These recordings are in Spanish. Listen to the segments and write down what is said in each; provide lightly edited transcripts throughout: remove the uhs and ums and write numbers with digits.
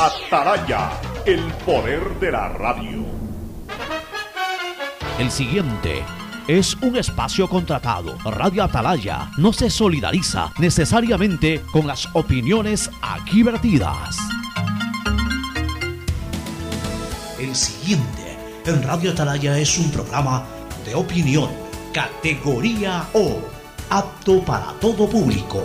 Atalaya, el poder de la radio. El siguiente es un espacio contratado. Radio Atalaya no se solidariza necesariamente con las opiniones aquí vertidas. El siguiente en Radio Atalaya es un programa de opinión, categoría O, apto para todo público.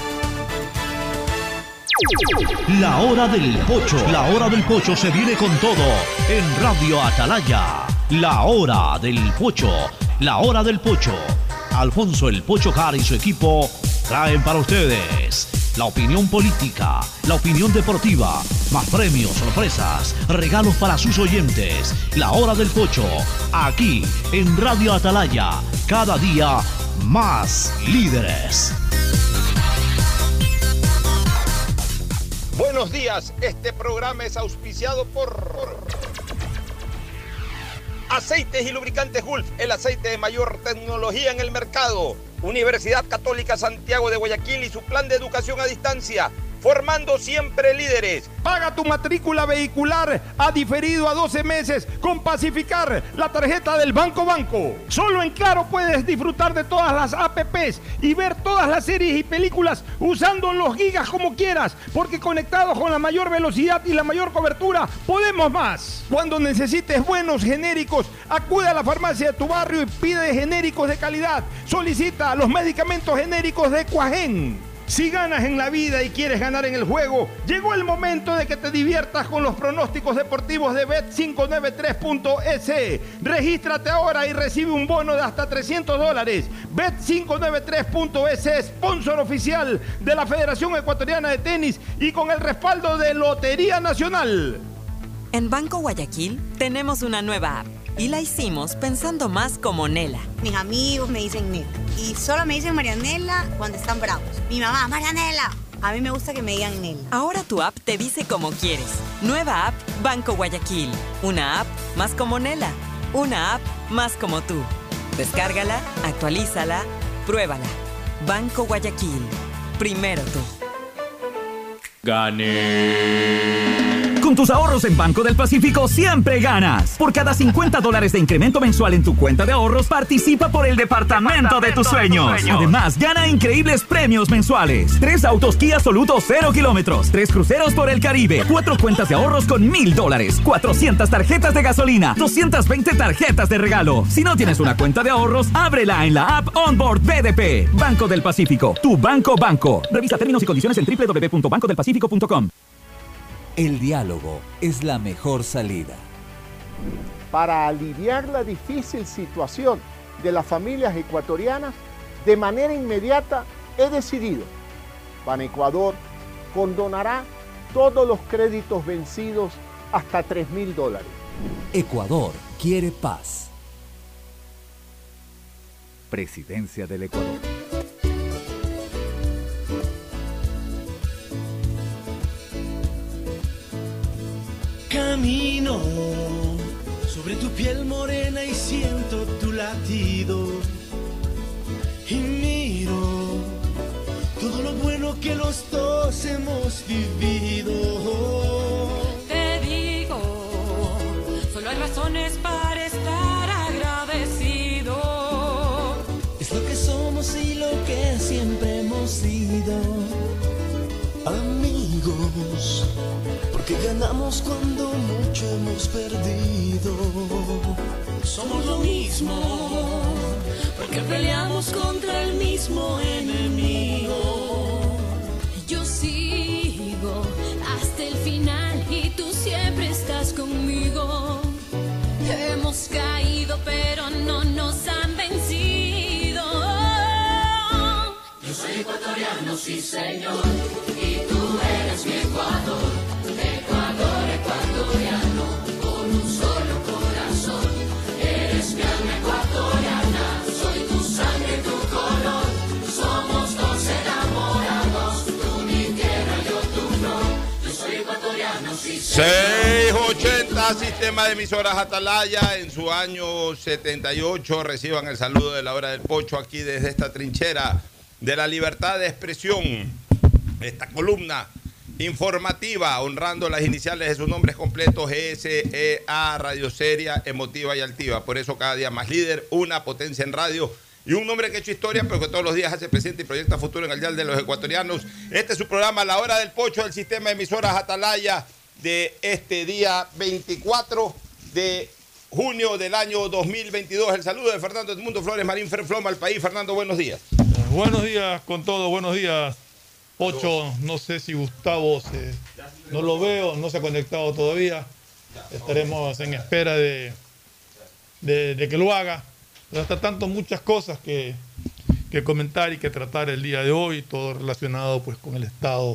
La hora del pocho. La hora del pocho se viene con todo en Radio Atalaya. La hora del pocho. La hora del pocho. Alfonso el Pocho Cara y su equipo traen para ustedes la opinión política, la opinión deportiva, más premios, sorpresas, regalos para sus oyentes. La hora del pocho, aquí en Radio Atalaya, cada día más líderes. Buenos días, este programa es auspiciado por Aceites y Lubricantes Gulf, el aceite de mayor tecnología en el mercado. Universidad Católica Santiago de Guayaquil y su plan de educación a distancia, formando siempre líderes. Paga tu matrícula vehicular a diferido a 12 meses con Pacificar, la tarjeta del Banco. Solo en Claro puedes disfrutar de todas las apps y ver todas las series y películas usando los gigas como quieras, porque conectados con la mayor velocidad y la mayor cobertura, podemos más. Cuando necesites buenos genéricos, acude a la farmacia de tu barrio y pide genéricos de calidad. Solicita los medicamentos genéricos de Cuajén. Si ganas en la vida y quieres ganar en el juego, llegó el momento de que te diviertas con los pronósticos deportivos de Bet593.es. Regístrate ahora y recibe un bono de hasta $300. Bet593.es, sponsor oficial de la Federación Ecuatoriana de Tenis y con el respaldo de Lotería Nacional. En Banco Guayaquil tenemos una nueva app y la hicimos pensando más como Nela. Mis amigos me dicen Nela y solo me dicen Marianela cuando están bravos. Mi mamá, Marianela. A mí me gusta que me digan Nela. Ahora tu app te dice como quieres. Nueva app Banco Guayaquil. Una app más como Nela. Una app más como tú. Descárgala, actualízala, pruébala. Banco Guayaquil. Primero tú. Gané. Con tus ahorros en Banco del Pacífico siempre ganas. Por cada $50 de incremento mensual en tu cuenta de ahorros, participa por el departamento de tus sueños. Además, gana increíbles premios mensuales. 3 autos Kia Soluto 0 kilómetros, 3 cruceros por el Caribe, 4 cuentas de ahorros con $1,000, 400 tarjetas de gasolina, 220 tarjetas de regalo. Si no tienes una cuenta de ahorros, ábrela en la app Onboard BDP. Banco del Pacífico, tu banco. Revisa términos y condiciones en www.bancodelpacifico.com. El diálogo es la mejor salida. Para aliviar la difícil situación de las familias ecuatorianas, de manera inmediata he decidido, Ban Ecuador condonará todos los créditos vencidos hasta $3,000. Ecuador quiere paz. Presidencia del Ecuador. Camino sobre tu piel morena y siento tu latido. Y miro todo lo bueno que los dos hemos vivido. Te digo, solo hay razones para estar agradecido. Es lo que somos y lo que siempre hemos sido. Amigos, porque ganamos cuando mucho hemos perdido. Somos lo mismo, porque peleamos contra el mismo enemigo. Yo sigo hasta el final y tú siempre estás conmigo. Hemos caído pero no nos han vencido. Yo soy ecuatoriano, sí señor, y tú eres mi Ecuador. Ecuador, ecuatoriano, con un solo corazón. Eres mi alma ecuatoriana, soy tu sangre, tu color. Somos dos enamorados, tú mi tierra, yo tu flor. Yo soy ecuatoriano, sí señor. 680, sistema de emisoras Atalaya, en su año 78. Reciban el saludo de la hora del pocho aquí desde esta trinchera de la libertad de expresión. Esta columna informativa, honrando las iniciales de sus nombres completos, GSEA, radio seria, emotiva y altiva. Por eso cada día más líder, una potencia en radio y un nombre que ha hecho historia, pero que todos los días hace presente y proyecta futuro en el dial de los ecuatorianos. Este es su programa La Hora del Pocho, del sistema de emisoras Atalaya, de este día 24 de junio del año 2022. El saludo de Fernando Edmundo Flores Marín, Ferfloma al país. Fernando, buenos días. Buenos días con todo, buenos días. Pocho, no sé si Gustavo no lo veo, no se ha conectado todavía. Estaremos en espera de que lo haga. Pero hasta tanto muchas cosas que comentar y que tratar el día de hoy, todo relacionado pues con el estado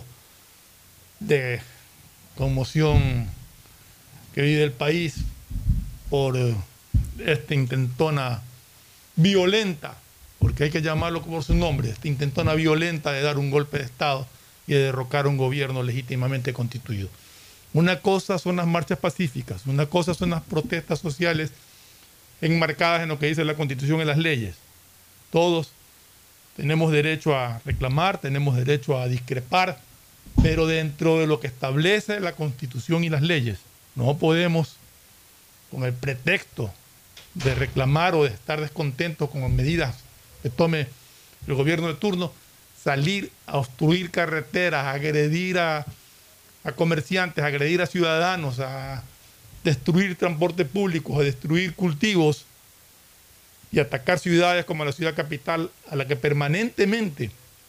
de conmoción que vive el país por esta intentona violenta, porque hay que llamarlo por su nombre, esta intentona violenta de dar un golpe de Estado y de derrocar un gobierno legítimamente constituido. Una cosa son las marchas pacíficas, una cosa son las protestas sociales enmarcadas en lo que dice la Constitución y las leyes. Todos tenemos derecho a reclamar, tenemos derecho a discrepar, pero dentro de lo que establece la Constitución y las leyes. No podemos, con el pretexto de reclamar o de estar descontentos con medidas que tome el gobierno de turno, salir a obstruir carreteras, a agredir a comerciantes, a agredir a ciudadanos, a destruir transporte público, a destruir cultivos y atacar ciudades como la ciudad capital, a la que permanentemente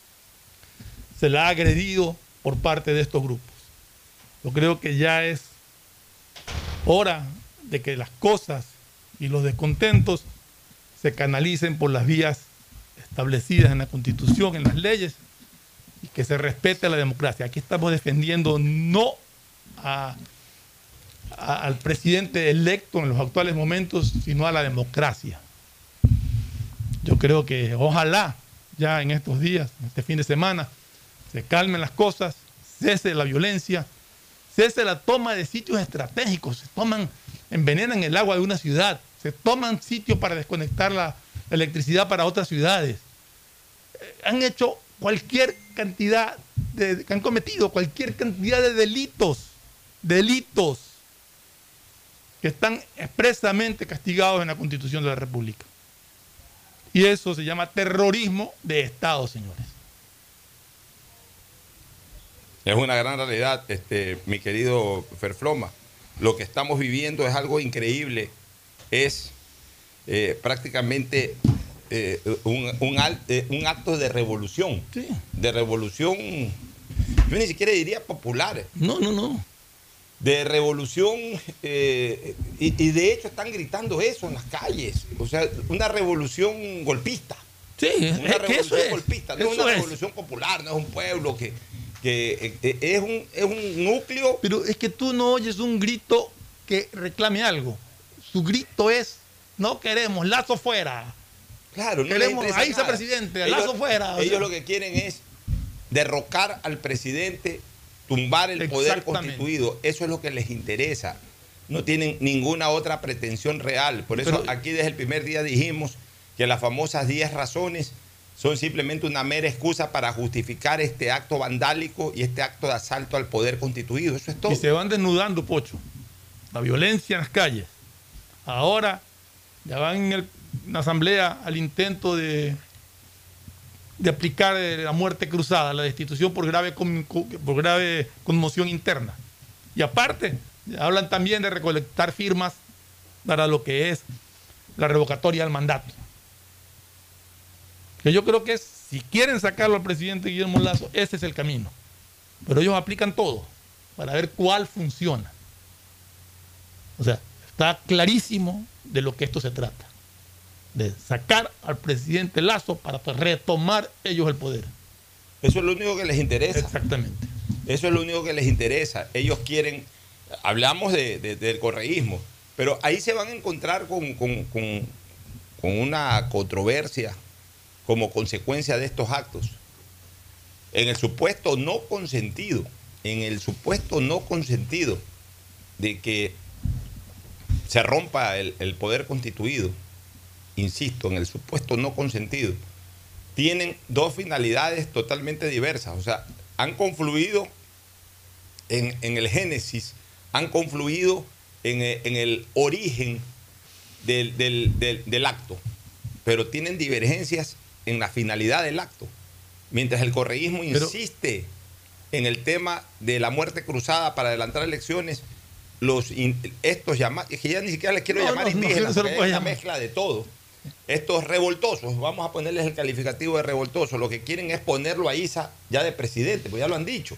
se la ha agredido por parte de estos grupos. Yo creo que ya es hora de que las cosas y los descontentos se canalicen por las vías establecidas en la Constitución, en las leyes, y que se respete la democracia. Aquí estamos defendiendo no al presidente electo en los actuales momentos, sino a la democracia. Yo creo que ojalá ya en estos días, este fin de semana, se calmen las cosas, cese la violencia, cese la toma de sitios estratégicos. Envenenan el agua de una ciudad, se toman sitios para desconectar la electricidad para otras ciudades. Han hecho cualquier cantidad han cometido cualquier cantidad de delitos que están expresamente castigados en la Constitución de la República. Y eso se llama terrorismo de Estado, señores. Es una gran realidad, mi querido Ferfloma. Lo que estamos viviendo es algo increíble. Es prácticamente un acto de revolución. Sí. De revolución, yo ni siquiera diría popular. No. De revolución, y de hecho están gritando eso en las calles. O sea, una revolución golpista. Sí, una revolución eso golpista. No es una revolución popular, no es un pueblo que es un núcleo. Pero es que tú no oyes un grito que reclame algo. Su grito es: no queremos, Lazo fuera. Claro, no queremos, ahí está presidente, Lazo fuera. Ellos lo que quieren es derrocar al presidente, tumbar el poder constituido. Eso es lo que les interesa. No tienen ninguna otra pretensión real. Por eso aquí desde el primer día dijimos que las famosas 10 razones son simplemente una mera excusa para justificar este acto vandálico y este acto de asalto al poder constituido. Eso es todo. Y se van desnudando, Pocho. La violencia en las calles. Ahora ya van en la asamblea al intento de aplicar la muerte cruzada, la destitución por grave conmoción interna. Y aparte, hablan también de recolectar firmas para lo que es la revocatoria del mandato. Que yo creo que si quieren sacarlo al presidente Guillermo Lazo, ese es el camino. Pero ellos aplican todo para ver cuál funciona. O sea, está clarísimo de lo que esto se trata. De sacar al presidente Lazo para retomar ellos el poder. Eso es lo único que les interesa. Exactamente. Eso es lo único que les interesa. Ellos quieren, hablamos del correísmo, pero ahí se van a encontrar con una controversia como consecuencia de estos actos. En el supuesto no consentido de que se rompa el poder constituido, insisto, en el supuesto no consentido, tienen dos finalidades totalmente diversas. O sea, han confluido en el génesis, han confluido en el origen del acto, pero tienen divergencias en la finalidad del acto. Mientras el correísmo insiste en el tema de la muerte cruzada para adelantar elecciones, estos llamados, que ya ni siquiera les quiero llamar indígenas, porque es una mezcla de todo. Estos revoltosos, vamos a ponerles el calificativo de revoltosos, lo que quieren es ponerlo a Issa ya de presidente, pues ya lo han dicho.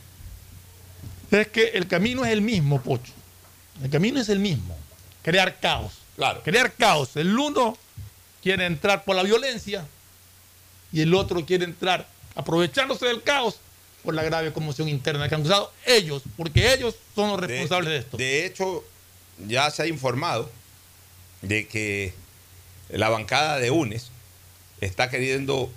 Es que el camino es el mismo, Pocho. El camino es el mismo. Crear caos. Claro. Crear caos. El uno quiere entrar por la violencia y el otro quiere entrar aprovechándose del caos por la grave conmoción interna que han causado ellos, porque ellos son los responsables de esto. De hecho, ya se ha informado de que la bancada de UNES está queriendo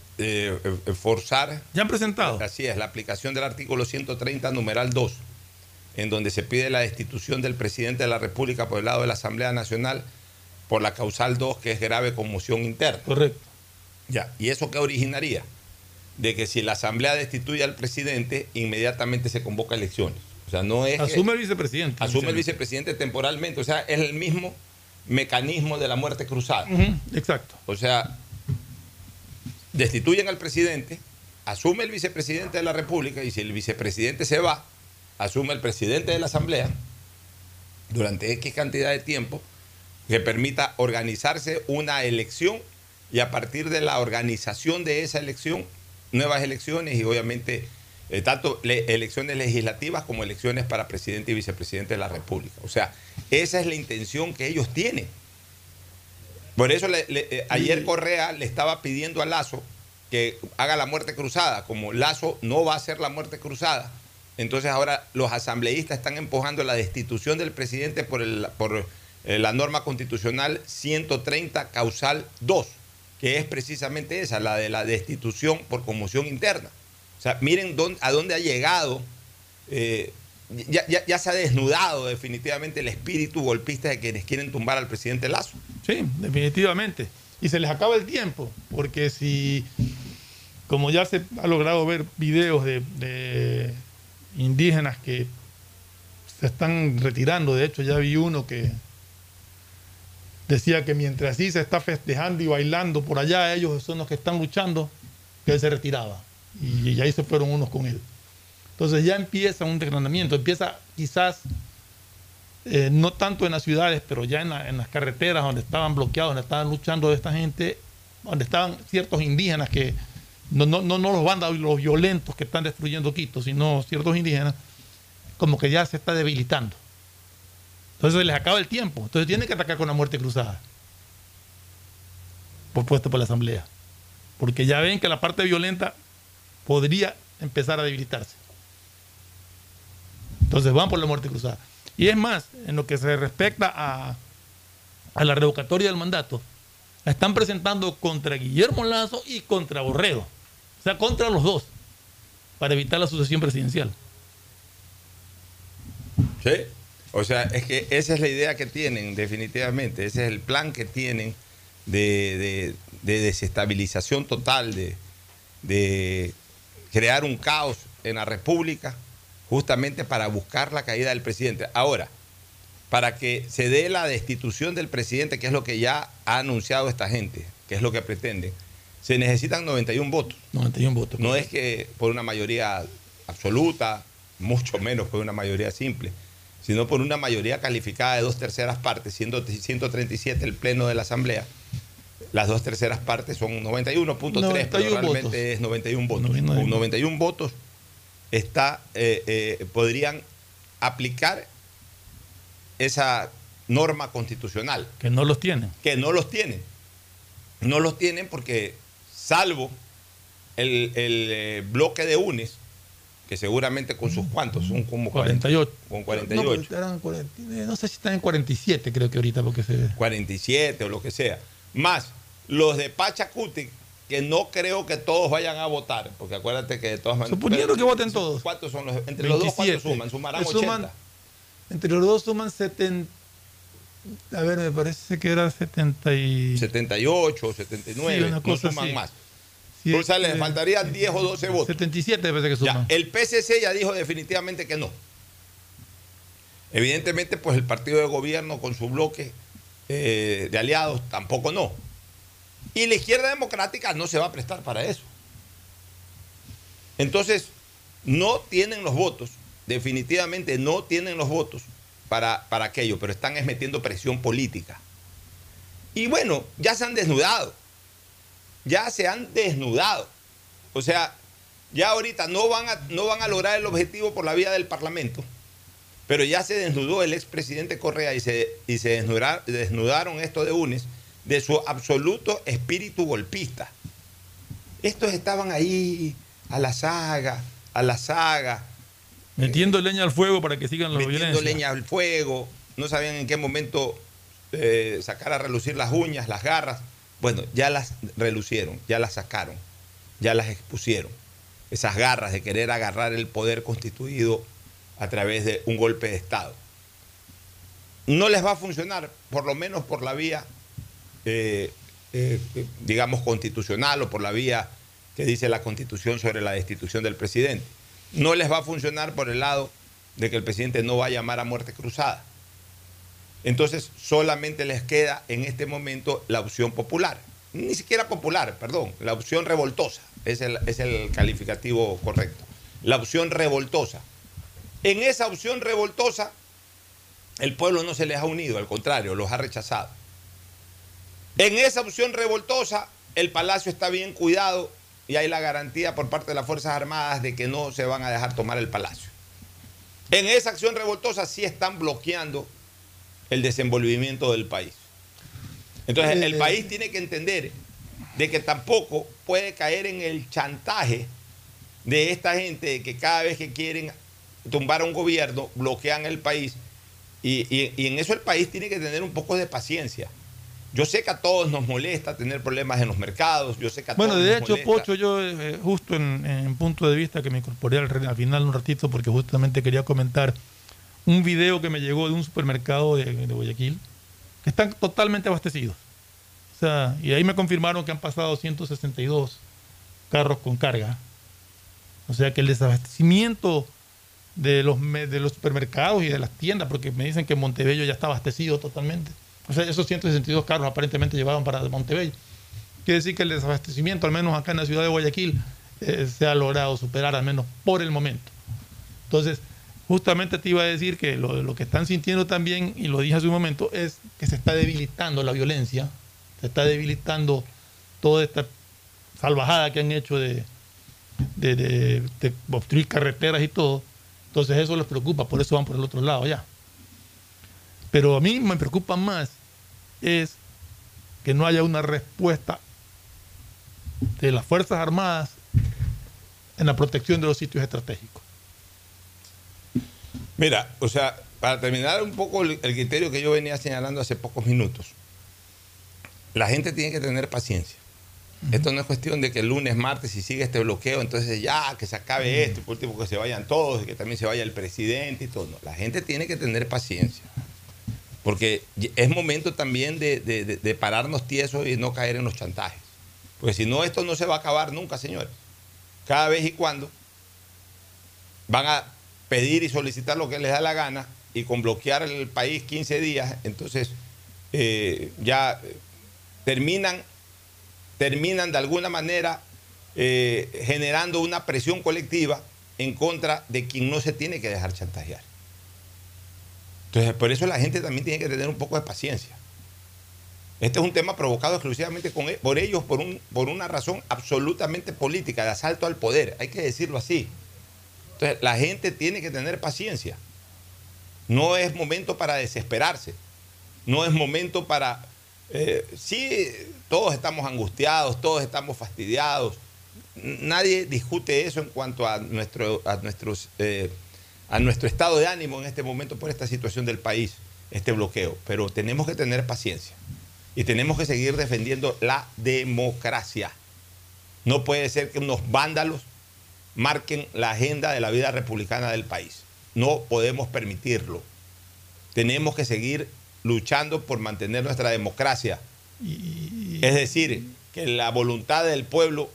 forzar. ¿Ya han presentado? Así es, la aplicación del artículo 130, numeral 2, en donde se pide la destitución del presidente de la República por el lado de la Asamblea Nacional por la causal 2, que es grave conmoción interna. Correcto. Ya, ¿y eso qué originaría? De que si la Asamblea destituye al presidente, inmediatamente se convoca elecciones. O sea, no es asume el vicepresidente. Asume el vicepresidente temporalmente. O sea, es el mismo mecanismo de la muerte cruzada. Exacto. O sea, destituyen al presidente, asume el vicepresidente de la República, y si el vicepresidente se va, asume el presidente de la Asamblea durante X cantidad de tiempo que permita organizarse una elección, y a partir de la organización de esa elección, nuevas elecciones, y obviamente tanto elecciones legislativas como elecciones para presidente y vicepresidente de la República. O sea, esa es la intención que ellos tienen. Por eso ayer Correa le estaba pidiendo a Lazo que haga la muerte cruzada. Como Lazo no va a hacer la muerte cruzada, entonces ahora los asambleístas están empujando la destitución del presidente por la norma constitucional 130, causal 2, que es precisamente esa, la de la destitución por conmoción interna. O sea, miren a dónde ha llegado. Ya se ha desnudado definitivamente el espíritu golpista de quienes quieren tumbar al presidente Lazo. Sí, definitivamente. Y se les acaba el tiempo, porque si, como ya se ha logrado ver videos de indígenas que se están retirando, de hecho ya vi uno que decía que mientras sí se está festejando y bailando por allá, ellos son los que están luchando, que él se retiraba. Y ahí se fueron unos con él. Entonces ya empieza un desgranamiento, empieza quizás, no tanto en las ciudades, pero ya en las carreteras donde estaban bloqueados, donde estaban luchando esta gente, donde estaban ciertos indígenas que, no los bandas, los violentos que están destruyendo Quito, sino ciertos indígenas, como que ya se está debilitando. Entonces les acaba el tiempo. Entonces tienen que atacar con la muerte cruzada, propuesto por la Asamblea. Porque ya ven que la parte violenta podría empezar a debilitarse. Entonces van por la muerte cruzada. Y es más, en lo que se respecta a la revocatoria del mandato, la están presentando contra Guillermo Lazo y contra Borrero. O sea, contra los dos, para evitar la sucesión presidencial. Sí. O sea, es que esa es la idea que tienen, definitivamente. Ese es el plan que tienen de desestabilización total, de crear un caos en la República, justamente para buscar la caída del presidente. Ahora, para que se dé la destitución del presidente, que es lo que ya ha anunciado esta gente, que es lo que pretenden, se necesitan 91 votos. 91 votos. No es que por una mayoría absoluta, mucho menos por una mayoría simple, sino por una mayoría calificada de 2/3 partes, siendo 137 el pleno de la Asamblea. Las 2/3 partes son 91.3, pero realmente votos. Es 91 votos. Con 91 votos podrían aplicar esa norma constitucional. Que no los tienen. Que no los tienen. No los tienen porque, salvo el bloque de UNES, que seguramente con sus cuantos, son como 48. Con 48. No sé si están en 47, creo que ahorita, porque se... 47 o lo que sea. Más los de Pachacuti, que no creo que todos vayan a votar, porque acuérdate que de todas maneras... Suponiendo que voten todos. ¿Cuántos son los? Entre 27. Los dos, ¿cuántos suman? Sumarán 80. Entre los dos suman 70... A ver, me parece que era 78, 79, sí, no suman así. Más. Sí, o sea, les faltarían 10 o 12 votos. 77 parece que suman. Ya, el PCC ya dijo definitivamente que no. Evidentemente, pues el partido de gobierno con su bloque de aliados tampoco no. Y la izquierda democrática no se va a prestar para eso. Entonces, no tienen los votos, definitivamente no tienen los votos para aquello, pero están metiendo presión política. Y bueno, ya se han desnudado. Ya se han desnudado. O sea, ya ahorita no van a lograr el objetivo por la vía del Parlamento, pero ya se desnudó el expresidente Correa y se desnudaron estos de UNES de su absoluto espíritu golpista. Estos estaban ahí a la saga. Metiendo leña al fuego para que sigan la violencia. Metiendo leña al fuego, no sabían en qué momento sacar a relucir las uñas, las garras. Bueno, ya las relucieron, ya las sacaron, ya las expusieron. Esas garras de querer agarrar el poder constituido a través de un golpe de Estado. No les va a funcionar, por lo menos por la vía, digamos, constitucional o por la vía que dice la Constitución sobre la destitución del presidente. No les va a funcionar por el lado de que el presidente no va a llamar a muerte cruzada. Entonces, solamente les queda en este momento la opción popular. Ni siquiera popular, perdón, la opción revoltosa. Es el calificativo correcto. La opción revoltosa. En esa opción revoltosa, el pueblo no se les ha unido, al contrario, los ha rechazado. En esa opción revoltosa, el palacio está bien cuidado y hay la garantía por parte de las Fuerzas Armadas de que no se van a dejar tomar el palacio. En esa acción revoltosa sí están bloqueando el desenvolvimiento del país. Entonces, el país tiene que entender de que tampoco puede caer en el chantaje de esta gente de que cada vez que quieren tumbar a un gobierno, bloquean el país. Y en eso el país tiene que tener un poco de paciencia. Yo sé que a todos nos molesta tener problemas en los mercados. Yo sé que a todos de nos hecho, molesta. Pocho, yo justo en punto de vista que me incorporé al final un ratito porque justamente quería comentar un video que me llegó de un supermercado de Guayaquil que están totalmente abastecidos. O sea, y ahí me confirmaron que han pasado 162 carros con carga. O sea que el desabastecimiento de los supermercados y de las tiendas, porque me dicen que Montebello ya está abastecido totalmente. O sea, esos 162 carros aparentemente llevaban para Montebello. Quiere decir que el desabastecimiento, al menos acá en la ciudad de Guayaquil, se ha logrado superar, al menos por el momento. Entonces, justamente te iba a decir que lo que están sintiendo también, y lo dije hace un momento, es que se está debilitando la violencia, se está debilitando toda esta salvajada que han hecho de obstruir carreteras y todo. Entonces eso les preocupa, por eso van por el otro lado ya. Pero a mí me preocupa más es que no haya una respuesta de las Fuerzas Armadas en la protección de los sitios estratégicos. Mira, o sea, para terminar un poco el criterio que yo venía señalando hace pocos minutos, la gente tiene que tener paciencia. Esto no es cuestión de que el lunes, martes, si sigue este bloqueo, entonces ya, que se acabe esto, y por último que se vayan todos, y que también se vaya el presidente y todo. No, la gente tiene que tener paciencia. Porque es momento también de pararnos tiesos y no caer en los chantajes. Porque si no, esto no se va a acabar nunca, señores. Cada vez y cuando van a pedir y solicitar lo que les da la gana y con bloquear el país 15 días, entonces ya terminan de alguna manera generando una presión colectiva en contra de quien no se tiene que dejar chantajear. Entonces, por eso la gente también tiene que tener un poco de paciencia. Este es un tema provocado exclusivamente por ellos, por una razón absolutamente política, de asalto al poder, hay que decirlo así. Entonces, la gente tiene que tener paciencia. No es momento para desesperarse, no es momento para... sí, todos estamos angustiados, todos estamos fastidiados. Nadie discute eso en cuanto a nuestro estado de ánimo en este momento por esta situación del país, este bloqueo. Pero tenemos que tener paciencia y tenemos que seguir defendiendo la democracia. No puede ser que unos vándalos marquen la agenda de la vida republicana del país. No podemos permitirlo. Tenemos que seguir luchando por mantener nuestra democracia. Es decir, que la voluntad del pueblo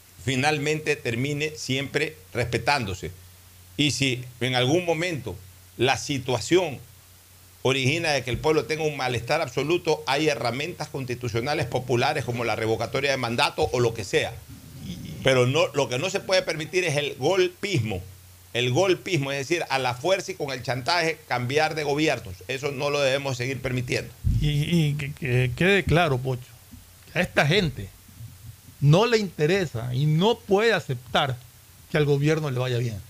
finalmente termine siempre respetándose. Y si en algún momento la situación origina de que el pueblo tenga un malestar absoluto, hay herramientas constitucionales populares como la revocatoria de mandato o lo que sea. Pero no, lo que no se puede permitir es el golpismo. El golpismo, es decir, a la fuerza y con el chantaje cambiar de gobiernos. Eso no lo debemos seguir permitiendo. Y que quede claro, Pocho, que a esta gente no le interesa y no puede aceptar que al gobierno le vaya bien.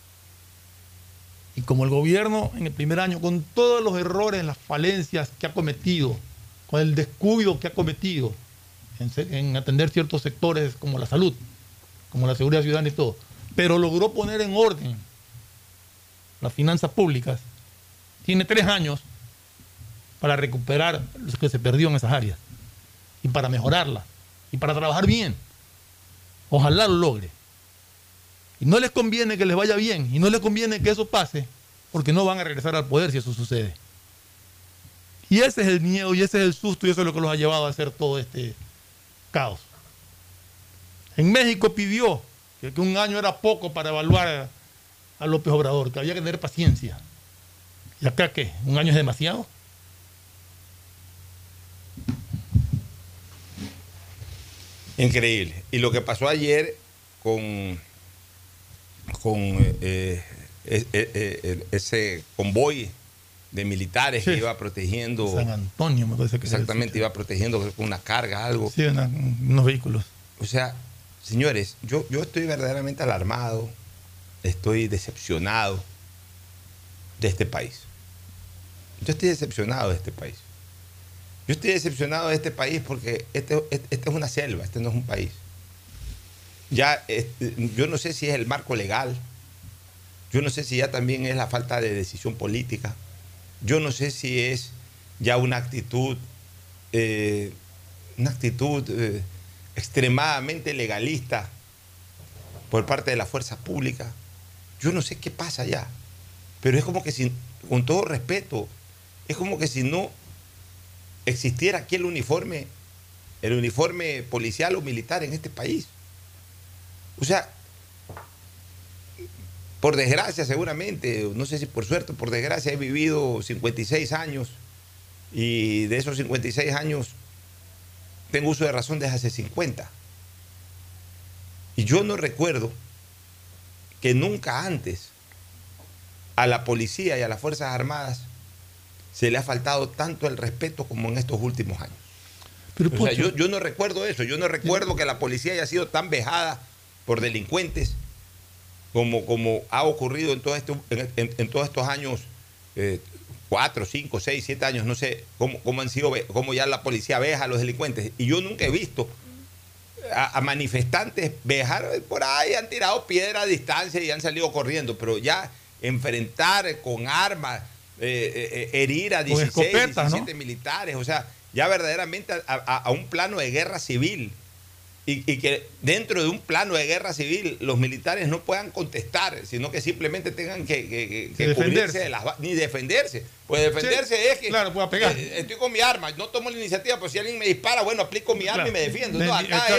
Y como el gobierno en el primer año, con todos los errores, las falencias que ha cometido, con el descuido que ha cometido en atender ciertos sectores como la salud, como la seguridad ciudadana y todo, pero logró poner en orden las finanzas públicas, tiene 3 años para recuperar lo que se perdió en esas áreas y para mejorarlas y para trabajar bien. Ojalá lo logre. Y no les conviene que les vaya bien y no les conviene que eso pase porque no van a regresar al poder si eso sucede. Y ese es el miedo y ese es el susto y eso es lo que los ha llevado a hacer todo este caos. En México pidió que 1 año era poco para evaluar a López Obrador, que había que tener paciencia. ¿Y acá qué? ¿1 año es demasiado? Increíble. Y lo que pasó ayer con ese convoy de militares que iba protegiendo San Antonio, me parece que exactamente, iba protegiendo con una carga, algo. Sí, unos vehículos. O sea, señores, yo estoy verdaderamente alarmado, estoy decepcionado de este país. Yo estoy decepcionado de este país. Yo estoy decepcionado de este país porque este es una selva, este no es un país. Ya, yo no sé si es el marco legal, yo no sé si ya también es la falta de decisión política, yo no sé si es ya una actitud extremadamente legalista por parte de la fuerza pública. Yo no sé qué pasa ya, pero es como que si, con todo respeto, es como que si no existiera aquí el uniforme policial o militar en este país. O sea, por desgracia seguramente, no sé si por suerte o por desgracia, he vivido 56 años y de esos 56 años tengo uso de razón desde hace 50. Y yo no recuerdo que nunca antes a la policía y a las Fuerzas Armadas se le ha faltado tanto el respeto como en estos últimos años. Pero, o sea, yo no recuerdo eso. Yo no recuerdo que la policía haya sido tan vejada por delincuentes como ha ocurrido en todos estos años, 4, 5, 6, 7 años, no sé cómo ya la policía veja a los delincuentes. Y yo nunca he visto a manifestantes vejar por ahí, han tirado piedra a distancia y han salido corriendo, pero ya enfrentar con armas, herir a 16, escopetas, 17 ¿no? militares, o sea, ya verdaderamente a un plano de guerra civil. Y que dentro de un plano de guerra civil los militares no puedan contestar, sino que simplemente tengan que cubrirse de ni defenderse. Pues defenderse sí, es que claro, pueda pegar. Estoy con mi arma, no tomo la iniciativa, pero si alguien me dispara, bueno, aplico mi arma y me defiendo. No,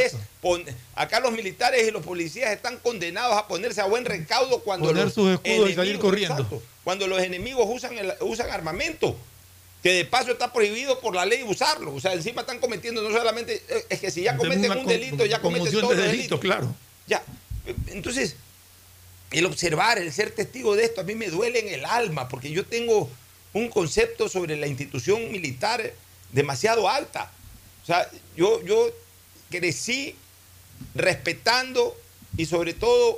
acá los militares y los policías están condenados a ponerse a buen recaudo cuando poner sus escudos y salir corriendo. Exacto, cuando los enemigos usan armamento, que de paso está prohibido por la ley usarlo. O sea, encima están cometiendo no solamente... Es que si ya cometen un delito, ya cometen todos los delitos. Claro. Ya. Entonces, el observar, el ser testigo de esto, a mí me duele en el alma, porque yo tengo un concepto sobre la institución militar demasiado alta. O sea, yo crecí respetando y sobre todo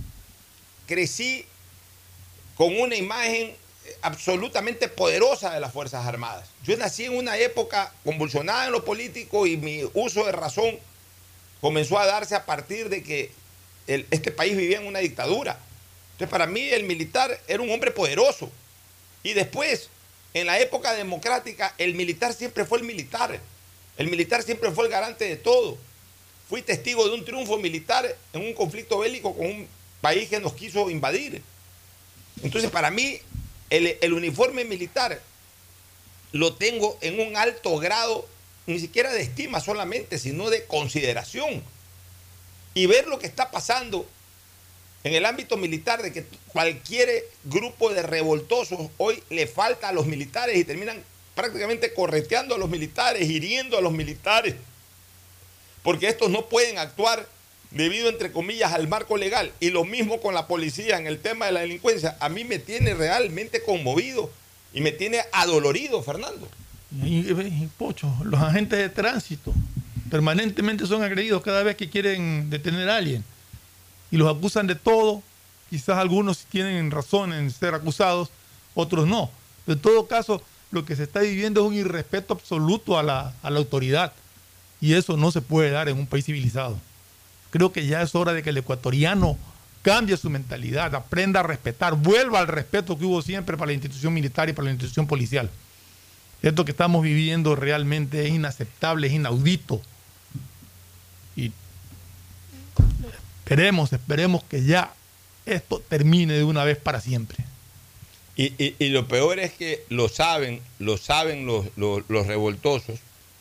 crecí con una imagen absolutamente poderosa de las Fuerzas Armadas. Yo nací en una época convulsionada en lo político y mi uso de razón comenzó a darse a partir de que este país vivía en una dictadura. Entonces, para mí el militar era un hombre poderoso. Y después, en la época democrática, el militar siempre fue el militar. El militar siempre fue el garante de todo. Fui testigo de un triunfo militar en un conflicto bélico con un país que nos quiso invadir. Entonces, para mí, el uniforme militar lo tengo en un alto grado, ni siquiera de estima solamente, sino de consideración. Y ver lo que está pasando en el ámbito militar de que cualquier grupo de revoltosos hoy le falta a los militares y terminan prácticamente correteando a los militares, hiriendo a los militares, porque estos no pueden actuar debido, entre comillas, al marco legal. Y lo mismo con la policía en el tema de la delincuencia. A mí me tiene realmente conmovido y me tiene adolorido, Fernando. Y Pocho, los agentes de tránsito permanentemente son agredidos cada vez que quieren detener a alguien y los acusan de todo. Quizás algunos tienen razón en ser acusados, otros no. Pero en todo caso, lo que se está viviendo es un irrespeto absoluto a la autoridad, y eso no se puede dar en un país civilizado. Creo que ya es hora de que el ecuatoriano cambie su mentalidad, aprenda a respetar, vuelva al respeto que hubo siempre para la institución militar y para la institución policial. Esto que estamos viviendo realmente es inaceptable, es inaudito. Y esperemos que ya esto termine de una vez para siempre. Y lo peor es que lo saben los revoltosos,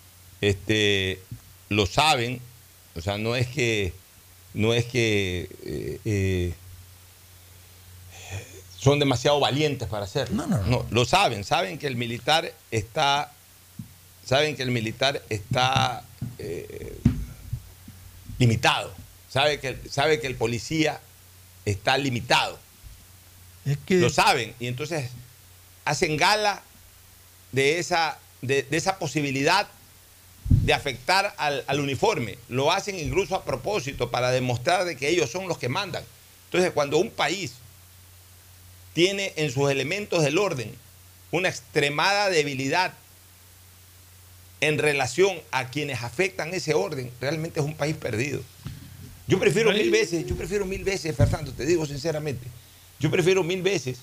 lo saben, o sea, no es que son demasiado valientes para hacerlo. No, lo saben que el militar está, limitado, sabe que el policía está limitado. Es que... Lo saben, y entonces hacen gala de esa posibilidad de afectar al uniforme. Lo hacen incluso a propósito para demostrar de que ellos son los que mandan. Entonces, cuando un país tiene en sus elementos del orden una extremada debilidad en relación a quienes afectan ese orden, realmente es un país perdido. Yo prefiero mil veces, Fernando, te digo sinceramente, yo prefiero mil veces,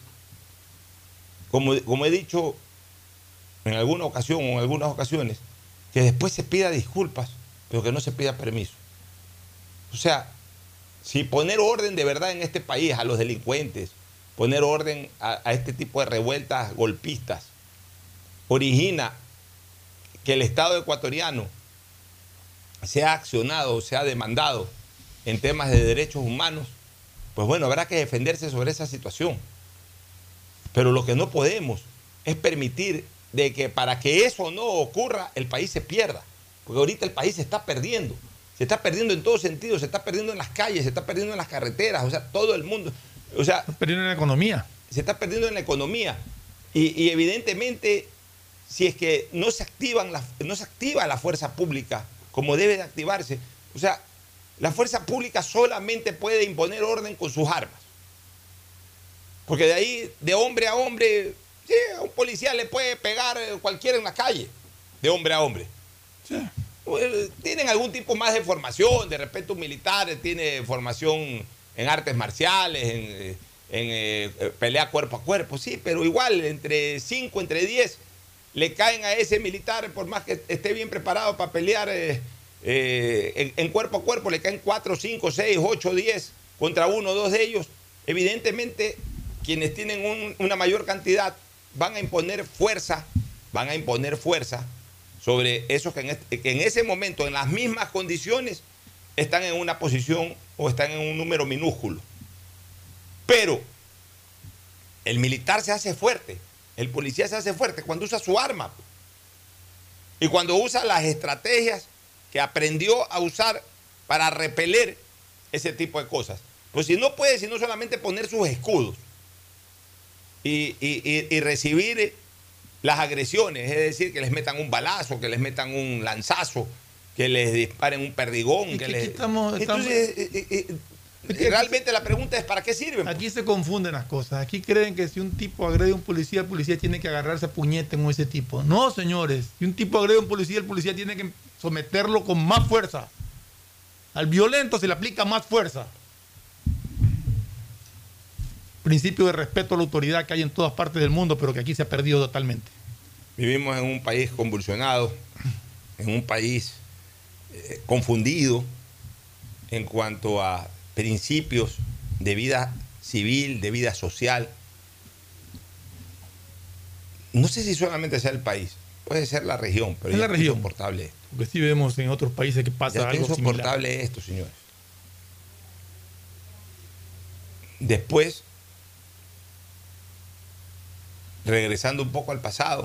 como he dicho en alguna ocasión o en algunas ocasiones, que después se pida disculpas, pero que no se pida permiso. O sea, si poner orden de verdad en este país a los delincuentes, poner orden a este tipo de revueltas golpistas, origina que el Estado ecuatoriano sea accionado, sea demandado en temas de derechos humanos, pues bueno, habrá que defenderse sobre esa situación. Pero lo que no podemos es permitir de que para que eso no ocurra, el país se pierda. Porque ahorita el país se está perdiendo. Se está perdiendo en todos sentidos, se está perdiendo en las calles, se está perdiendo en las carreteras, o sea, todo el mundo. O sea, se está perdiendo en la economía. Se está perdiendo en la economía. Y evidentemente, si es que no se activa la fuerza pública como debe de activarse, o sea, la fuerza pública solamente puede imponer orden con sus armas. Porque de ahí, de hombre a hombre, sí, a un policía le puede pegar cualquiera en la calle, de hombre a hombre. Sí. Tienen algún tipo más de formación, de repente un militar tiene formación en artes marciales, en pelea cuerpo a cuerpo, sí, pero igual, entre 5, entre 10, le caen a ese militar, por más que esté bien preparado para pelear en cuerpo a cuerpo, le caen 4, 5, 6, 8, 10 contra uno o dos de ellos. Evidentemente, quienes tienen una mayor cantidad van a imponer fuerza sobre esos que en ese momento, en las mismas condiciones, están en una posición o están en un número minúsculo. Pero el militar se hace fuerte, el policía se hace fuerte cuando usa su arma y cuando usa las estrategias que aprendió a usar para repeler ese tipo de cosas. Pues si no puede, sino solamente poner sus escudos y recibir las agresiones, es decir, que les metan un balazo, que les metan un lanzazo, que les disparen un perdigón. Entonces, realmente la pregunta es, ¿para qué sirven? Aquí se confunden las cosas. Aquí creen que si un tipo agrede a un policía, el policía tiene que agarrarse a puñete con ese tipo. No, señores. Si un tipo agrede a un policía, el policía tiene que someterlo con más fuerza. Al violento se le aplica más fuerza. Principio de respeto a la autoridad que hay en todas partes del mundo, pero que aquí se ha perdido totalmente. Vivimos en un país convulsionado, en un país confundido en cuanto a principios de vida civil, de vida social. No sé si solamente sea el país, puede ser la región, pero es la región. Insoportable esto. Porque sí vemos en otros países que pasa algo similar. Es insoportable similar. esto, señores. después, regresando un poco al pasado,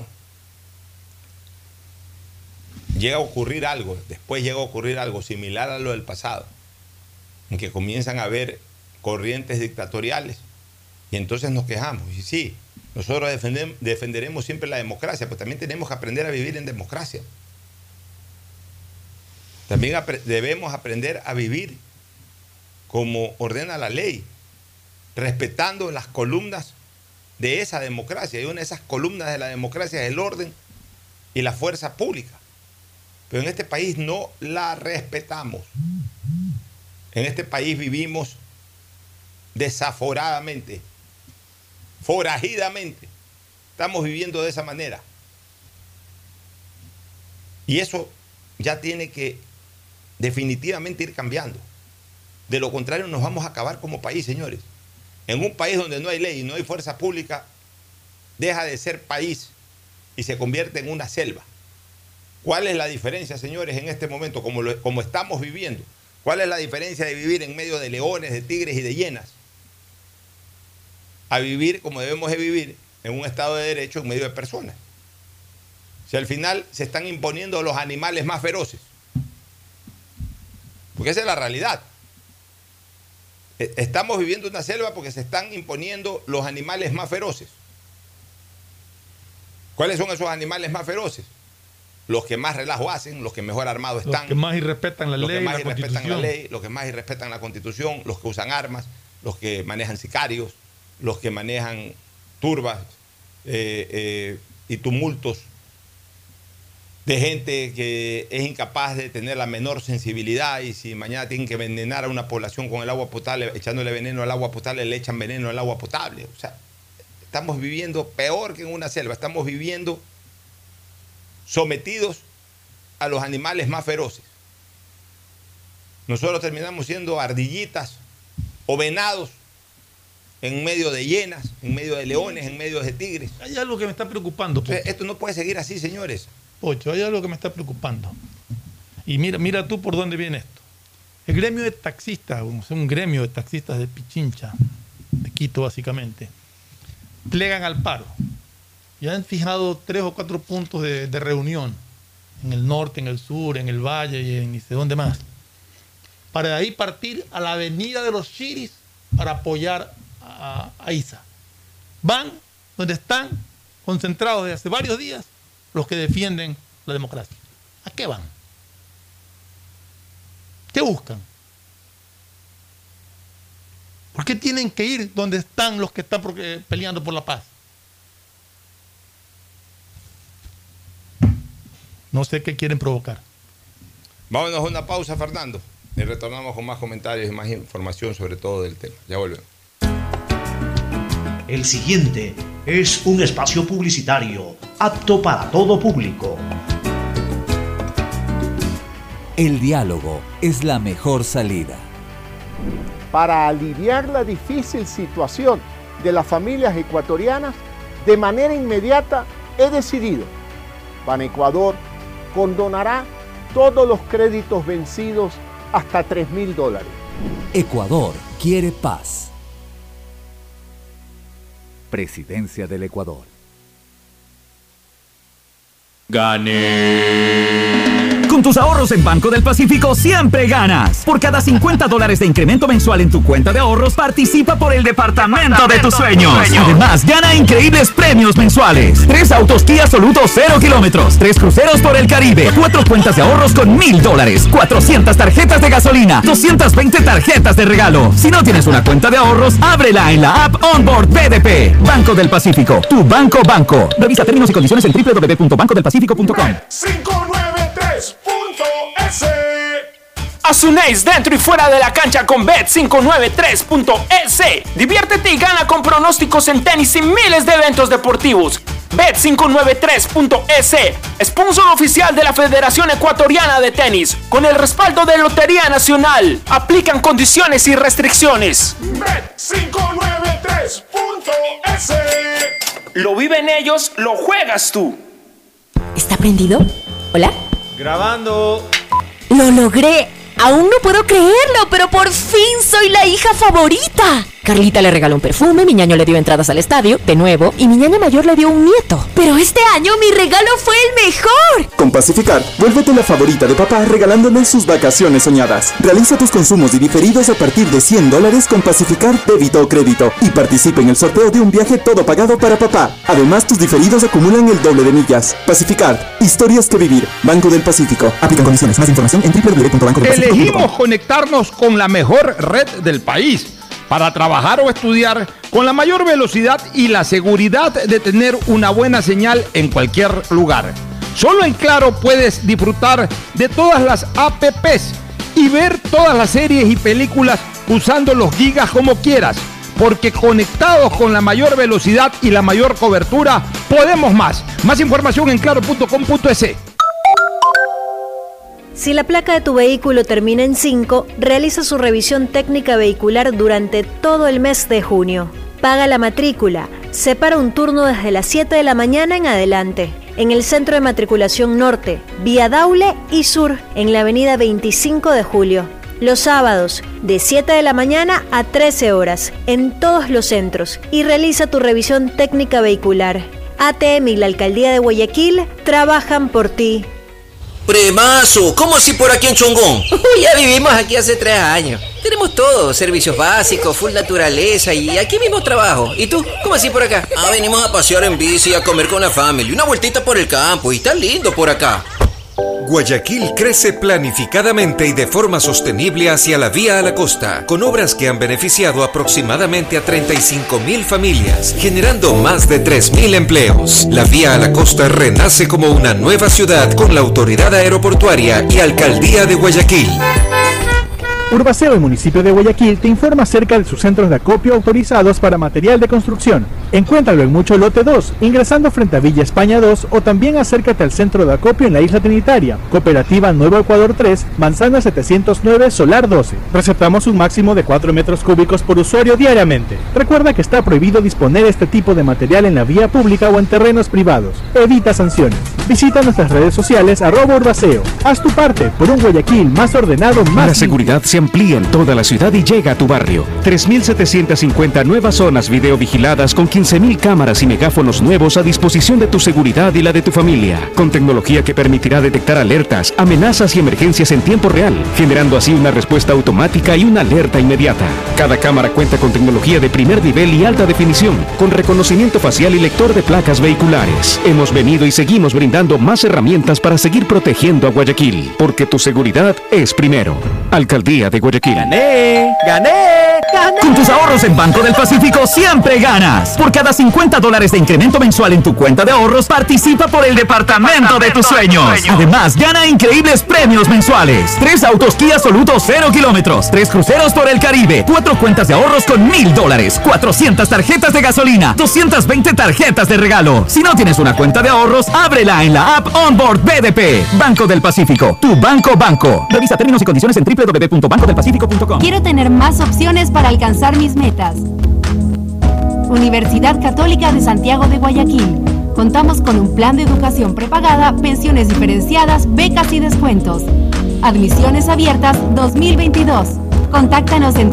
llega a ocurrir algo similar a lo del pasado, en que comienzan a haber corrientes dictatoriales y entonces nos quejamos. Y sí, nosotros defenderemos siempre la democracia, pero también tenemos que aprender a vivir en democracia. También debemos aprender a vivir como ordena la ley, respetando las columnas de esa democracia. Y una de esas columnas de la democracia es el orden y la fuerza pública. Pero en este país no la respetamos. En este país vivimos desaforadamente, forajidamente. Estamos viviendo de esa manera. Y eso ya tiene que definitivamente ir cambiando. De lo contrario nos vamos a acabar como país, señores. En un país donde no hay ley y no hay fuerza pública, deja de ser país y se convierte en una selva. ¿Cuál es la diferencia, señores, en este momento, como estamos viviendo? ¿Cuál es la diferencia de vivir en medio de leones, de tigres y de hienas, a vivir como debemos de vivir en un Estado de Derecho en medio de personas? Si al final se están imponiendo los animales más feroces. Porque esa es la realidad. Estamos viviendo una selva porque se están imponiendo los animales más feroces. ¿Cuáles son esos animales más feroces? Los que más relajo hacen, los que mejor armados están. Los que más irrespetan la ley, los que más irrespetan la Constitución, los que usan armas, los que manejan sicarios, los que manejan turbas y tumultos de gente que es incapaz de tener la menor sensibilidad, y si mañana tienen que envenenar a una población con el agua potable, echándole veneno al agua potable, le echan veneno al agua potable. O sea, estamos viviendo peor que en una selva, estamos viviendo sometidos a los animales más feroces. Nosotros terminamos siendo ardillitas o venados en medio de hienas, en medio de leones, en medio de tigres. Hay algo que me está preocupando, Pocho. Esto no puede seguir así, señores. Pocho, hay algo que me está preocupando. Y mira tú por dónde viene esto. El gremio de taxistas, un gremio de taxistas de Pichincha, de Quito básicamente, plegan al paro. Ya han fijado 3 o 4 puntos de reunión en el norte, en el sur, en el valle y en ni sé dónde más. Para de ahí partir a la avenida de los Chiris para apoyar a Isa. Van donde están concentrados desde hace varios días los que defienden la democracia. ¿A qué van? ¿Qué buscan? ¿Por qué tienen que ir donde están los que están peleando por la paz? No sé qué quieren provocar. Vámonos a una pausa, Fernando, y retornamos con más comentarios y más información sobre todo del tema. Ya volvemos. El siguiente es un espacio publicitario apto para todo público. El diálogo es la mejor salida. Para aliviar la difícil situación de las familias ecuatorianas, de manera inmediata he decidido, Banecuador condonará todos los créditos vencidos hasta $3,000. Ecuador quiere paz. Presidencia del Ecuador. ¡Gané! Con tus ahorros en Banco del Pacífico siempre ganas. Por cada $50 de incremento mensual en tu cuenta de ahorros, participa por el departamento de tus sueños. Además, gana increíbles premios mensuales. 3 autos Kia Soluto 0 kilómetros, 3 cruceros por el Caribe, 4 cuentas de ahorros con $1,000, 400 tarjetas de gasolina, 220 tarjetas de regalo. Si no tienes una cuenta de ahorros, ábrela en la app Onboard BDP. Banco del Pacífico, tu banco. Revisa términos y condiciones en www.bancodelpacifico.com. 593.es. Asunéis dentro y fuera de la cancha con Bet593.es. Diviértete y gana con pronósticos en tenis y miles de eventos deportivos. Bet593.es, sponsor oficial de la Federación Ecuatoriana de Tenis, con el respaldo de Lotería Nacional. Aplican condiciones y restricciones. Bet593.es. Lo viven ellos, lo juegas tú. ¿Está prendido? ¿Hola? Grabando. ¡Lo logré! Aún no puedo creerlo, pero por fin soy la hija favorita. Carlita le regaló un perfume, mi ñaño le dio entradas al estadio, de nuevo, y mi ñaña mayor le dio un nieto. Pero este año mi regalo fue el mejor. Con Pacificar, vuélvete la favorita de papá regalándole sus vacaciones soñadas. Realiza tus consumos y diferidos a partir de $100 con Pacificar débito o crédito y participa en el sorteo de un viaje todo pagado para papá. Además, tus diferidos acumulan el doble de millas. Pacificar, historias que vivir. Banco del Pacífico. Aplican condiciones. Más información en www.bancodelpacifico.com. Elegimos conectarnos con la mejor red del país para trabajar o estudiar con la mayor velocidad y la seguridad de tener una buena señal en cualquier lugar. Solo en Claro puedes disfrutar de todas las apps y ver todas las series y películas usando los gigas como quieras, porque conectados con la mayor velocidad y la mayor cobertura, podemos más. Más información en claro.com.es. Si la placa de tu vehículo termina en 5, realiza su revisión técnica vehicular durante todo el mes de junio. Paga la matrícula. Separa un turno desde las 7 de la mañana en adelante. En el Centro de Matriculación Norte, vía Daule y Sur, en la avenida 25 de Julio. Los sábados, de 7 de la mañana a 13 horas, en todos los centros. Y realiza tu revisión técnica vehicular. ATM y la Alcaldía de Guayaquil trabajan por ti. Premazo, ¿cómo así por aquí en Chongón? Ya vivimos aquí hace 3 años. Tenemos todo, servicios básicos, full naturaleza y aquí mismo trabajo. ¿Y tú? ¿Cómo así por acá? Venimos a pasear en bici, a comer con la familia, una vueltita por el campo y está lindo por acá. Guayaquil crece planificadamente y de forma sostenible hacia la vía a la costa, con obras que han beneficiado aproximadamente a 35.000 familias, generando más de 3.000 empleos. La vía a la costa renace como una nueva ciudad con la autoridad aeroportuaria y alcaldía de Guayaquil. Urbaceo, el municipio de Guayaquil, te informa acerca de sus centros de acopio autorizados para material de construcción. Encuéntralo en Mucho Lote 2, ingresando frente a Villa España 2 o también acércate al centro de acopio en la Isla Trinitaria, Cooperativa Nuevo Ecuador 3, Manzana 709, Solar 12. Receptamos un máximo de 4 metros cúbicos por usuario diariamente. Recuerda que está prohibido disponer este tipo de material en la vía pública o en terrenos privados. Evita sanciones. Visita nuestras redes sociales @Urbaceo. Haz tu parte por un Guayaquil más ordenado, más... La seguridad se amplía en toda la ciudad y llega a tu barrio. 3.750 nuevas zonas videovigiladas con 15.000 cámaras y megáfonos nuevos a disposición de tu seguridad y la de tu familia, con tecnología que permitirá detectar alertas, amenazas y emergencias en tiempo real, generando así una respuesta automática y una alerta inmediata. Cada cámara cuenta con tecnología de primer nivel y alta definición, con reconocimiento facial y lector de placas vehiculares. Hemos venido y seguimos brindando más herramientas para seguir protegiendo a Guayaquil, porque tu seguridad es primero. Alcaldía de Guayaquil. ¡Gané! Con tus ahorros en Banco del Pacífico siempre ganas. Por cada $50 de incremento mensual en tu cuenta de ahorros, participa por el departamento de tus sueños. Además, gana increíbles premios mensuales. 3 autos Kia Soluto 0 kilómetros, 3 cruceros por el Caribe, 4 cuentas de ahorros con $1,000, 400 tarjetas de gasolina, 220 tarjetas de regalo. Si no tienes una cuenta de ahorros, ábrela en la app Onboard BDP. Banco del Pacífico, tu banco. Revisa términos y condiciones en www.bancodelpacifico.com. Quiero tener más opciones para alcanzar mis metas. Universidad Católica de Santiago de Guayaquil. Contamos con un plan de educación prepagada, pensiones diferenciadas, becas y descuentos. Admisiones abiertas 2022. Contáctanos en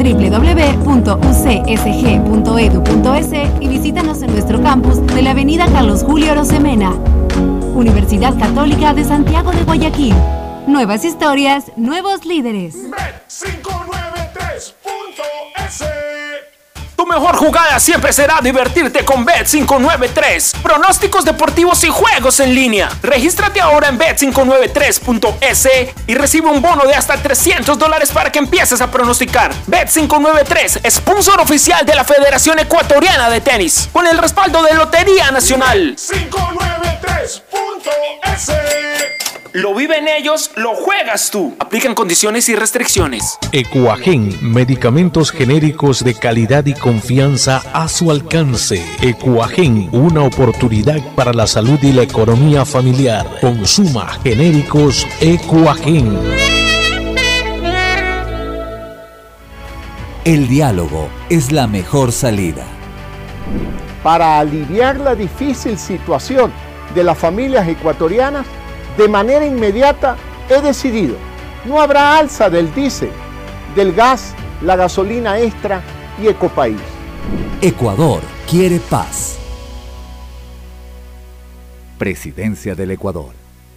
www.ucsg.edu.es y visítanos en nuestro campus de la avenida Carlos Julio Arosemena. Universidad Católica de Santiago de Guayaquil. Nuevas historias, nuevos líderes. Bet593.es. Tu mejor jugada siempre será divertirte con Bet593. Pronósticos deportivos y juegos en línea. Regístrate ahora en Bet593.es y recibe un bono de hasta $300 para que empieces a pronosticar. Bet593, sponsor oficial de la Federación Ecuatoriana de Tenis, con el respaldo de Lotería Nacional. 593.es. Lo viven ellos, lo juegas tú. Aplican condiciones y restricciones. Ecuagen, medicamentos genéricos de calidad y confianza a su alcance. Ecuagen, una oportunidad para la salud y la economía familiar. Consuma genéricos Ecuagen. El diálogo es la mejor salida. Para aliviar la difícil situación de las familias ecuatorianas, de manera inmediata he decidido, no habrá alza del diésel, del gas, la gasolina extra y Ecopaís. Ecuador quiere paz. Presidencia del Ecuador.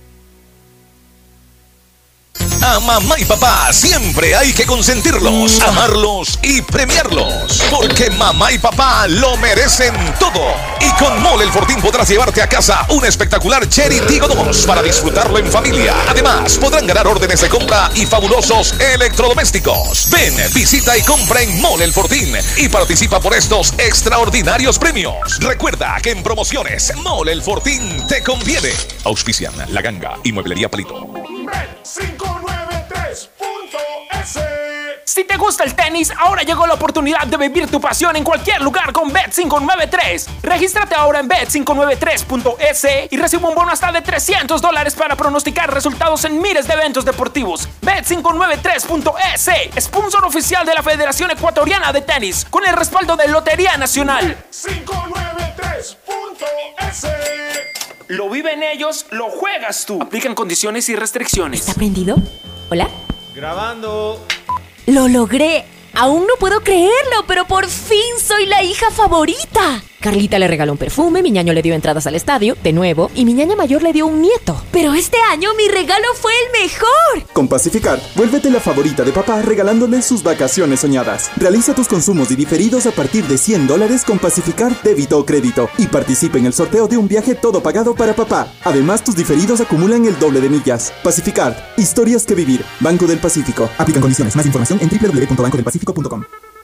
A mamá y papá siempre hay que consentirlos, amarlos y premiarlos, porque mamá y papá lo merecen todo. Y con Mole el Fortín podrás llevarte a casa un espectacular Cherry Tiggo 2 para disfrutarlo en familia. Además, podrán ganar órdenes de compra y fabulosos electrodomésticos. Ven, visita y compra en Mole el Fortín y participa por estos extraordinarios premios. Recuerda que en promociones Mole el Fortín te conviene. Auspician La Ganga y Mueblería Palito. Bet593.es. Si te gusta el tenis, ahora llegó la oportunidad de vivir tu pasión en cualquier lugar con Bet593. Regístrate ahora en Bet593.es y recibe un bono hasta de $300 para pronosticar resultados en miles de eventos deportivos. Bet593.es, sponsor oficial de la Federación Ecuatoriana de Tenis, con el respaldo de Lotería Nacional. Bet593.es. Lo viven ellos, lo juegas tú. Aplican condiciones y restricciones. ¿Está prendido? ¿Hola? Grabando. ¡Lo logré! Aún no puedo creerlo, pero por fin soy la hija favorita. Carlita le regaló un perfume, mi ñaño le dio entradas al estadio, de nuevo, y mi ñaña mayor le dio un nieto. Pero este año mi regalo fue el mejor. Con Pacificar, vuélvete la favorita de papá regalándole sus vacaciones soñadas. Realiza tus consumos y diferidos a partir de $100 con Pacificar débito o crédito y participa en el sorteo de un viaje todo pagado para papá. Además, tus diferidos acumulan el doble de millas. Pacificar, historias que vivir. Banco del Pacífico. Aplican condiciones. Más información en www.bancodelpacifico.com.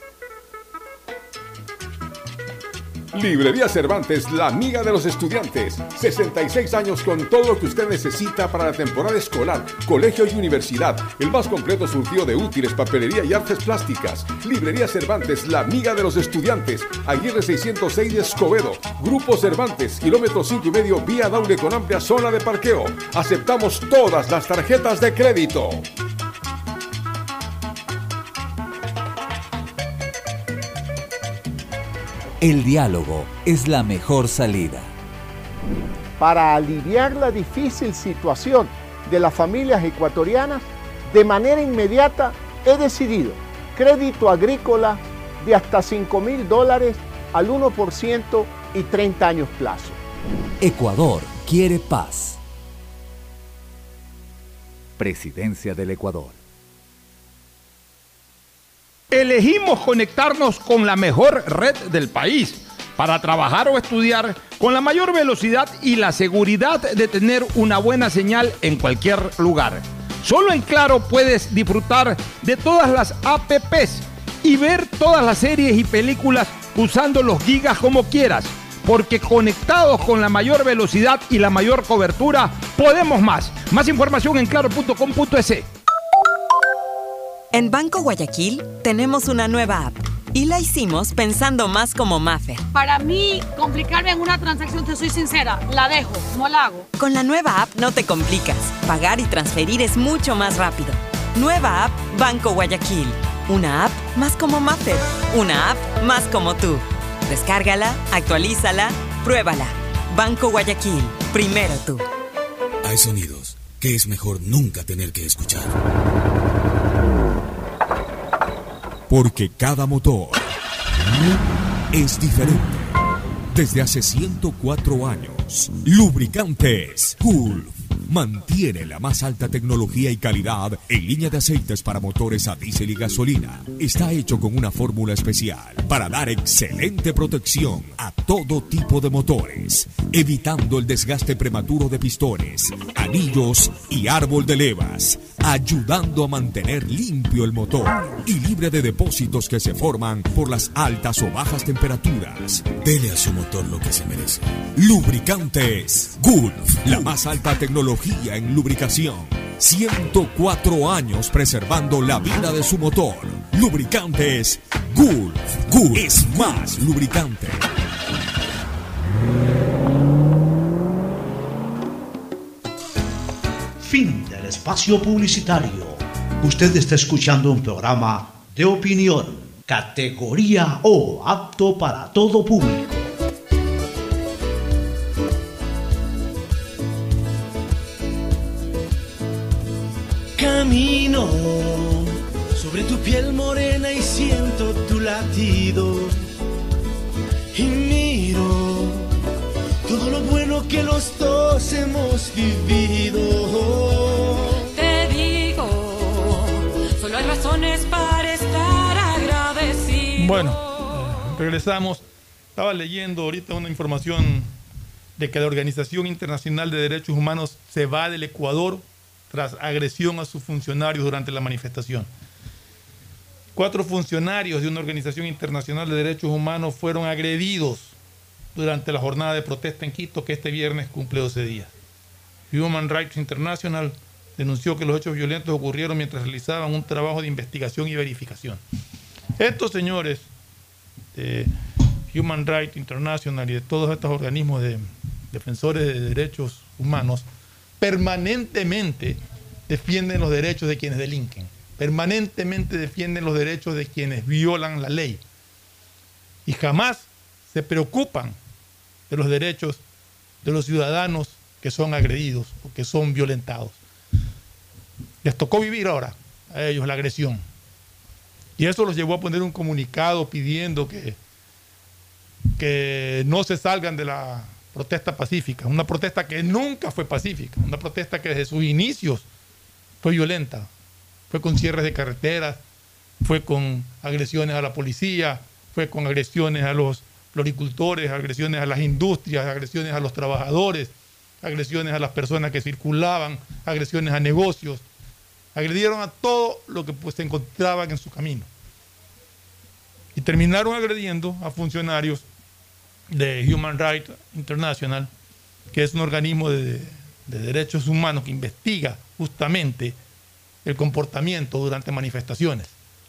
Librería Cervantes, la amiga de los estudiantes. 66 años con todo lo que usted necesita para la temporada escolar, colegio y universidad. El más completo surtido de útiles, papelería y artes plásticas. Librería Cervantes, la amiga de los estudiantes. Aguirre 606 de Escobedo. Grupo Cervantes, kilómetro 5,5, vía Daule con amplia zona de parqueo. Aceptamos todas las tarjetas de crédito. El diálogo es la mejor salida. Para aliviar la difícil situación de las familias ecuatorianas, de manera inmediata he decidido crédito agrícola de hasta $5,000 al 1% y 30 años plazo. Ecuador quiere paz. Presidencia del Ecuador. Elegimos conectarnos con la mejor red del país para trabajar o estudiar con la mayor velocidad y la seguridad de tener una buena señal en cualquier lugar. Solo en Claro puedes disfrutar de todas las apps y ver todas las series y películas usando los gigas como quieras, porque conectados con la mayor velocidad y la mayor cobertura, podemos más. Más información en claro.com.es. En Banco Guayaquil tenemos una nueva app y la hicimos pensando más como Maffer. Para mí, complicarme en una transacción, te soy sincera, la dejo, no la hago. Con la nueva app no te complicas. Pagar y transferir es mucho más rápido. Nueva app Banco Guayaquil. Una app más como Maffer. Una app más como tú. Descárgala, actualízala, pruébala. Banco Guayaquil. Primero tú. Hay sonidos que es mejor nunca tener que escuchar. Porque cada motor es diferente. Desde hace 104 años, Lubricantes Gulf mantiene la más alta tecnología y calidad en línea de aceites para motores a diésel y gasolina. Está hecho con una fórmula especial para dar excelente protección a todo tipo de motores, evitando el desgaste prematuro de pistones, anillos y árbol de levas, ayudando a mantener limpio el motor y libre de depósitos que se forman por las altas o bajas temperaturas. Dele a su motor lo que se merece. Lubricantes Gulf, la más alta tecnología en lubricación. 104 años preservando la vida de su motor. Lubricantes Gulf. Gulf es más lubricante. Fin del espacio publicitario. Usted está escuchando un programa de opinión, categoría O, apto para todo público. Camino sobre tu piel morena y siento tu latido y miro todo lo bueno que los dos hemos vivido. Te digo, solo hay razones para estar agradecido. Bueno, regresamos. Estaba leyendo ahorita una información de que la Organización Internacional de Derechos Humanos se va del Ecuador tras agresión a sus funcionarios durante la manifestación. 4 funcionarios de una organización internacional de derechos humanos fueron agredidos durante la jornada de protesta en Quito, que este viernes cumple 12 días. Human Rights International denunció que los hechos violentos ocurrieron mientras realizaban un trabajo de investigación y verificación. Estos señores de Human Rights International y de todos estos organismos de defensores de derechos humanos permanentemente defienden los derechos de quienes delinquen, permanentemente defienden los derechos de quienes violan la ley y jamás se preocupan de los derechos de los ciudadanos que son agredidos o que son violentados. Les tocó vivir ahora a ellos la agresión y eso los llevó a poner un comunicado pidiendo que no se salgan de la protesta pacífica, una protesta que nunca fue pacífica, una protesta que desde sus inicios fue violenta, fue con cierres de carreteras, fue con agresiones a la policía, fue con agresiones a los floricultores, agresiones a las industrias, agresiones a los trabajadores, agresiones a las personas que circulaban, agresiones a negocios, agredieron a todo lo que pues, se encontraban en su camino. Y terminaron agrediendo a funcionarios de Human Rights International, que es un organismo de derechos humanos que investiga justamente el comportamiento durante manifestaciones.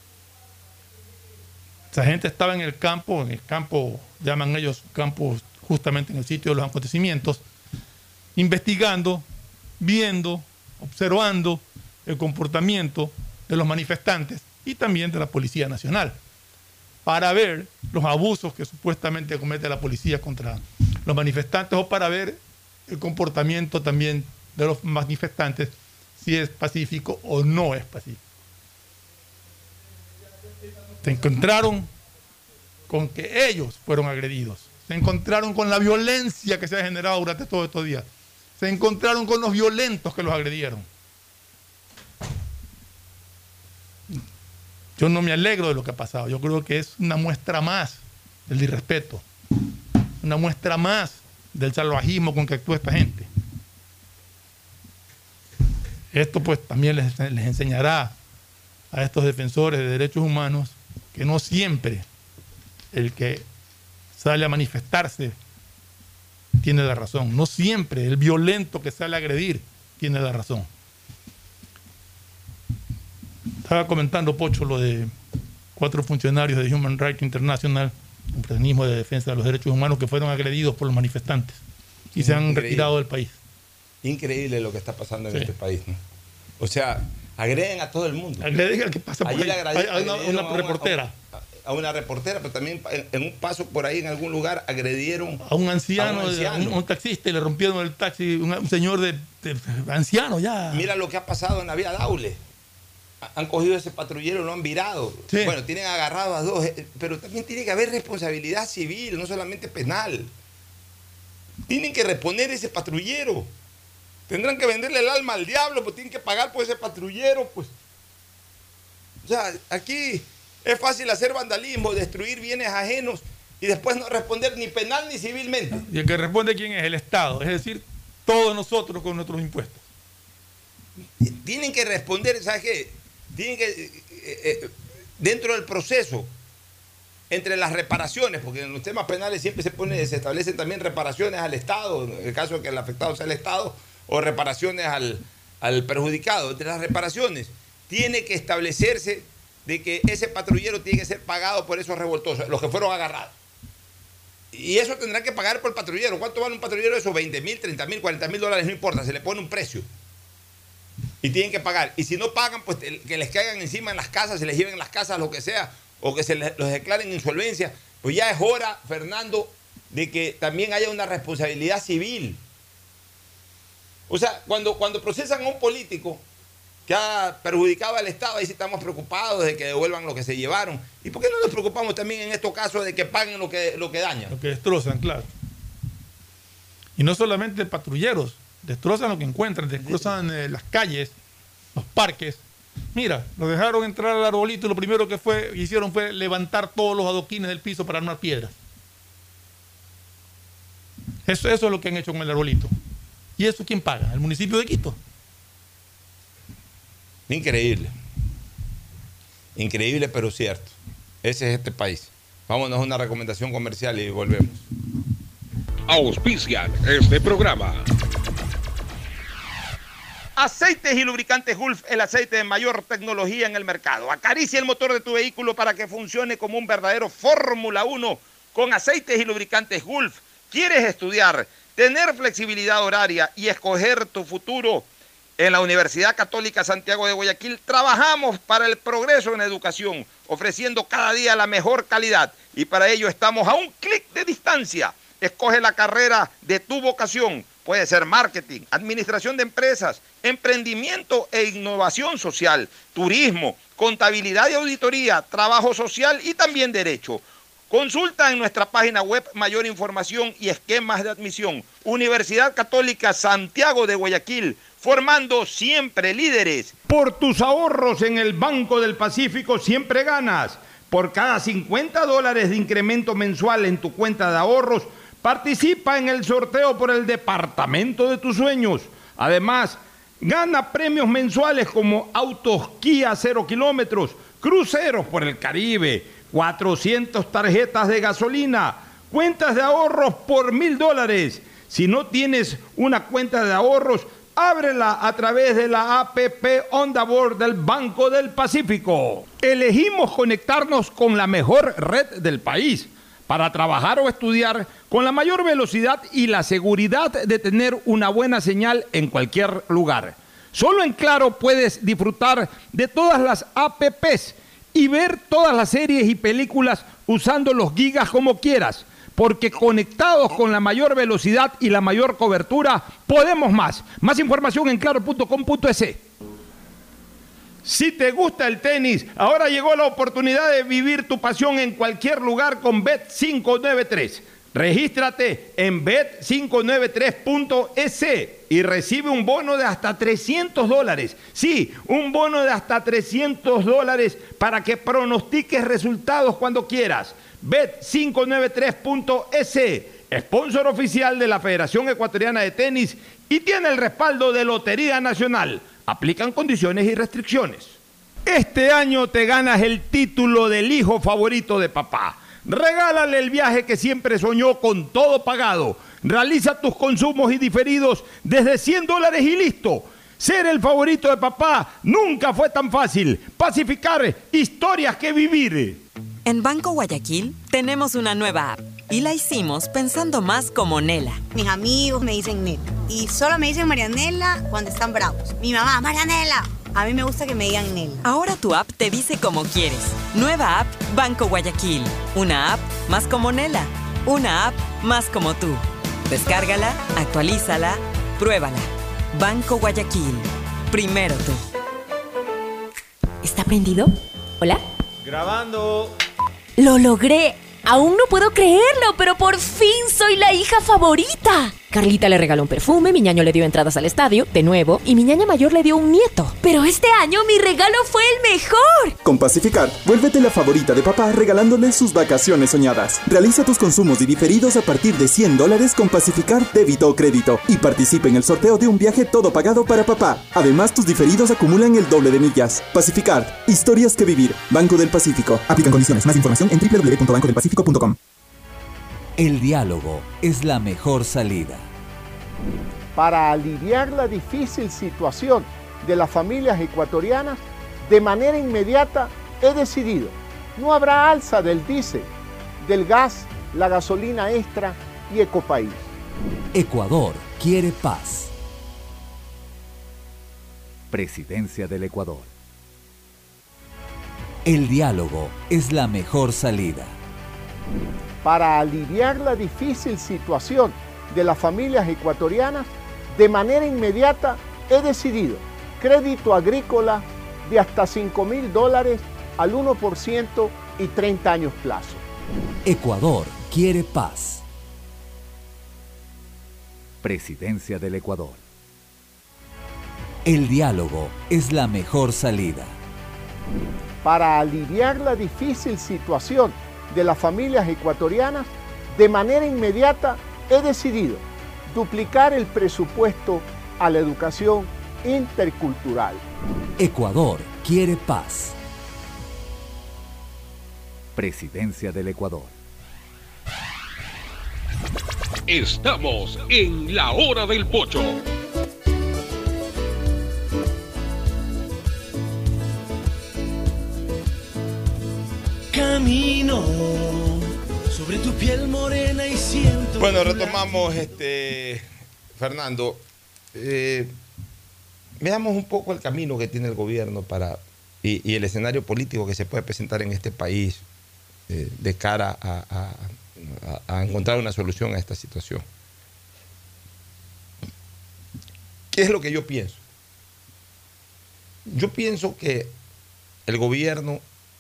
Esa gente estaba en el campo, llaman ellos campos justamente en el sitio de los acontecimientos, investigando, viendo, observando el comportamiento de los manifestantes y también de la Policía Nacional, para ver los abusos que supuestamente comete la policía contra los manifestantes o para ver el comportamiento también de los manifestantes, si es pacífico o no es pacífico. Se encontraron con que ellos fueron agredidos, se encontraron con la violencia que se ha generado durante todos estos días, se encontraron con los violentos que los agredieron. Yo no me alegro de lo que ha pasado. Yo creo que es una muestra más del irrespeto, una muestra más del salvajismo con que actúa esta gente. Esto pues también les enseñará a estos defensores de derechos humanos que no siempre el que sale a manifestarse tiene la razón. No siempre el violento que sale a agredir tiene la razón. Estaba comentando, Pocho, lo de 4 funcionarios de Human Rights International, un organismo de defensa de los derechos humanos, que fueron agredidos por los manifestantes y se han retirado del país. Increíble lo que está pasando en este país, ¿no? O sea, agreden a todo el mundo. Agreden al que pasa por ahí. A una reportera. A una reportera, pero también en un paso por ahí en algún lugar agredieron a un anciano, un taxista, y le rompieron el taxi, un señor de anciano ya. Mira lo que ha pasado en la vía Daule. Han cogido ese patrullero, lo han virado. Sí. Bueno, tienen agarrado a 2, pero también tiene que haber responsabilidad civil, no solamente penal. Tienen que reponer ese patrullero. Tendrán que venderle el alma al diablo, pues tienen que pagar por ese patrullero, pues. O sea, aquí es fácil hacer vandalismo, destruir bienes ajenos y después no responder ni penal ni civilmente. Y el que responde, ¿quién es? El Estado, es decir, todos nosotros con nuestros impuestos. Tienen que responder, ¿sabes qué? Tienen que, dentro del proceso, entre las reparaciones, porque en los temas penales siempre se establecen también reparaciones al Estado, en el caso de que el afectado sea el Estado, o reparaciones al perjudicado. Entre las reparaciones, tiene que establecerse de que ese patrullero tiene que ser pagado por esos revoltosos, los que fueron agarrados. Y eso tendrán que pagar por el patrullero. ¿Cuánto vale un patrullero de esos? 20,000, 30,000, 40,000 dólares, no importa, se le pone un precio. Y tienen que pagar. Y si no pagan, pues que les caigan encima en las casas, se les lleven las casas, lo que sea, o que los declaren insolvencia. Pues ya es hora, Fernando, de que también haya una responsabilidad civil. O sea, cuando procesan a un político, que ha perjudicado al Estado. Ahí sí estamos preocupados de que devuelvan lo que se llevaron. ¿Y por qué no nos preocupamos también en estos casos de que paguen lo que dañan? Lo que destrozan, claro. Y no solamente patrulleros, destrozan lo que encuentran, destrozan las calles, los parques. Mira, lo dejaron entrar al arbolito y lo primero que hicieron fue levantar todos los adoquines del piso para armar piedras. Eso es lo que han hecho con el arbolito. ¿Y eso quién paga? ¿El municipio de Quito? Increíble. Increíble, pero cierto. Ese es este país. Vámonos a una recomendación comercial y volvemos. Auspician este programa. Aceites y lubricantes Gulf, el aceite de mayor tecnología en el mercado. Acaricia el motor de tu vehículo para que funcione como un verdadero Fórmula 1 con aceites y lubricantes Gulf. ¿Quieres estudiar, tener flexibilidad horaria y escoger tu futuro? En la Universidad Católica Santiago de Guayaquil trabajamos para el progreso en educación, ofreciendo cada día la mejor calidad. Y para ello estamos a un clic de distancia. Escoge la carrera de tu vocación. Puede ser marketing, administración de empresas, emprendimiento e innovación social, turismo, contabilidad y auditoría, trabajo social y también derecho. Consulta en nuestra página web mayor información y esquemas de admisión. Universidad Católica Santiago de Guayaquil, formando siempre líderes. Por tus ahorros en el Banco del Pacífico siempre ganas. Por cada $50 de incremento mensual en tu cuenta de ahorros, participa en el sorteo por el departamento de tus sueños. Además, gana premios mensuales como autos Kia 0 kilómetros, cruceros por el Caribe, 400 tarjetas de gasolina, cuentas de ahorros por $1,000. Si no tienes una cuenta de ahorros, ábrela a través de la APP Onda Board del Banco del Pacífico. Elegimos conectarnos con la mejor red del país para trabajar o estudiar con la mayor velocidad y la seguridad de tener una buena señal en cualquier lugar. Solo en Claro puedes disfrutar de todas las APPs y ver todas las series y películas usando los gigas como quieras, porque conectados con la mayor velocidad y la mayor cobertura, podemos más. Más información en claro.com.es. Si te gusta el tenis, ahora llegó la oportunidad de vivir tu pasión en cualquier lugar con Bet593. Regístrate en bet593.es y recibe un bono de hasta $300. Sí, un bono de hasta $300 para que pronostiques resultados cuando quieras. Bet593.es, sponsor oficial de la Federación Ecuatoriana de Tenis y tiene el respaldo de Lotería Nacional. Aplican condiciones y restricciones. Este año te ganas el título del hijo favorito de papá. Regálale el viaje que siempre soñó con todo pagado. Realiza tus consumos y diferidos desde $100 y listo. Ser el favorito de papá nunca fue tan fácil. Pacificar, historias que vivir. En Banco Guayaquil tenemos una nueva app y la hicimos pensando más como Nela. Mis amigos me dicen Nela y solo me dicen Marianela cuando están bravos. Mi mamá, Marianela. A mí me gusta que me digan Nela. Ahora tu app te dice como quieres. Nueva app Banco Guayaquil. Una app más como Nela. Una app más como tú. Descárgala, actualízala, pruébala. Banco Guayaquil. Primero tú. ¿Está prendido? ¿Hola? Grabando. ¡Lo logré! Aún no puedo creerlo, pero por fin soy la hija favorita. Carlita le regaló un perfume, mi ñaño le dio entradas al estadio, de nuevo, y mi ñaña mayor le dio un nieto. Pero este año mi regalo fue el mejor. Con Pacificar, vuélvete la favorita de papá regalándole sus vacaciones soñadas. Realiza tus consumos y diferidos a partir de $100 con Pacificar débito o crédito y participa en el sorteo de un viaje todo pagado para papá. Además, tus diferidos acumulan el doble de millas. Pacificar, historias que vivir. Banco del Pacífico. Aplican condiciones. Más información en www.bancodelpacifico.com. El diálogo es la mejor salida. Para aliviar la difícil situación de las familias ecuatorianas, de manera inmediata he decidido, no habrá alza del diésel, del gas, la gasolina extra y Ecopaís. Ecuador quiere paz. Presidencia del Ecuador. El diálogo es la mejor salida. Para aliviar la difícil situación de las familias ecuatorianas, de manera inmediata he decidido crédito agrícola de hasta $5.000 al 1% y 30 años plazo. Ecuador quiere paz. Presidencia del Ecuador. El diálogo es la mejor salida. Para aliviar la difícil situación de las familias ecuatorianas, de manera inmediata he decidido duplicar el presupuesto a la educación intercultural. Ecuador quiere paz. Presidencia del Ecuador. Estamos en la hora del pocho. Camino sobre tu piel morena y siento. Bueno, retomamos, Fernando. Veamos un poco el camino que tiene el gobierno y el escenario político que se puede presentar en este país de cara a encontrar una solución a esta situación. ¿Qué es lo que yo pienso? Yo pienso que el gobierno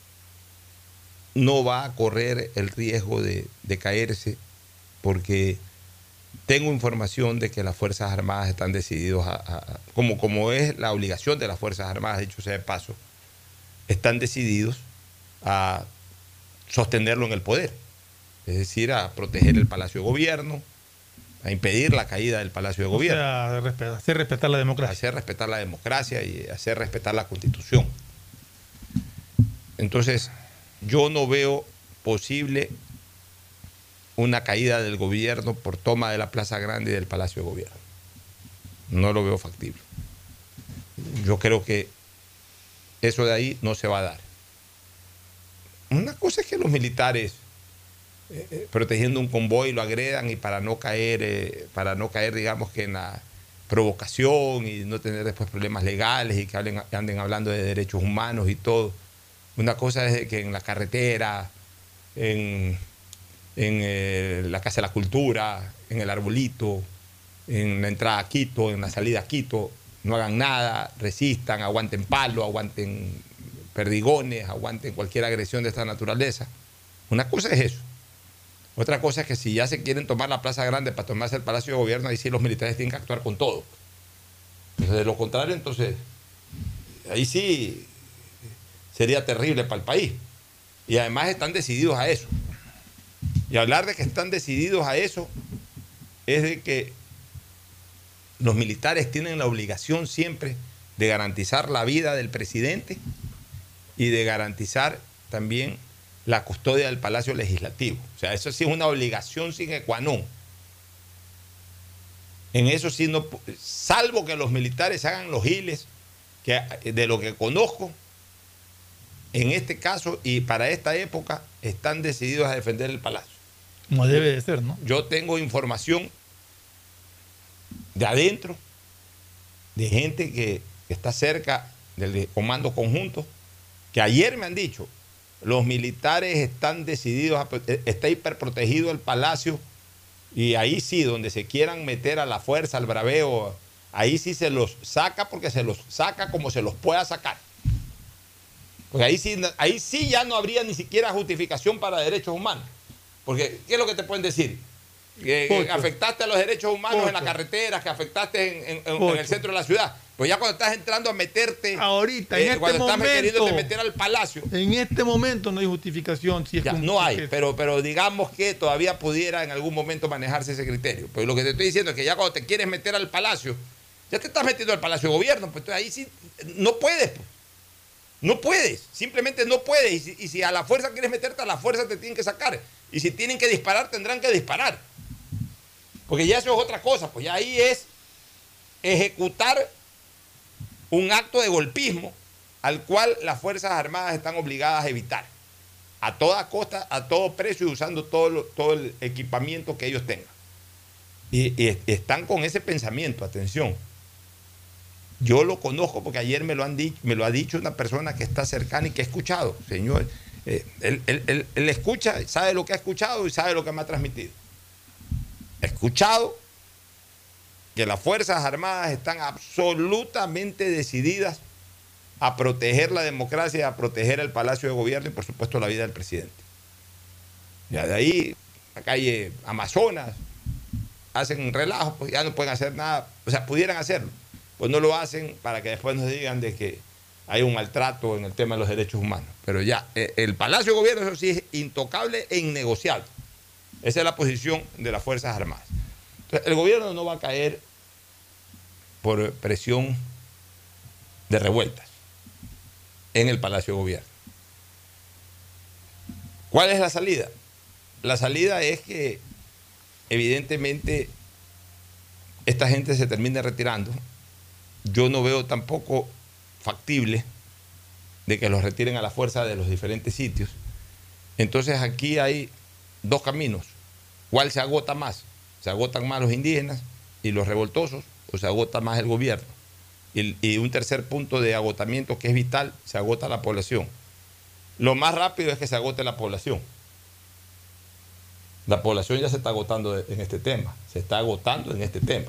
no va a correr el riesgo de caerse, porque tengo información de que las Fuerzas Armadas están decididos como es la obligación de las Fuerzas Armadas, dicho sea de paso, están decididos a sostenerlo en el poder, es decir, a proteger el Palacio de Gobierno, a impedir la caída del Palacio de Gobierno. O sea, hacer respetar la democracia. Hacer respetar la democracia y hacer respetar la Constitución. Entonces, yo no veo posible una caída del gobierno por toma de la Plaza Grande y del Palacio de Gobierno. No lo veo factible. Yo creo que eso de ahí no se va a dar. Una cosa es que los militares protegiendo un convoy lo agredan, y para no caer, digamos, que en la provocación y no tener después problemas legales y que anden hablando de derechos humanos y todo. Una cosa es que en la carretera, en la Casa de la Cultura, en el Arbolito, en la entrada a Quito, en la salida a Quito, no hagan nada, resistan, aguanten palo, aguanten perdigones, aguanten cualquier agresión de esta naturaleza. Una cosa es eso. Otra cosa es que si ya se quieren tomar la Plaza Grande para tomarse el Palacio de Gobierno, ahí sí los militares tienen que actuar con todo. Entonces, de lo contrario, entonces, ahí sí sería terrible para el país. Y además están decididos a eso. Y hablar de que están decididos a eso es de que los militares tienen la obligación siempre de garantizar la vida del presidente y de garantizar también la custodia del Palacio Legislativo. O sea, eso sí es una obligación sine qua non. En eso sí no, salvo que los militares hagan los giles, que de lo que conozco, en este caso y para esta época, están decididos a defender el Palacio. Como debe de ser, ¿no? Yo tengo información de adentro, de gente que está cerca del comando conjunto, que ayer me han dicho, los militares están decididos, está hiperprotegido el Palacio, y ahí sí, donde se quieran meter a la fuerza, al braveo, ahí sí se los saca, porque se los saca como se los pueda sacar. Porque ahí sí ya no habría ni siquiera justificación para derechos humanos. Porque, ¿qué es lo que te pueden decir? Que afectaste a los derechos humanos en la carretera, que afectaste en el centro de la ciudad. Pues ya cuando estás entrando a meterte... Ahorita, en este cuando momento... estás queriéndote meter al Palacio... En este momento no hay justificación. Si es ya, no hay, pero digamos que todavía pudiera en algún momento manejarse ese criterio. Pues lo que te estoy diciendo es que ya cuando te quieres meter al Palacio, ya te estás metiendo al Palacio de Gobierno, pues ahí sí no puedes. Pues. No puedes, simplemente no puedes. Y si a la fuerza quieres meterte, a la fuerza te tienen que sacar. Y si tienen que disparar, tendrán que disparar. Porque ya eso es otra cosa, pues ya ahí es ejecutar un acto de golpismo al cual las Fuerzas Armadas están obligadas a evitar. A toda costa, a todo precio y usando todo el equipamiento que ellos tengan. Y están con ese pensamiento, atención. Yo lo conozco porque ayer me lo ha dicho una persona que está cercana y que ha escuchado, señor. Él escucha, sabe lo que ha escuchado y sabe lo que me ha transmitido. He escuchado que las Fuerzas Armadas están absolutamente decididas a proteger la democracia, a proteger el Palacio de Gobierno y, por supuesto, la vida del presidente. Ya de ahí, la calle Amazonas, hacen relajos, pues ya no pueden hacer nada. O sea, pudieran hacerlo, pues no lo hacen para que después nos digan de que hay un maltrato en el tema de los derechos humanos. Pero ya, el Palacio de Gobierno, eso sí, es intocable e innegociable. Esa es la posición de las Fuerzas Armadas. Entonces, el gobierno no va a caer por presión de revueltas en el Palacio de Gobierno. ¿Cuál es la salida? La salida es que evidentemente esta gente se termine retirando. Yo no veo tampoco factible de que los retiren a la fuerza de los diferentes sitios. Entonces aquí hay dos caminos. ¿Cuál se agota más? ¿Se agotan más los indígenas y los revoltosos o se agota más el gobierno? Y un tercer punto de agotamiento que es vital, se agota la población. Lo más rápido es que se agote la población. La población ya se está agotando en este tema, se está agotando en este tema.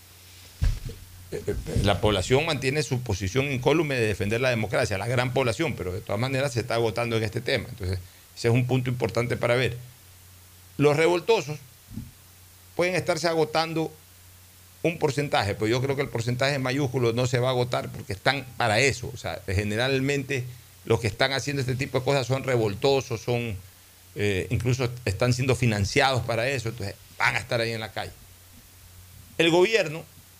La población mantiene su posición incólume de defender la democracia, la gran población, pero de todas maneras se está agotando en este tema. Entonces, ese es un punto importante para ver. Los revoltosos pueden estarse agotando un porcentaje, pero yo creo que el porcentaje mayúsculo no se va a agotar porque están para eso. O sea, generalmente los que están haciendo este tipo de cosas son revoltosos, son incluso están siendo financiados para eso, entonces van a estar ahí en la calle. El gobierno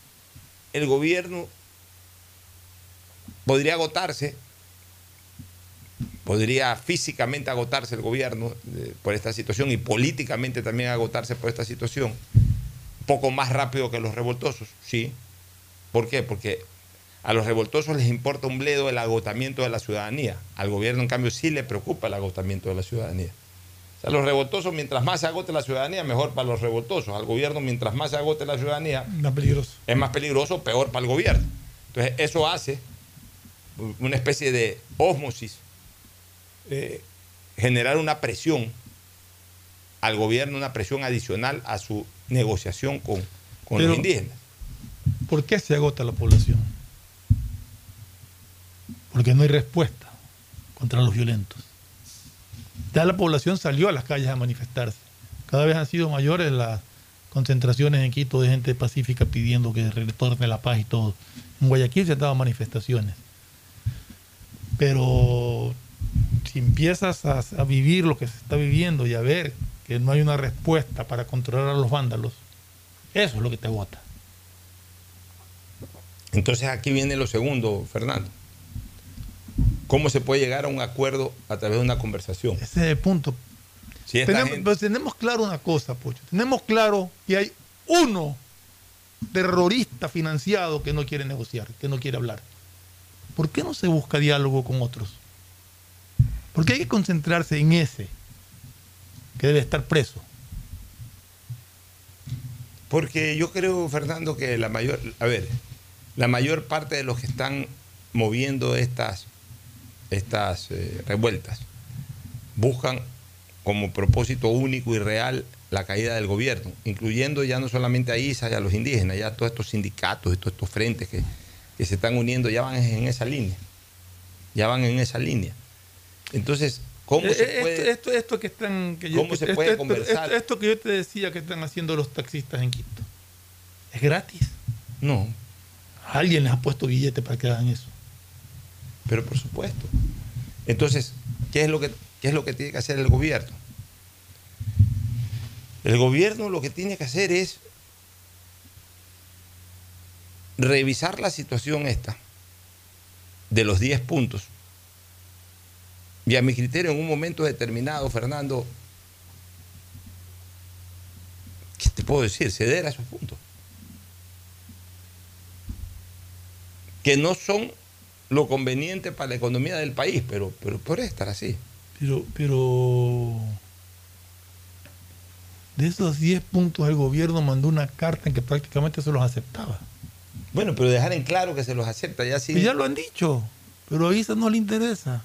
podría agotarse, podría físicamente agotarse el gobierno por esta situación y políticamente también agotarse por esta situación, un poco más rápido que los revoltosos, sí. ¿Por qué? Porque a los revoltosos les importa un bledo el agotamiento de la ciudadanía. Al gobierno, en cambio, sí le preocupa el agotamiento de la ciudadanía. O sea, los revoltosos, mientras más se agote la ciudadanía, mejor para los revoltosos. Al gobierno, mientras más se agote la ciudadanía, es más peligroso, peor para el gobierno. Entonces, eso hace una especie de ósmosis, generar una presión al gobierno, una presión adicional a su negociación con los indígenas. ¿Por qué se agota la población? Porque no hay respuesta contra los violentos. Ya la población salió a las calles a manifestarse. Cada vez han sido mayores las concentraciones en Quito de gente pacífica pidiendo que retorne la paz y todo. En Guayaquil se han dado manifestaciones. Pero si empiezas a vivir lo que se está viviendo y a ver que no hay una respuesta para controlar a los vándalos, eso es lo que te agota. Entonces aquí viene lo segundo, Fernando. ¿Cómo se puede llegar a un acuerdo a través de una conversación? Ese es el punto. Si tenemos claro una cosa, Pocho. Tenemos claro que hay uno terrorista financiado que no quiere negociar, que no quiere hablar. ¿Por qué no se busca diálogo con otros? Porque hay que concentrarse en ese que debe estar preso. Porque yo creo, Fernando, que la mayor parte de los que están moviendo estas revueltas buscan como propósito único y real la caída del gobierno, incluyendo ya no solamente a ISA y a los indígenas, ya todos estos sindicatos y todos estos frentes que se están uniendo ya van en esa línea. Entonces, ¿cómo se puede esto que están que ¿cómo se puede conversar? Esto que yo te decía que están haciendo los taxistas en Quito, ¿es gratis? No. Alguien les ha puesto billete para que hagan eso. Pero por supuesto. Entonces, ¿qué es lo que tiene que hacer el gobierno? El gobierno lo que tiene que hacer es revisar la situación esta de los 10 puntos. Y a mi criterio, en un momento determinado, Fernando, ¿qué te puedo decir? Ceder a esos puntos. Que no son lo conveniente para la economía del país, pero puede estar así. Pero de esos 10 puntos el gobierno mandó una carta en que prácticamente se los aceptaba. Bueno, pero dejar en claro que se los acepta ya sí. Y ya lo han dicho, pero a ISA no le interesa.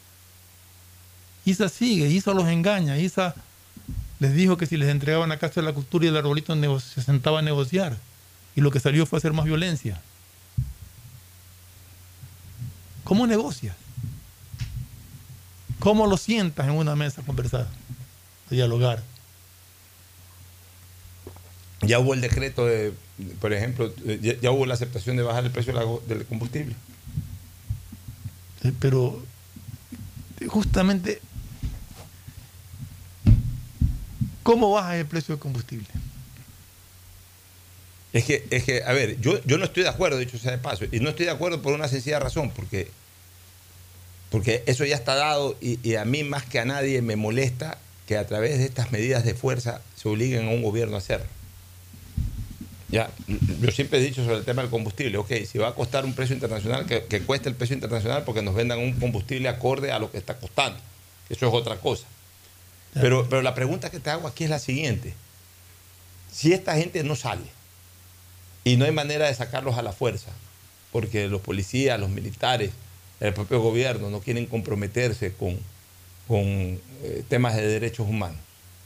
ISA sigue, ISA los engaña, ISA les dijo que si les entregaban la Casa de la Cultura y el arbolito se sentaba a negociar. y lo que salió fue hacer más violencia. ¿Cómo negocias? ¿Cómo lo sientas en una mesa a conversar, a dialogar? Ya hubo el decreto de, por ejemplo, ya hubo la aceptación de bajar el precio del combustible. Pero justamente, ¿cómo bajas el precio del combustible? Es que, a ver, yo no estoy de acuerdo, dicho sea de paso, y no estoy de acuerdo por una sencilla razón, porque eso ya está dado y a mí más que a nadie me molesta que a través de estas medidas de fuerza se obliguen a un gobierno a hacerlo. Ya, yo siempre he dicho sobre el tema del combustible, ok, si va a costar un precio internacional, que cueste el precio internacional porque nos vendan un combustible acorde a lo que está costando. Eso es otra cosa. Pero la pregunta que te hago aquí es la siguiente. Si esta gente no sale y no hay manera de sacarlos a la fuerza, porque los policías, los militares, el propio gobierno no quieren comprometerse con temas de derechos humanos,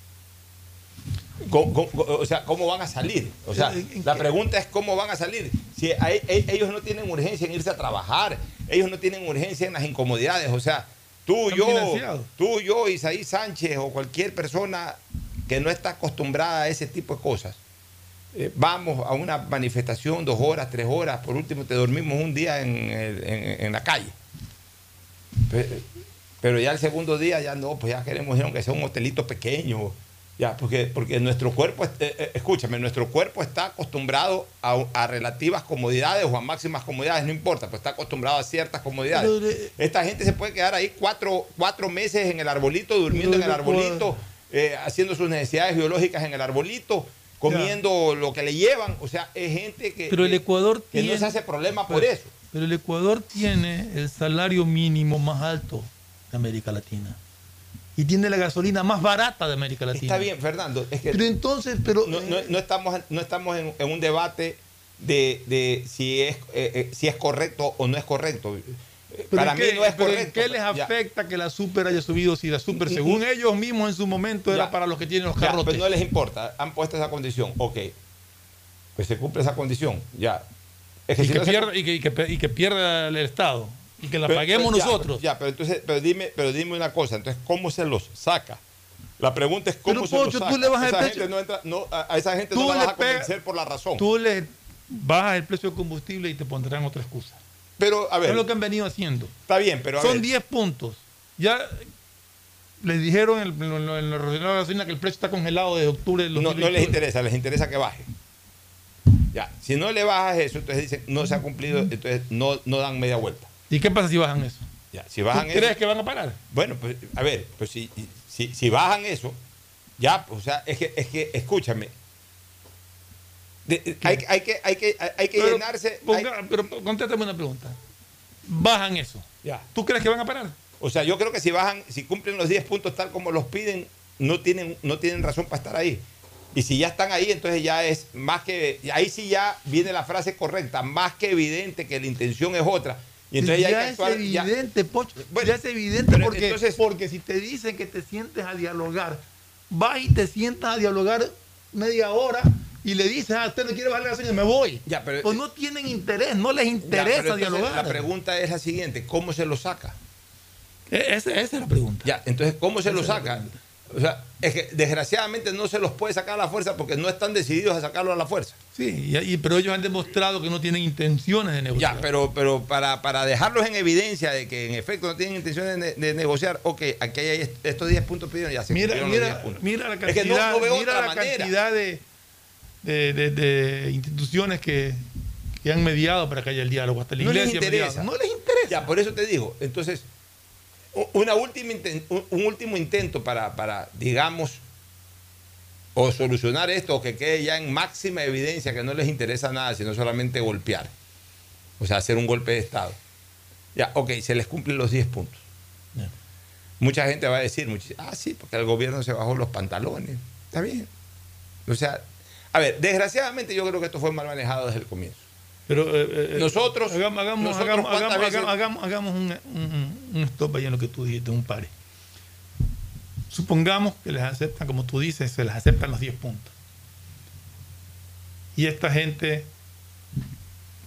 o sea, ¿cómo van a salir? O sea, la pregunta es ¿cómo van a salir? Si ellos no tienen urgencia en irse a trabajar, ellos no tienen urgencia en las incomodidades. O sea, tú, yo, Isaí Sánchez o cualquier persona que no está acostumbrada a ese tipo de cosas, vamos a una manifestación 2 horas, 3 horas, por último te dormimos un día en la calle. Pero ya el segundo día ya no, pues ya queremos ir aunque sea un hotelito pequeño. Ya, porque nuestro cuerpo, escúchame, nuestro cuerpo está acostumbrado a relativas comodidades o a máximas comodidades, no importa, pues está acostumbrado a ciertas comodidades. Esta gente se puede quedar ahí 4 meses en el arbolito, durmiendo en el arbolito, haciendo sus necesidades biológicas en el arbolito, comiendo lo que le llevan. O sea, es gente que no se hace problema por eso. Pero el Ecuador tiene el salario mínimo más alto de América Latina. Y tiene la gasolina más barata de América Latina. Está bien, Fernando. Es que pero entonces, no estamos en un debate de si es correcto o no es correcto. Para mí no es correcto. ¿Qué les afecta que la super haya subido si la super, según ellos mismos en su momento, era para los que tienen los carrotes? Pero no les importa. Han puesto esa condición. Ok. Pues se cumple esa condición. Ya. Es que y que pierda el Estado. Y que la paguemos nosotros. Pero dime una cosa. Entonces, ¿cómo se los saca? La pregunta es cómo se los saca. Tú le bajas a esa gente no la vas a convencer por la razón. Tú le bajas el precio del combustible y te pondrán otra excusa. Pero, a ver. Es lo que han venido haciendo. Está bien, pero son 10 puntos. Ya les dijeron en la reunión de la gasolina que el precio está congelado desde octubre del 2021. No les interesa que baje. Ya. Si no le bajas eso, entonces dicen no se ha cumplido, entonces no dan media vuelta. ¿Y qué pasa si bajan eso? Ya, si bajan ¿Tú crees que van a parar? Bueno, pues a ver, pues si bajan eso, ya, o sea, es que escúchame. Hay que llenarse. Pero contéstame una pregunta. Bajan eso. Ya. ¿Tú crees que van a parar? O sea, yo creo que si cumplen los 10 puntos tal como los piden, no tienen razón para estar ahí. Y si ya están ahí, entonces ya es más que. Ahí sí ya viene la frase correcta, más que evidente que la intención es otra. Y entonces ya hay que actuar, es evidente, Pocho. Bueno, ya es evidente porque si te dicen que te sientes a dialogar, vas y te sientas a dialogar media hora y le dices, usted no quiere bajar la gasolina, me voy. Ya, pero, pues no tienen interés, no les interesa dialogar. La pregunta es la siguiente, ¿cómo se lo saca? Esa es la pregunta. Ya, entonces, ¿cómo se lo saca? O sea, es que desgraciadamente no se los puede sacar a la fuerza porque no están decididos a sacarlo a la fuerza. Sí, pero ellos han demostrado que no tienen intenciones de negociar. Ya, pero para dejarlos en evidencia de que en efecto no tienen intenciones de negociar, ok, aquí hay estos 10 puntos pidieron, ya se cumplieron los 10 puntos. Mira la cantidad, es que no veo mira la cantidad de instituciones que han mediado para que haya el diálogo, hasta la iglesia. No les interesa. Ya, por eso te digo, entonces un último intento para, digamos, o solucionar esto, o que quede ya en máxima evidencia que no les interesa nada, sino solamente golpear. O sea, hacer un golpe de Estado. Ya, ok, se les cumplen los 10 puntos. Yeah. Mucha gente va a decir, sí, porque el gobierno se bajó los pantalones. Está bien. O sea, a ver, desgraciadamente yo creo que esto fue mal manejado desde el comienzo. Pero nosotros hagamos un stop ahí en lo que tú dijiste, un pare. Supongamos que les aceptan, como tú dices, se les aceptan los 10 puntos. Y esta gente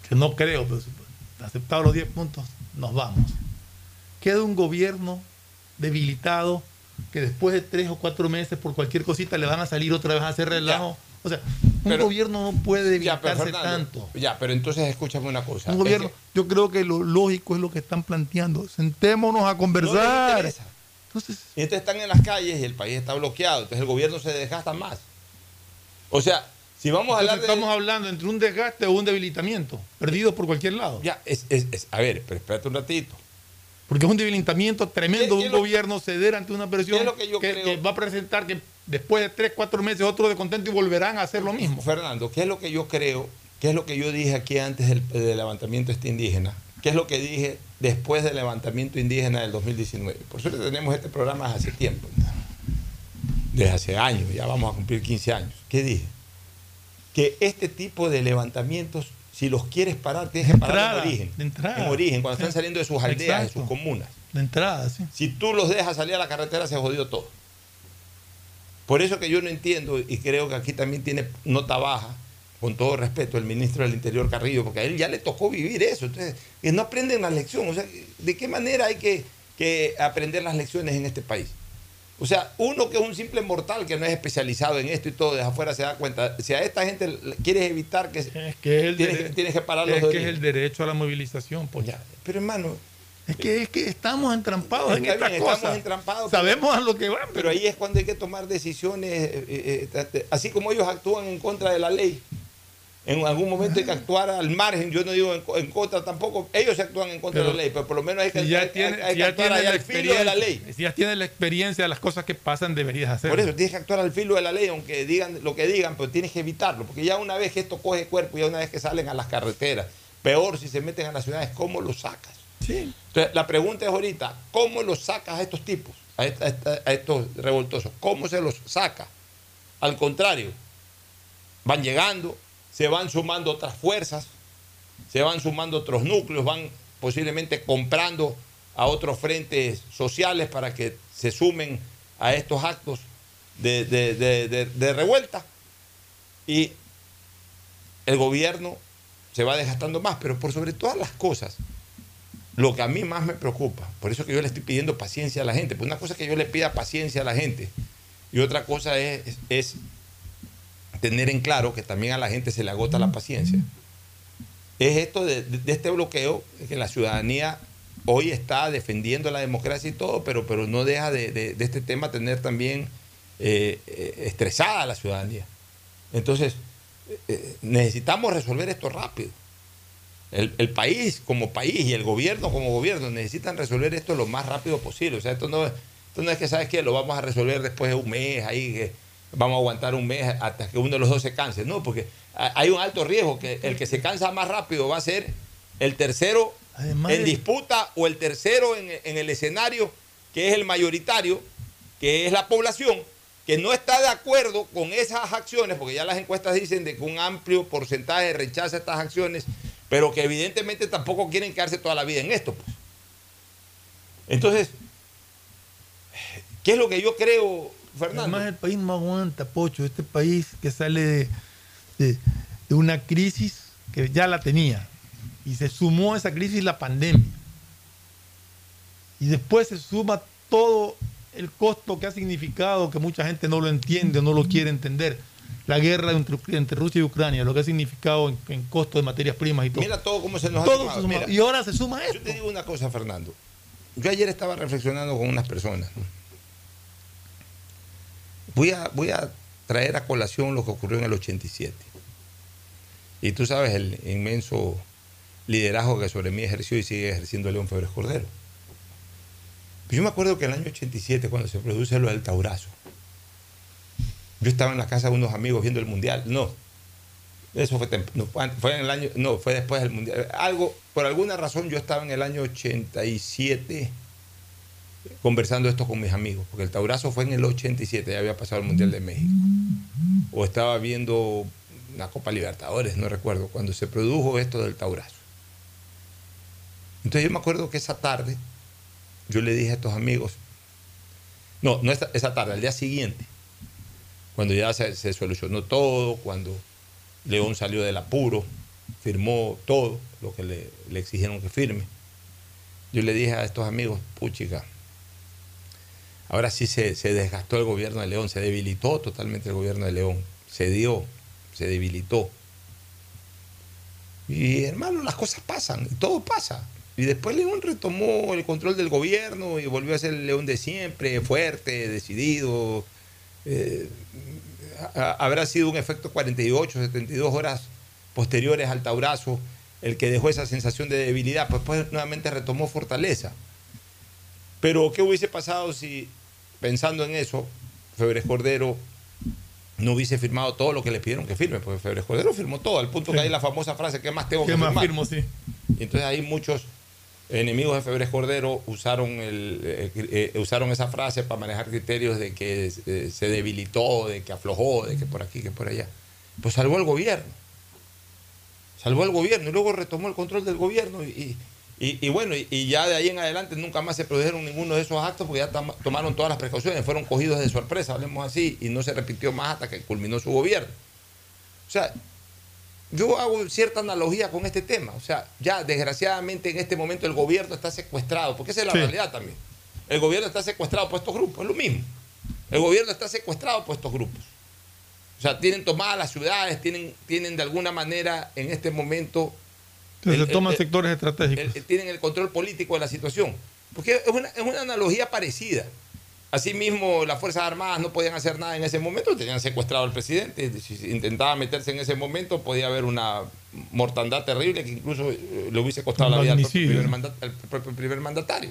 que no creo, pero aceptado los 10 puntos, nos vamos. Queda un gobierno debilitado que después de 3 o 4 meses por cualquier cosita le van a salir otra vez a hacer relajo. O sea, un gobierno no puede debilitarse tanto. Ya, pero entonces escúchame una cosa. Un gobierno, yo creo que lo lógico es lo que están planteando. Sentémonos a conversar. No entonces están en las calles y el país está bloqueado. Entonces el gobierno se desgasta más. O sea, si vamos a hablar estamos hablando entre un desgaste o un debilitamiento, perdido por cualquier lado. Ya, a ver, pero espérate un ratito. Porque es un debilitamiento tremendo de un gobierno ceder ante una presión que va a presentar que después de 3, 4 meses otro descontento y volverán a hacer lo mismo. Fernando, ¿qué es lo que yo creo? ¿Qué es lo que yo dije aquí antes del levantamiento indígena? ¿Qué es lo que dije después del levantamiento indígena del 2019? Por suerte tenemos este programa desde hace tiempo. Desde hace años, ya vamos a cumplir 15 años. ¿Qué dije? Que este tipo de levantamientos, si los quieres parar, tienes que parar en origen. De entrada. En origen, cuando están saliendo de sus aldeas, de sus comunas. De entrada, sí. Si tú los dejas salir a la carretera, se jodió todo. Por eso que yo no entiendo, y creo que aquí también tiene nota baja, con todo respeto, el ministro del Interior Carrillo, porque a él ya le tocó vivir eso. Entonces, que no aprenden la lección. O sea, ¿de qué manera hay que aprender las lecciones en este país? O sea, uno que es un simple mortal que no es especializado en esto y todo, desde afuera se da cuenta. Si a esta gente quieres evitar que tienes que pararlos. Es que es el derecho a la movilización, pues. Ya, pero hermano, es que estamos entrampados en estas cosas. Estamos entrampados. Sabemos a lo que van. Pero ahí es cuando hay que tomar decisiones, así como ellos actúan en contra de la ley. En algún momento hay que actuar al margen, yo no digo en contra tampoco, ellos actúan en contra de la ley, pero por lo menos hay que, actuar ahí al filo de la ley. Si ya tienes la experiencia de las cosas que pasan, deberías hacerlo. Por eso tienes que actuar al filo de la ley, aunque digan lo que digan, pero tienes que evitarlo, porque ya una vez que esto coge cuerpo, ya una vez que salen a las carreteras, peor si se meten a las ciudades, ¿cómo los sacas? Sí. Entonces la pregunta es ahorita, ¿cómo los sacas a estos tipos, a estos revoltosos? ¿Cómo se los saca? Al contrario, van llegando, se van sumando otras fuerzas, se van sumando otros núcleos, van posiblemente comprando a otros frentes sociales para que se sumen a estos actos de revuelta. Y el gobierno se va desgastando más, pero por sobre todas las cosas, lo que a mí más me preocupa, por eso que yo le estoy pidiendo paciencia a la gente, pues una cosa es que yo le pida paciencia a la gente y otra cosa es tener en claro que también a la gente se le agota la paciencia. Es esto de este bloqueo, que la ciudadanía hoy está defendiendo la democracia y todo, pero no deja de este tema tener también estresada a la ciudadanía. Entonces, necesitamos resolver esto rápido. El país como país y el gobierno como gobierno necesitan resolver esto lo más rápido posible. O sea, esto no es que, ¿sabes qué? Lo vamos a resolver después de un mes, ahí que vamos a aguantar un mes hasta que uno de los dos se canse. No, porque hay un alto riesgo que el que se cansa más rápido va a ser el tercero en disputa o el tercero en el escenario, que es el mayoritario, que es la población, que no está de acuerdo con esas acciones, porque ya las encuestas dicen de que un amplio porcentaje rechaza estas acciones, pero que evidentemente tampoco quieren quedarse toda la vida en esto, pues. Entonces, ¿qué es lo que yo creo, Fernando? Además, el país no aguanta, Pocho. Este país que sale de una crisis que ya la tenía, y se sumó a esa crisis la pandemia, y después se suma todo el costo que ha significado, que mucha gente no lo entiende o no lo quiere entender, la guerra entre Rusia y Ucrania, lo que ha significado en costo de materias primas y todo. Mira todo cómo se nos ha sumado. Mira, y ahora se suma esto. Yo te digo una cosa, Fernando. Yo ayer estaba reflexionando con unas personas. Voy a traer a colación lo que ocurrió en el 87. Y tú sabes el inmenso liderazgo que sobre mí ejerció y sigue ejerciendo León Febres Cordero. Yo me acuerdo que en el año 87, cuando se produce lo del Taurazo, yo estaba en la casa de unos amigos viendo el Mundial. No, eso fue en el año, no, fue después del Mundial. Por alguna razón yo estaba en el año 87 conversando esto con mis amigos, porque el Taurazo fue en el 87, ya había pasado el Mundial de México. O estaba viendo una Copa Libertadores, no recuerdo, cuando se produjo esto del Taurazo. Entonces yo me acuerdo que esa tarde yo le dije a estos amigos, no esa tarde, al día siguiente, cuando ya se solucionó todo, cuando León salió del apuro, firmó todo lo que le exigieron que firme. Yo le dije a estos amigos, puchica, ahora sí se desgastó el gobierno de León, se debilitó totalmente el gobierno de León, se debilitó. Y hermano, las cosas pasan, todo pasa. Y después León retomó el control del gobierno y volvió a ser el León de siempre, fuerte, decidido. Habrá sido un efecto 48, 72 horas posteriores al taurazo el que dejó esa sensación de debilidad, pues nuevamente retomó fortaleza. Pero ¿qué hubiese pasado si, pensando en eso, Febres Cordero no hubiese firmado todo lo que le pidieron que firme? Porque Febres Cordero firmó todo, al punto que hay la famosa frase, ¿qué más tengo que firmar? Firmo, sí. Y entonces ahí muchos enemigos de Febres Cordero usaron esa frase para manejar criterios de que se debilitó, de que aflojó, de que por aquí, que por allá. Pues salvó al gobierno. Salvó al gobierno y luego retomó el control del gobierno y bueno, y ya de ahí en adelante nunca más se produjeron ninguno de esos actos porque ya tomaron todas las precauciones, fueron cogidos de sorpresa, hablemos así, y no se repitió más hasta que culminó su gobierno. O sea, yo hago cierta analogía con este tema. O sea, ya desgraciadamente en este momento el gobierno está secuestrado, porque esa es la realidad también. El gobierno está secuestrado por estos grupos, es lo mismo. El gobierno está secuestrado por estos grupos. O sea, tienen tomadas las ciudades, tienen de alguna manera en este momento... Se toman sectores estratégicos. Tienen el control político de la situación. Porque es una analogía parecida. Asimismo, las Fuerzas Armadas no podían hacer nada en ese momento, tenían secuestrado al presidente. Si intentaba meterse en ese momento, podía haber una mortandad terrible que incluso le hubiese costado la vida al propio primer mandatario.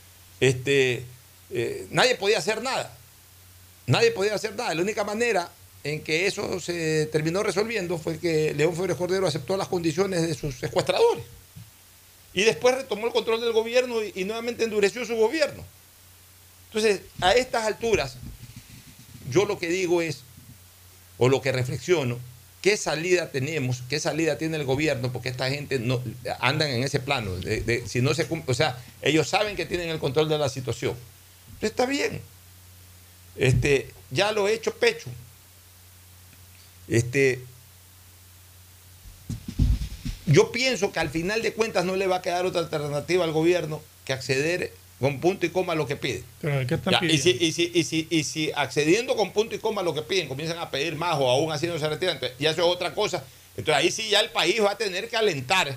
Nadie podía hacer nada. Nadie podía hacer nada. La única manera en que eso se terminó resolviendo fue que León Febres Cordero aceptó las condiciones de sus secuestradores. Y después retomó el control del gobierno y nuevamente endureció su gobierno. Entonces, a estas alturas, yo lo que digo es, o lo que reflexiono, ¿qué salida tenemos? ¿Qué salida tiene el gobierno? Porque esta gente no andan en ese plano. Si no se cumple, o sea, ellos saben que tienen el control de la situación. Pero está bien. Ya lo he hecho pecho. Yo pienso que al final de cuentas no le va a quedar otra alternativa al gobierno que acceder con punto y coma a lo que piden. Pero, ¿qué están pidiendo? Y si accediendo con punto y coma a lo que piden comienzan a pedir más o aún así no se retiran, ya eso es otra cosa. Entonces ahí sí ya el país va a tener que alentar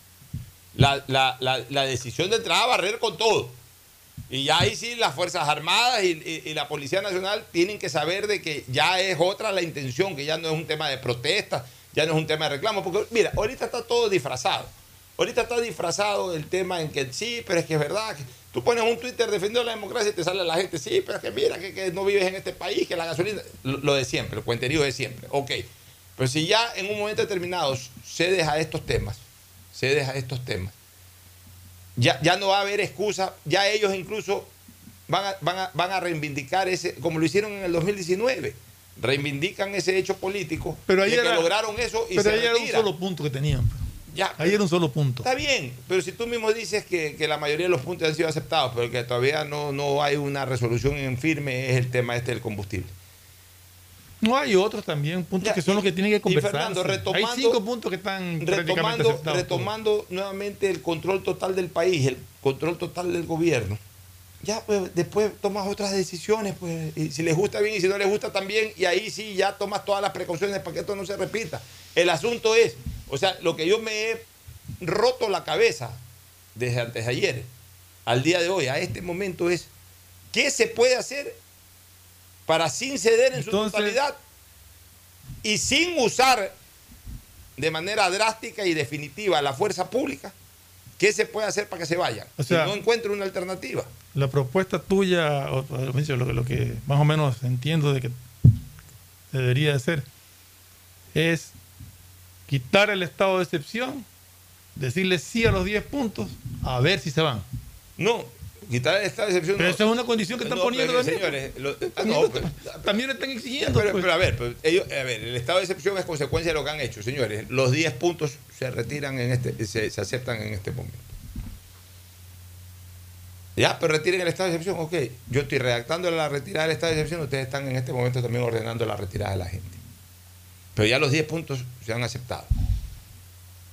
la decisión de entrar a barrer con todo. Y ya ahí sí las Fuerzas Armadas y la Policía Nacional tienen que saber de que ya es otra la intención, que ya no es un tema de protesta, ya no es un tema de reclamo, porque mira, ahorita está todo disfrazado. Ahorita está disfrazado el tema en que sí, pero es que es verdad, que tú pones un Twitter defendiendo la democracia y te sale la gente, sí, pero es que mira, que no vives en este país, que la gasolina, lo de siempre, el cuenterío de siempre, ok. Pero si ya en un momento determinado cedes a estos temas, ya no va a haber excusa, ya ellos incluso van a reivindicar ese, como lo hicieron en el 2019, reivindican ese hecho político, pero ahí de que lograron eso y pero se ahí retira. era un solo punto que tenían. Ya, ahí era un solo punto. Está bien, pero si tú mismo dices que la mayoría de los puntos han sido aceptados, pero que todavía no hay una resolución en firme, es el tema del combustible. No, hay otros también puntos que son los que tienen que conversar. Fernando, hay 5 puntos que están prácticamente aceptados. Retomando nuevamente el control total del país, el control total del gobierno. Ya, pues, después tomas otras decisiones, pues, y si les gusta bien y si no les gusta también, y ahí sí ya tomas todas las precauciones para que esto no se repita. El asunto es, o sea, lo que yo me he roto la cabeza desde antes de ayer al día de hoy, a este momento, es ¿qué se puede hacer para sin ceder en su totalidad y sin usar de manera drástica y definitiva la fuerza pública? ¿Qué se puede hacer para que se vayan? O sea, si no encuentro una alternativa. La propuesta tuya, lo que más o menos entiendo de que debería de ser, es quitar el estado de excepción, decirle sí a los 10 puntos, a ver si se van. No, quitar el estado de excepción. Pero esa es una condición que están poniendo también. Señores, también lo están exigiendo. Pero a ver, el estado de excepción es consecuencia de lo que han hecho, señores. Los 10 puntos se retiran se aceptan en este momento. Ya, pero retiren el estado de excepción, ok. Yo estoy redactando la retirada del estado de excepción, ustedes están en este momento también ordenando la retirada de la gente. Pero ya los 10 puntos se han aceptado.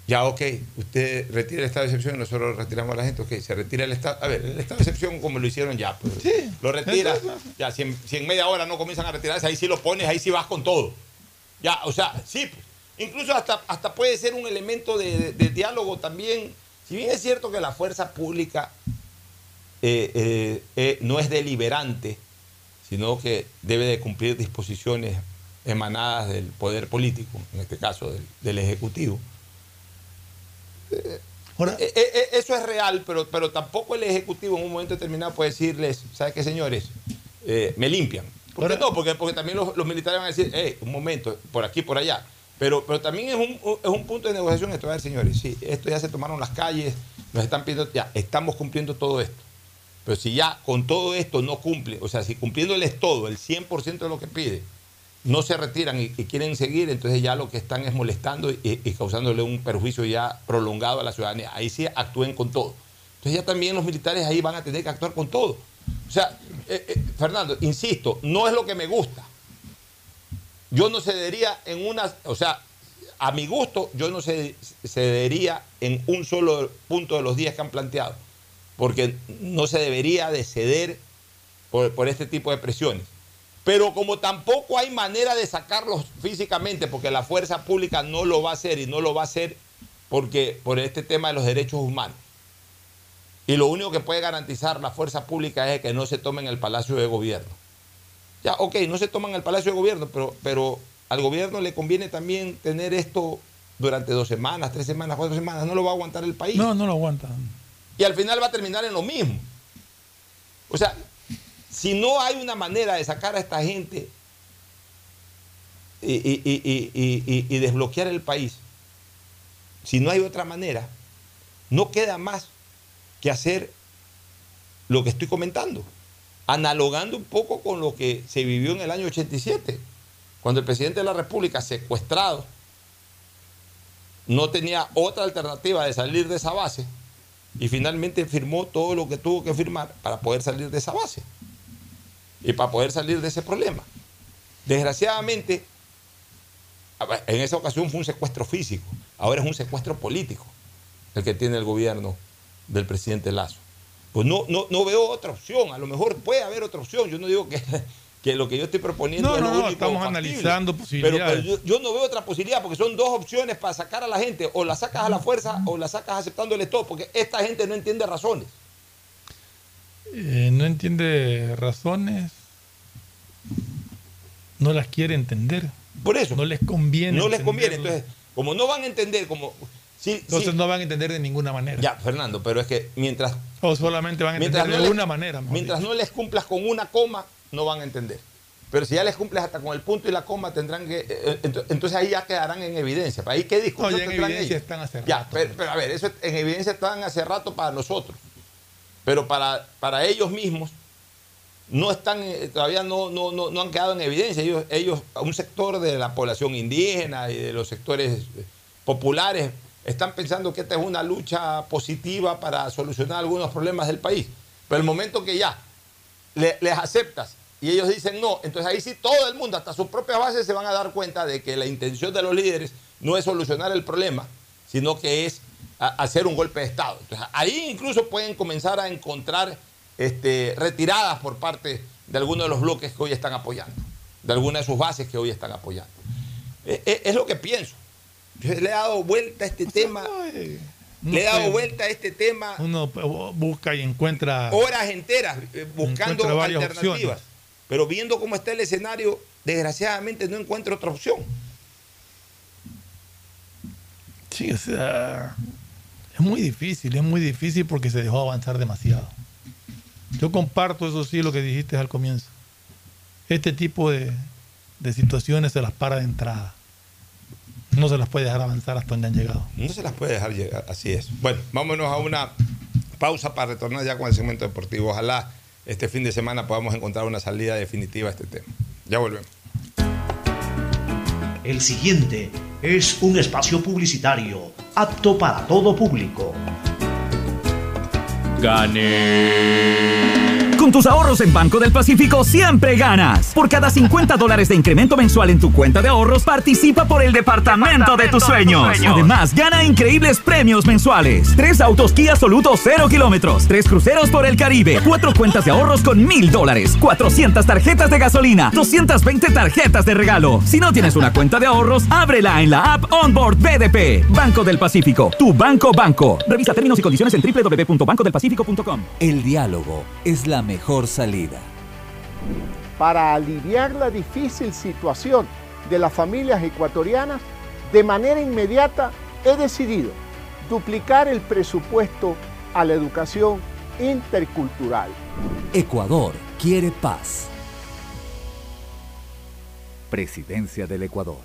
Ya, ok, usted retira el estado de excepción y nosotros retiramos a la gente. Ok, se retira el estado. A ver, el estado de excepción, como lo hicieron ya, pues, sí, lo retira. Ya, si en media hora no comienzan a retirarse, ahí sí lo pones, ahí sí vas con todo. Ya, o sea, sí, pues. Incluso hasta puede ser un elemento de diálogo también. Si bien es cierto que la fuerza pública no es deliberante, sino que debe de cumplir disposiciones emanadas del poder político, en este caso del Ejecutivo. Eso es real, pero tampoco el Ejecutivo en un momento determinado puede decirles, ¿sabe qué, señores? Me limpian. ¿Por qué no? Porque también los militares van a decir, un momento, por aquí, por allá. Pero también es un punto de negociación esto. A ver, señores, sí, esto ya se tomaron las calles, nos están pidiendo, ya, estamos cumpliendo todo esto. Pero si ya con todo esto no cumple, o sea, si cumpliéndoles todo, el 100% de lo que pide, no se retiran y quieren seguir, entonces ya lo que están es molestando y causándole un perjuicio ya prolongado a la ciudadanía. Ahí sí actúen con todo. Entonces ya también los militares ahí van a tener que actuar con todo. O sea, Fernando, insisto, no es lo que me gusta. Yo no cedería en una, o sea, a mi gusto, yo no cedería en un solo punto de los 10 que han planteado, porque no se debería de ceder por este tipo de presiones. Pero como tampoco hay manera de sacarlos físicamente, porque la fuerza pública no lo va a hacer, y no lo va a hacer porque por este tema de los derechos humanos. Y lo único que puede garantizar la fuerza pública es que no se tomen el Palacio de Gobierno. Ya, ok, no se toman el Palacio de Gobierno, pero al gobierno le conviene también tener esto durante 2 semanas, 3 semanas, 4 semanas. No lo va a aguantar el país. No lo aguanta. Y al final va a terminar en lo mismo. O sea, si no hay una manera de sacar a esta gente y desbloquear el país, si no hay otra manera, no queda más que hacer lo que estoy comentando, analogando un poco con lo que se vivió en el año 87, cuando el presidente de la República, secuestrado, no tenía otra alternativa de salir de esa base y finalmente firmó todo lo que tuvo que firmar para poder salir de esa base y para poder salir de ese problema. Desgraciadamente, en esa ocasión fue un secuestro físico, ahora es un secuestro político el que tiene el gobierno del presidente Lasso. Pues no veo otra opción. A lo mejor puede haber otra opción. Yo no digo que lo que yo estoy proponiendo es lo único estamos factible, analizando posibilidades. Pero yo no veo otra posibilidad, porque son 2 opciones para sacar a la gente. O la sacas a la fuerza o la sacas aceptándole todo, porque esta gente no entiende razones. No entiende razones, no las quiere entender. Por eso. No les conviene. No les conviene. Entonces, como no van a entender, entonces no van a entender de ninguna manera. Ya, Fernando, pero es que mientras... O solamente van a entender de una manera. Mientras no les cumplas con una coma, no van a entender. Pero si ya les cumples hasta con el punto y la coma, tendrán que... Entonces ahí ya quedarán en evidencia. ¿Para ahí qué discusión ya en evidencia ellos? Están hace rato. Ya, pero a ver, eso en evidencia están hace rato para nosotros. Pero para ellos mismos no están, todavía no han quedado en evidencia. Ellos, un sector de la población indígena y de los sectores populares, están pensando que esta es una lucha positiva para solucionar algunos problemas del país. Pero el momento que ya les aceptas y ellos dicen no, entonces ahí sí todo el mundo, hasta sus propias bases, se van a dar cuenta de que la intención de los líderes no es solucionar el problema, sino que es hacer un golpe de Estado. Entonces ahí incluso pueden comenzar a encontrar retiradas por parte de algunos de los bloques que hoy están apoyando, de algunas de sus bases que hoy están apoyando. Es lo que pienso. Yo le he dado vuelta a este tema. Uno busca y encuentra horas enteras buscando alternativas. Opciones. Pero viendo cómo está el escenario, desgraciadamente no encuentro otra opción. Sí, o sea, es muy difícil porque se dejó avanzar demasiado. Yo comparto, eso sí, lo que dijiste al comienzo. Este tipo de situaciones se las para de entrada. No se las puede dejar avanzar hasta donde han llegado. No se las puede dejar llegar, así es. Bueno, vámonos a una pausa para retornar ya con el segmento deportivo. Ojalá este fin de semana podamos encontrar una salida definitiva a este tema. Ya volvemos. El siguiente es un espacio publicitario apto para todo público. Gane. Con tus ahorros en Banco del Pacífico siempre ganas. Por cada $50 de incremento mensual en tu cuenta de ahorros, participa por el departamento de tus sueños. Además, gana increíbles premios mensuales. 3 autos Kia Soluto 0 kilómetros, 3 cruceros por el Caribe, 4 cuentas de ahorros con $1,000, 400 tarjetas de gasolina, 220 tarjetas de regalo. Si no tienes una cuenta de ahorros, ábrela en la app Onboard BDP. Banco del Pacífico, tu banco. Revisa términos y condiciones en www.bancodelpacifico.com. El diálogo es la mejor salida. Para aliviar la difícil situación de las familias ecuatorianas, de manera inmediata he decidido duplicar el presupuesto a la educación intercultural. Ecuador quiere paz. Presidencia del Ecuador.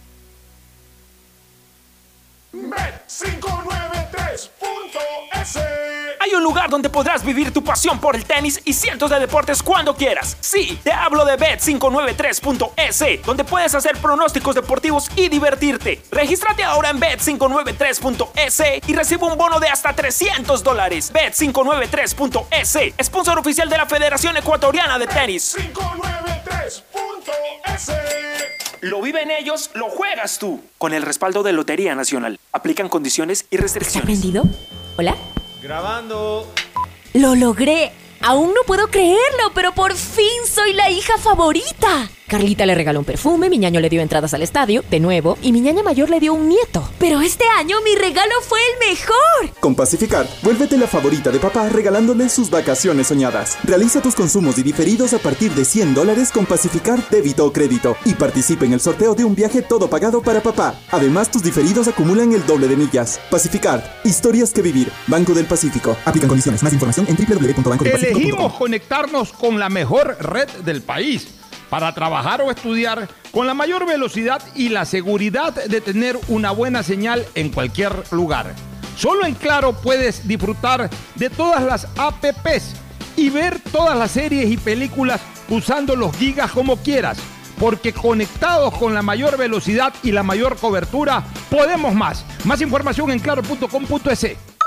Bet593.es. Hay un lugar donde podrás vivir tu pasión por el tenis y cientos de deportes cuando quieras. Sí, te hablo de Bet593.es, donde puedes hacer pronósticos deportivos y divertirte. Regístrate ahora en Bet593.es y recibe un bono de hasta $300. Bet593.es, sponsor oficial de la Federación Ecuatoriana de Tenis. Bet593.es. Lo viven ellos, lo juegas tú. Con el respaldo de Lotería Nacional. Aplican condiciones y restricciones. ¿Está prendido? ¿Hola? Grabando. ¡Lo logré! Aún no puedo creerlo, pero por fin soy la hija favorita. Carlita le regaló un perfume, mi ñaño le dio entradas al estadio, de nuevo, y mi ñaña mayor le dio un nieto. Pero este año mi regalo fue el mejor. Con Pacificar, vuélvete la favorita de papá regalándole sus vacaciones soñadas. Realiza tus consumos y diferidos a partir de $100 con Pacificar débito o crédito y participa en el sorteo de un viaje todo pagado para papá. Además, tus diferidos acumulan el doble de millas. Pacificar, historias que vivir. Banco del Pacífico. Aplican condiciones. Más información en www.bancodelpacifico.com. Elegimos conectarnos con la mejor red del país para trabajar o estudiar con la mayor velocidad y la seguridad de tener una buena señal en cualquier lugar. Solo en Claro puedes disfrutar de todas las apps y ver todas las series y películas usando los gigas como quieras, porque conectados con la mayor velocidad y la mayor cobertura, podemos más. Más información en claro.com.es.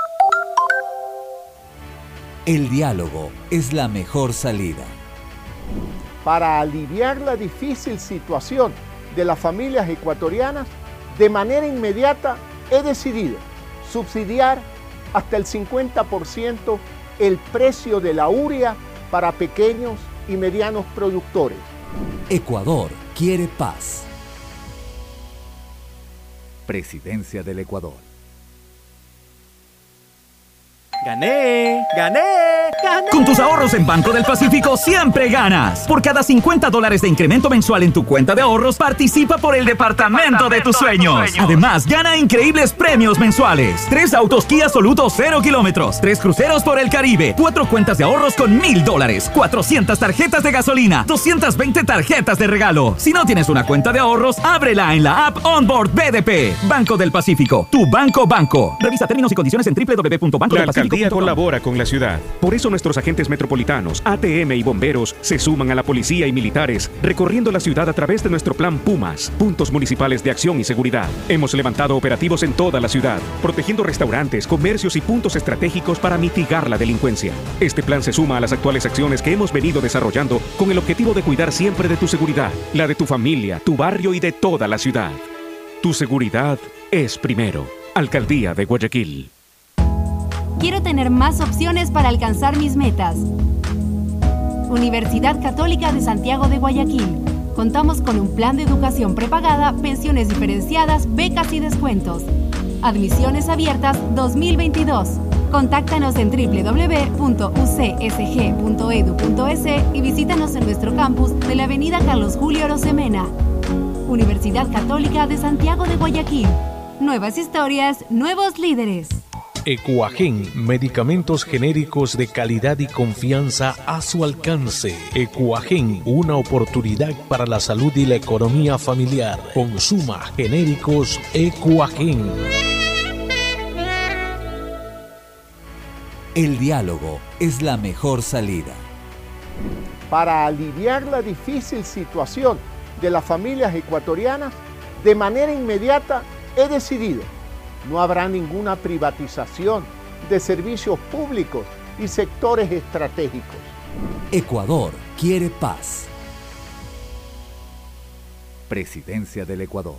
El diálogo es la mejor salida. Para aliviar la difícil situación de las familias ecuatorianas, de manera inmediata he decidido subsidiar hasta el 50% el precio de la urea para pequeños y medianos productores. Ecuador quiere paz. Presidencia del Ecuador. ¡Gané! Con tus ahorros en Banco del Pacífico siempre ganas. Por cada $50 de incremento mensual en tu cuenta de ahorros, participa por el departamento de tus sueños. Además, gana increíbles premios mensuales. 3 autos Kia Soluto 0 kilómetros, 3 cruceros por el Caribe, 4 cuentas de ahorros con $1,000, 400 tarjetas de gasolina, 220 tarjetas de regalo. Si no tienes una cuenta de ahorros, ábrela en la app Onboard BDP. Banco del Pacífico, tu banco. Revisa términos y condiciones en www.bancodelpacifico.com. La alcaldía colabora con la ciudad. Por eso nuestros agentes metropolitanos, ATM y bomberos se suman a la policía y militares, recorriendo la ciudad a través de nuestro plan Pumas, puntos municipales de acción y seguridad. Hemos levantado operativos en toda la ciudad, protegiendo restaurantes, comercios y puntos estratégicos para mitigar la delincuencia. Este plan se suma a las actuales acciones que hemos venido desarrollando con el objetivo de cuidar siempre de tu seguridad, la de tu familia, tu barrio y de toda la ciudad. Tu seguridad es primero. Alcaldía de Guayaquil. Quiero tener más opciones para alcanzar mis metas. Universidad Católica de Santiago de Guayaquil. Contamos con un plan de educación prepagada, pensiones diferenciadas, becas y descuentos. Admisiones abiertas 2022. Contáctanos en www.ucsg.edu.es y visítanos en nuestro campus de la avenida Carlos Julio Arosemena. Universidad Católica de Santiago de Guayaquil. Nuevas historias, nuevos líderes. Ecuagen, medicamentos genéricos de calidad y confianza a su alcance. Ecuagen, una oportunidad para la salud y la economía familiar. Consuma genéricos Ecuagen. El diálogo es la mejor salida. Para aliviar la difícil situación de las familias ecuatorianas, de manera inmediata he decidido: no habrá ninguna privatización de servicios públicos y sectores estratégicos. Ecuador quiere paz. Presidencia del Ecuador.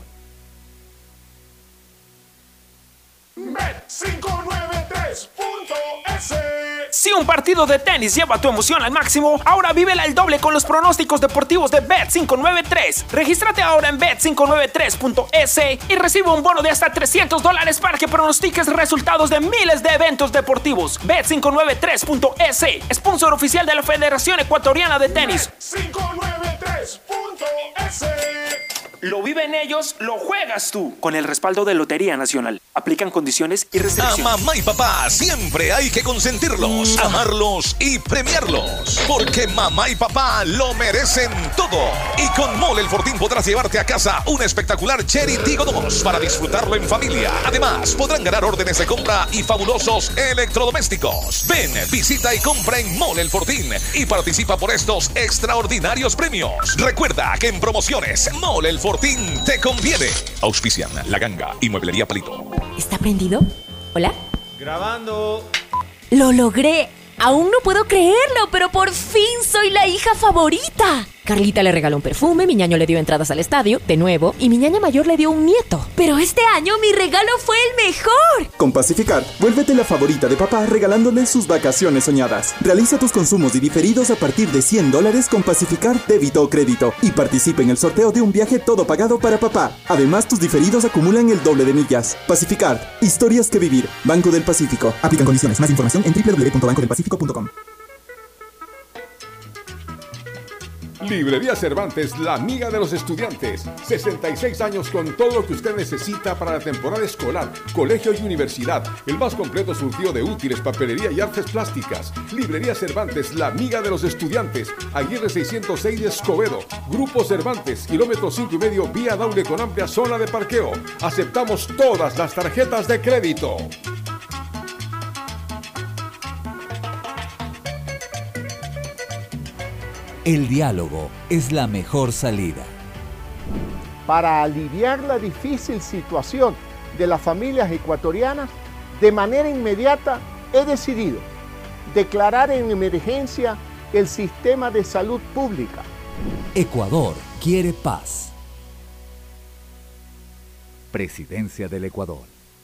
Bet593.es. Si un partido de tenis lleva tu emoción al máximo, ahora vívela al doble con los pronósticos deportivos de Bet593. Regístrate ahora en Bet593.es y recibe un bono de hasta $300 para que pronostiques resultados de miles de eventos deportivos. Bet593.es, sponsor oficial de la Federación Ecuatoriana de Tenis. Bet593.es. Lo viven ellos, lo juegas tú. Con el respaldo de Lotería Nacional. Aplican condiciones y restricciones. A mamá y papá siempre hay que consentirlos, amarlos y premiarlos. Porque mamá y papá lo merecen todo. Y con Mole el Fortín podrás llevarte a casa un espectacular Cherry Tiggo 2 para disfrutarlo en familia. Además, podrán ganar órdenes de compra y fabulosos electrodomésticos. Ven, visita y compra en Mole el Fortín y participa por estos extraordinarios premios. Recuerda que en promociones Mole el Fortín te conviene. Auspician La Ganga y Mueblería Palito. ¿Está prendido? ¿Hola? Grabando. ¡Lo logré! Aún no puedo creerlo, pero por fin soy la hija favorita. Carlita le regaló un perfume, mi ñaño le dio entradas al estadio, de nuevo, y mi ñaña mayor le dio un nieto. Pero este año mi regalo fue el mejor. Con Pacificar, vuélvete la favorita de papá regalándole sus vacaciones soñadas. Realiza tus consumos y diferidos a partir de $100 con Pacificar débito o crédito y participa en el sorteo de un viaje todo pagado para papá. Además, tus diferidos acumulan el doble de millas. Pacificar, historias que vivir. Banco del Pacífico. Aplican condiciones. Más información en www.bancodelpacifico.com. Librería Cervantes, la amiga de los estudiantes. 66 años con todo lo que usted necesita para la temporada escolar, colegio y universidad. El más completo surtido de útiles, papelería y artes plásticas. Librería Cervantes, la amiga de los estudiantes. Aguirre 606 de Escobedo. Grupo Cervantes, kilómetro 5,5, vía Daule con amplia zona de parqueo. Aceptamos todas las tarjetas de crédito. El diálogo es la mejor salida. Para aliviar la difícil situación de las familias ecuatorianas, de manera inmediata he decidido declarar en emergencia el sistema de salud pública. Ecuador quiere paz. Presidencia del Ecuador.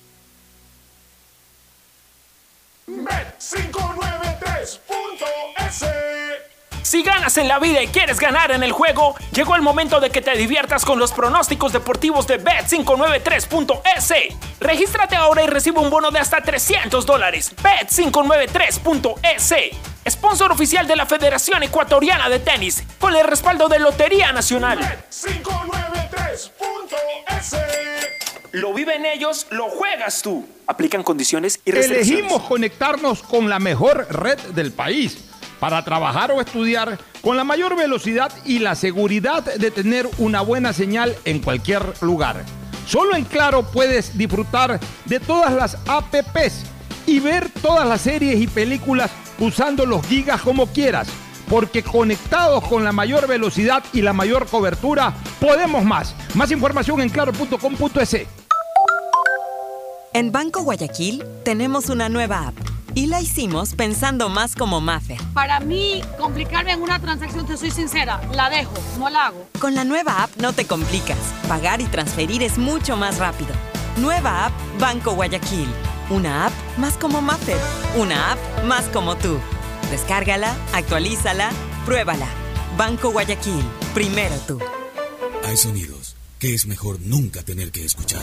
Bet593.es. Si ganas en la vida y quieres ganar en el juego, llegó el momento de que te diviertas con los pronósticos deportivos de Bet593.es. Regístrate ahora y recibe un bono de hasta $300. Bet593.es, sponsor oficial de la Federación Ecuatoriana de Tenis, con el respaldo de Lotería Nacional. Bet593.es. Lo viven ellos, lo juegas tú. Aplican condiciones y restricciones. Elegimos conectarnos con la mejor red del país para trabajar o estudiar con la mayor velocidad y la seguridad de tener una buena señal en cualquier lugar. Solo en Claro puedes disfrutar de todas las apps y ver todas las series y películas usando los gigas como quieras, porque conectados con la mayor velocidad y la mayor cobertura, podemos más. Más información en claro.com.es. En Banco Guayaquil tenemos una nueva app. Y la hicimos pensando más como Maffer. Para mí, complicarme en una transacción, te soy sincera, la dejo, no la hago. Con la nueva app no te complicas. Pagar y transferir es mucho más rápido. Nueva app Banco Guayaquil. Una app más como Maffer. Una app más como tú. Descárgala, actualízala, pruébala. Banco Guayaquil. Primero tú. Hay sonidos que es mejor nunca tener que escuchar.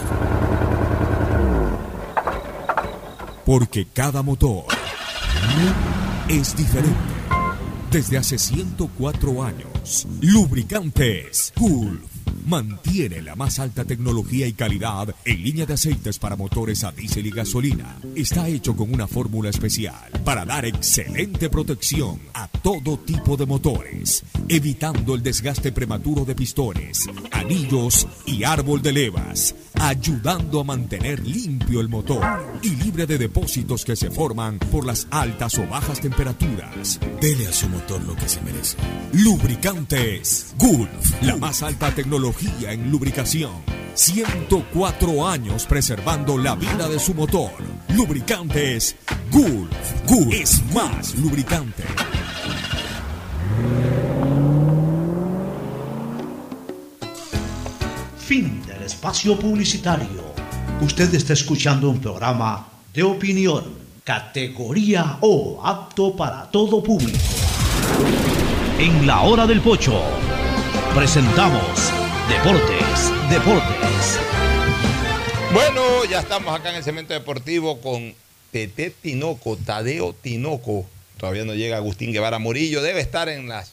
Porque cada motor es diferente. Desde hace 104 años, Lubricantes Gulf mantiene la más alta tecnología y calidad en línea de aceites para motores a diésel y gasolina. Está hecho con una fórmula especial para dar excelente protección a todo tipo de motores, evitando el desgaste prematuro de pistones, anillos y árbol de levas, ayudando a mantener limpio el motor y libre de depósitos que se forman por las altas o bajas temperaturas. Dele a su motor lo que se merece. Lubricantes Gulf, la más alta tecnología en lubricación. 104 años preservando la vida de su motor. Lubricantes Gulf. Gulf es más lubricante. Fin del espacio publicitario. Usted está escuchando un programa de opinión, categoría O, apto para todo público. En la hora del pocho, presentamos Deportes. Bueno, ya estamos acá en el Cemento Deportivo con Tadeo Tinoco. Todavía no llega Agustín Guevara Murillo. Debe estar en las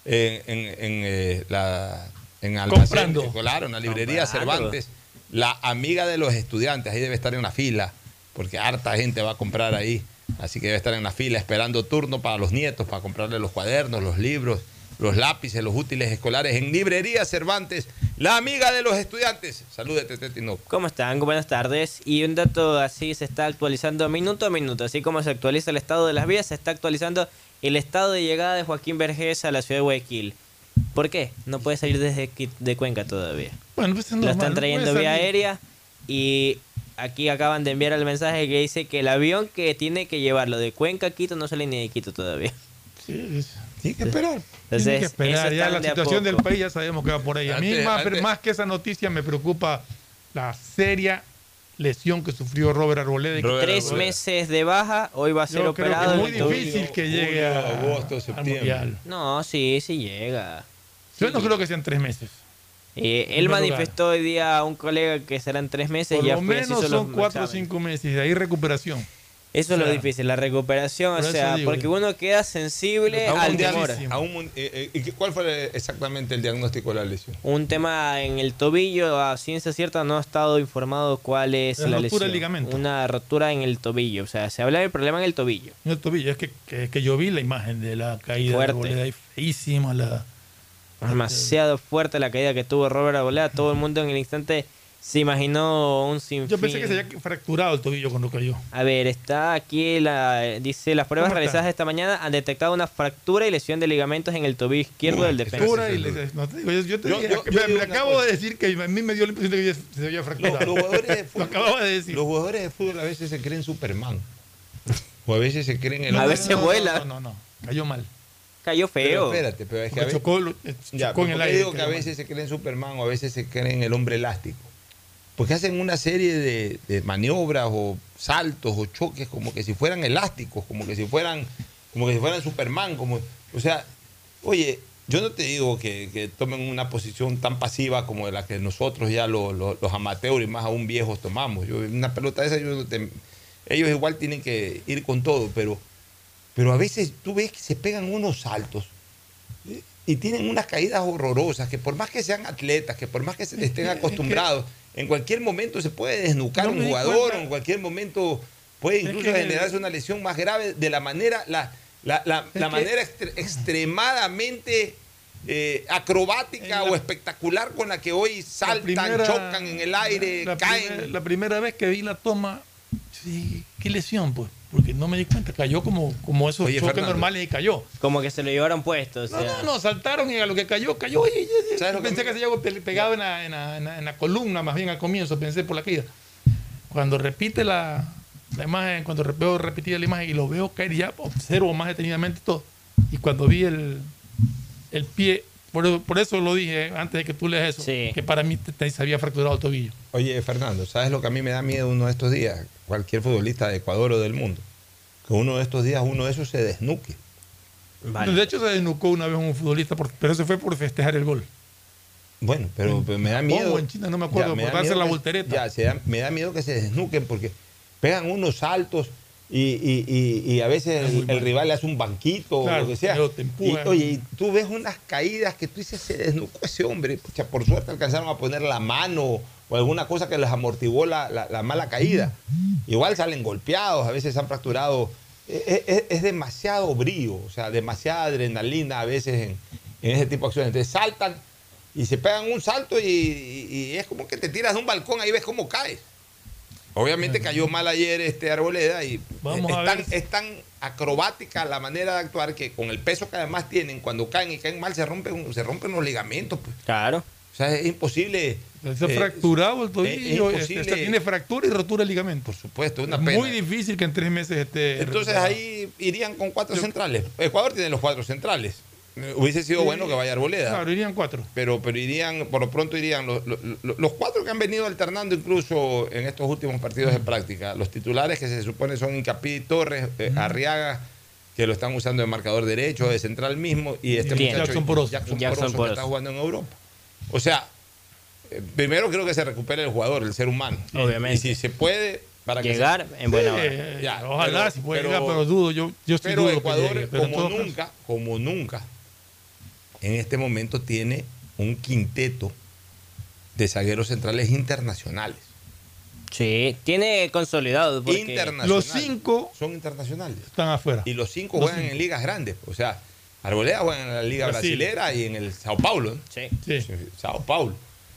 comprando. Claro, en la librería Cervantes. La amiga de los estudiantes. Ahí debe estar en la fila, porque harta gente va a comprar ahí. Así que debe estar en la fila esperando turno para los nietos, para comprarle los cuadernos, los libros, los lápices, los útiles escolares. En librería Cervantes, la amiga de los estudiantes. Saludos, Tete Tinoco. ¿Cómo están? Buenas tardes. Y un dato así se está actualizando minuto a minuto. Así como se actualiza el estado de las vías, se está actualizando el estado de llegada de Joaquín Vergés a la ciudad de Guayaquil. ¿Por qué? No puede salir de Cuenca todavía. Bueno, pues es normal, lo están trayendo vía aérea y aquí acaban de enviar el mensaje que dice que el avión que tiene que llevarlo de Cuenca a Quito no sale ni de Quito todavía. Sí, tiene que esperar. Entonces, tiene que esperar. Ya la situación del país ya sabemos que va por ahí. A mí más que esa noticia me preocupa la seria lesión que sufrió Robert Arboleda. 3 meses de baja, hoy va a ser operado. Es muy difícil que llegue a agosto, septiembre. No, sí llega. Yo no creo que sean 3 meses. Él manifestó hoy día a un colega que serán 3 meses. Por lo menos son 4 o 5 meses, de ahí recuperación. Eso es lo difícil, la recuperación, o sea, porque uno queda sensible al temor. ¿Cuál fue exactamente el diagnóstico de la lesión? Un tema en el tobillo, a ciencia cierta no ha estado informado cuál es la lesión. Rotura de ligamento. Una rotura en el tobillo, o sea, se habla del problema en el tobillo. En el tobillo, es que yo vi la imagen de la caída de Arboleda, ahí feísima demasiado fuerte la caída que tuvo Robert Arboleda, todo el mundo en el instante se imaginó un sinfín. Yo pensé que se había fracturado el tobillo cuando cayó. A ver, está aquí, dice, las pruebas realizadas esta mañana han detectado una fractura y lesión de ligamentos en el tobillo izquierdo del defensa. Me acabo de decir que a mí me dio la impresión de que se había fracturado. Los jugadores de fútbol, lo acababa de decir. Los jugadores de fútbol a veces se creen Superman. O a veces se creen el... A veces vuela. No, cayó mal. Cayó feo. Pero espérate, pero es que chocó en el aire. Digo que a veces se creen Superman o a veces se creen el hombre elástico. Porque hacen una serie de maniobras o saltos o choques como que si fueran elásticos, como que si fueran Superman, o sea, oye, yo no te digo que tomen una posición tan pasiva como de la que nosotros ya los amateurs y más aún viejos tomamos. Una pelota de esa, ellos igual tienen que ir con todo, pero a veces tú ves que se pegan unos saltos y tienen unas caídas horrorosas, que por más que sean atletas, que por más que se estén acostumbrados, en cualquier momento se puede desnucar un jugador, o en cualquier momento puede incluso generarse una lesión más grave de la manera, manera extremadamente acrobática o espectacular con la que hoy saltan, chocan en el aire, caen. La primera vez que vi la toma, sí, qué lesión, pues. Porque no me di cuenta, cayó como esos choques Fernando, normales y cayó. Como que se lo llevaron puesto. O sea. No, saltaron y a lo que cayó. Y pensé que se había pegado en la columna, más bien al comienzo, pensé por la caída. Cuando repite la imagen, cuando veo repetida la imagen y lo veo caer, ya observo más detenidamente todo. Y cuando vi el pie, por eso lo dije antes de que tú leas eso, que para mí se había fracturado el tobillo. Oye, Fernando, ¿sabes lo que a mí me da miedo uno de estos días? Cualquier futbolista de Ecuador o del mundo, que uno de estos días uno de esos se desnuque. Vale. De hecho se desnucó una vez un futbolista, pero eso fue por festejar el gol. Bueno, pero me da miedo. En China, no me acuerdo, por darse la voltereta. Me da miedo que se desnuquen porque pegan unos saltos y a veces el rival le hace un banquito, claro, o lo que sea. Te empuja. Y tú ves unas caídas que tú dices, se desnucó ese hombre. Pucha, por suerte alcanzaron a poner la mano o alguna cosa que les amortiguó la mala caída. Igual salen golpeados, a veces se han fracturado. Es demasiado brío, o sea, demasiada adrenalina a veces en ese tipo de acciones. Entonces saltan y se pegan un salto y es como que te tiras de un balcón, ahí ves cómo caes. Obviamente cayó mal ayer Arboleda y es tan acrobática la manera de actuar que con el peso que además tienen, cuando caen y caen mal se rompen los ligamentos. Pues. Claro. O sea, es imposible. Está fracturado el tobillo, tiene fractura y rotura de ligamento. Por supuesto, una pena. Muy difícil que en 3 meses esté. Entonces ahí irían con 4 centrales. Ecuador tiene los 4 centrales. Hubiese sido bueno que vaya Arboleda. Claro, irían 4. Pero irían, por lo pronto irían los 4 que han venido alternando incluso en estos últimos partidos de práctica. Los titulares que se supone son Hincapié y Torres, Arriaga, que lo están usando de marcador derecho, de central mismo, y este muchacho Jackson Poroso. Jackson Poroso, que está jugando en Europa. O sea, primero creo que se recupere el jugador, el ser humano. Obviamente. Y si se puede, para llegar que en buena hora. Ya, ojalá si puede llegar, pero dudo. Yo estoy pero dudo Ecuador, llegue, pero como nunca, en este momento tiene un quinteto de zagueros centrales internacionales. Sí, tiene consolidado. Los 5 son internacionales. Están afuera. Y los 5 juegan en ligas grandes. O sea, Arboleda juega en la Liga Brasilera y en el Sao Paulo. Sí. Sao Paulo.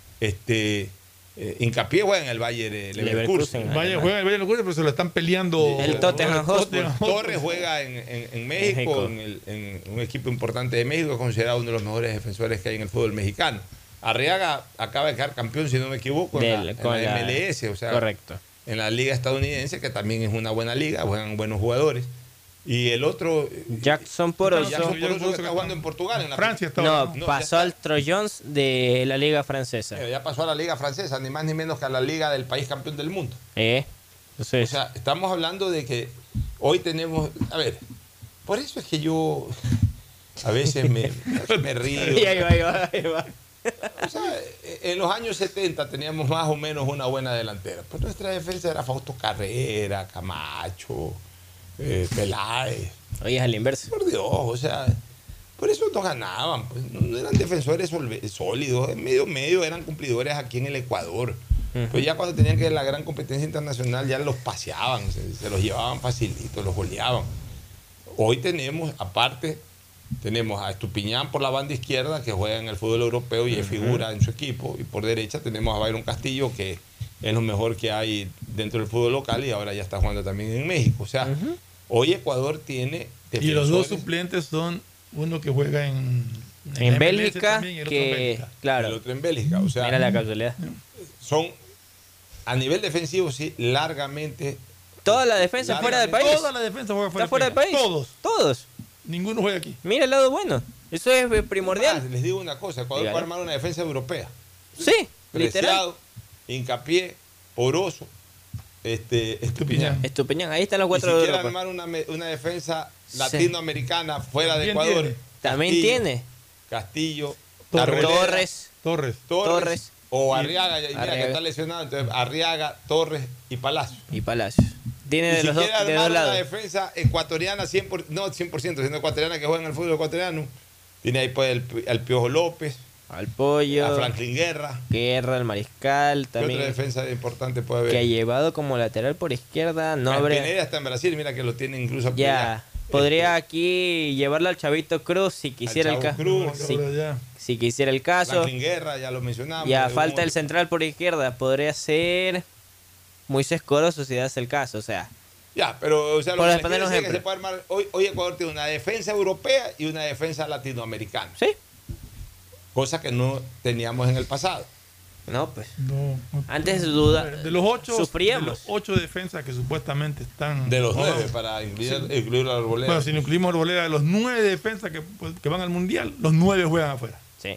Hincapié juega en el Bayern Leverkusen. Juega en el Bayern Leverkusen, pero se lo están peleando. El Tottenham Hotspur. Torres juega en México, en un equipo importante de México, considerado uno de los mejores defensores que hay en el fútbol mexicano. Arriaga acaba de quedar campeón, si no me equivoco, en la MLS, o sea, correcto. En la liga estadounidense, que también es una buena liga, juegan buenos jugadores. Y el otro, Jackson Poroso, que está jugando en Portugal. En Francia pasó al Trojans de la liga francesa. Ya pasó a la liga francesa, ni más ni menos que a la liga del país campeón del mundo. O sea, estamos hablando de que hoy tenemos, a ver, por eso es que yo a veces me río. Ahí va. O sea, en los años 70 teníamos más o menos una buena delantera. Pues nuestra defensa era Fausto Carrera, Camacho, Peláez. Oye, es al inverso. Por Dios, o sea, por eso no ganaban. Pues, no eran defensores sólidos, en medio eran cumplidores aquí en el Ecuador. Pues ya cuando tenían que ir a la gran competencia internacional ya los paseaban, se los llevaban facilito, los goleaban. Hoy tenemos, aparte, tenemos a Estupiñán por la banda izquierda, que juega en el fútbol europeo y es figura en su equipo. Y por derecha tenemos a Byron Castillo, que es lo mejor que hay dentro del fútbol local y ahora ya está jugando también en México. O sea, hoy Ecuador tiene defensores. Y los dos suplentes son uno que juega en Bélgica, también, y el otro que en Bélgica. claro. El otro en Bélgica. O sea, mira la casualidad. Son, a nivel defensivo, sí, largamente. Toda la defensa fuera del país. Toda la defensa juega ¿Está fuera del país? Todos. Ninguno juega aquí. Mira el lado bueno. Eso es primordial. Les digo una cosa, Ecuador puede armar una defensa europea. Sí, Preciado, Hincapié, Poroso, Estupiñán. Ahí están los 4 de Europa. Si quiere armar una defensa latinoamericana fuera de Ecuador. También tiene. Castillo, Torres. O Arriaga, mira que está lesionado, entonces Arriaga, Torres y Palacio. Tiene de los dos lados. Una defensa ecuatoriana, 100%, siendo ecuatoriana que juega en el fútbol ecuatoriano. Tiene ahí pues al Piojo López, al Pollo, a Franklin Guerra, el Mariscal también. ¿Qué otra defensa importante puede haber? Que ha llevado como lateral por izquierda. Pineda está en Brasil, mira que lo tiene incluso aquí. Ya. Podría aquí llevarlo al Chavito Cruz si quisiera el caso. Si quisiera el caso. Franklin Guerra, ya lo mencionamos. Ya falta el central por izquierda. Podría ser Moisés Corozo si das el caso. O sea. Ya, pero o sea, lo que se puede armar, hoy Ecuador tiene una defensa europea y una defensa latinoamericana. Sí. Cosa que no teníamos en el pasado. No, pues. Antes de duda. De los 8 sufríamos. De los 8 defensas que supuestamente están. De los 9 para incluir a Arboleda. Bueno, si no incluimos a Arboleda, de los 9 defensas que van al mundial, los 9 juegan afuera. Sí.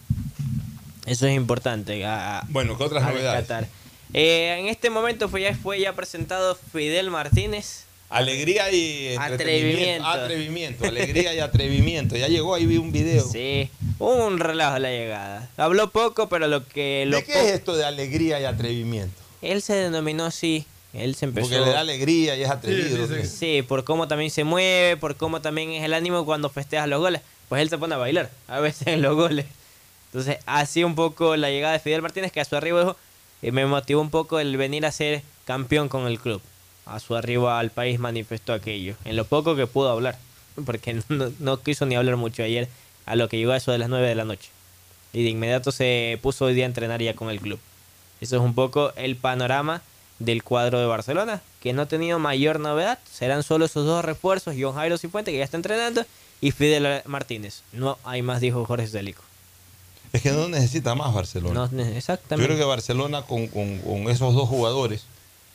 Eso es importante. Bueno, ¿qué otras novedades? En este momento fue ya presentado Fidel Martínez. Alegría y atrevimiento. Alegría y atrevimiento. Ya llegó, ahí vi un video. Sí, un relajo a la llegada. Habló poco, pero ¿De qué es esto de alegría y atrevimiento? Él se denominó así. Él se empezó. Porque le da alegría y es atrevido. Sí, por cómo también se mueve, por cómo también es el ánimo cuando festejas los goles. Pues él se pone a bailar a veces en los goles. Entonces, así un poco la llegada de Fidel Martínez, que a su arribo dijo, me motivó un poco el venir a ser campeón con el club. A su arribo al país manifestó aquello, en lo poco que pudo hablar, porque no quiso ni hablar mucho ayer, a lo que llegó a eso de las 9 de la noche. Y de inmediato se puso hoy día a entrenar ya con el club. Eso es un poco el panorama del cuadro de Barcelona, que no ha tenido mayor novedad. Serán solo esos 2 refuerzos, John Jairo Cifuentes, que ya está entrenando, y Fidel Martínez. No hay más, dijo Jorge Célico. Es que no necesita más Barcelona. No, exactamente. Yo creo que Barcelona con esos 2 jugadores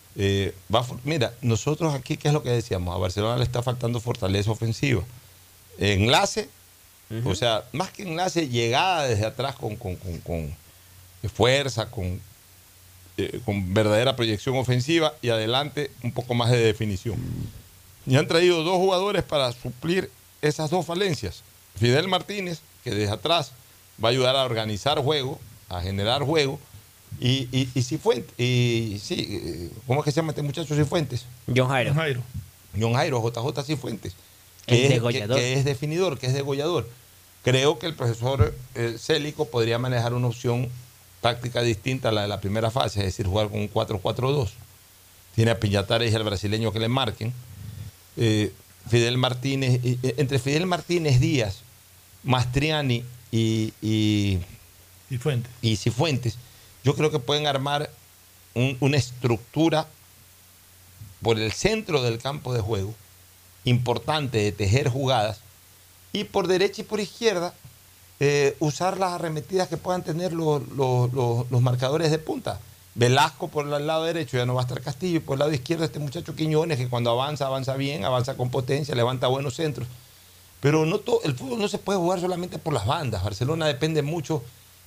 mira, nosotros aquí, ¿qué es lo que decíamos? A Barcelona le está faltando fortaleza ofensiva. Enlace O sea, más que enlace, llegada desde atrás con fuerza, con verdadera proyección ofensiva y adelante un poco más de definición. Y han traído 2 jugadores para suplir esas 2 falencias. Fidel Martínez, que desde atrás va a ayudar a organizar juego, a generar juego, y Cifuentes. ¿Cómo es que se llama este muchacho Cifuentes? John Jairo, JJ Cifuentes. Que es definidor, que es degollador. Creo que el profesor Célico podría manejar una opción táctica distinta a la de la primera fase, es decir, jugar con un 4-4-2. Tiene a Piñatares y al brasileño que le marquen. Fidel Martínez, entre Fidel Martínez Díaz, Mastriani y Cifuentes, yo creo que pueden armar una estructura por el centro del campo de juego importante de tejer jugadas, y por derecha y por izquierda usar las arremetidas que puedan tener los marcadores de punta. Velasco por el lado derecho, ya no va a estar Castillo, y por el lado izquierdo este muchacho Quiñones, que cuando avanza bien, avanza con potencia, levanta buenos centros. Pero no el fútbol no se puede jugar solamente por las bandas. Barcelona depende mucho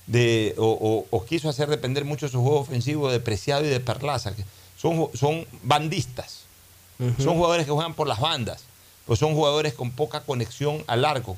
o quiso hacer depender mucho de su juego ofensivo de Preciado y de Perlaza, que son bandistas. Son jugadores que juegan por las bandas, pues son jugadores con poca conexión al arco,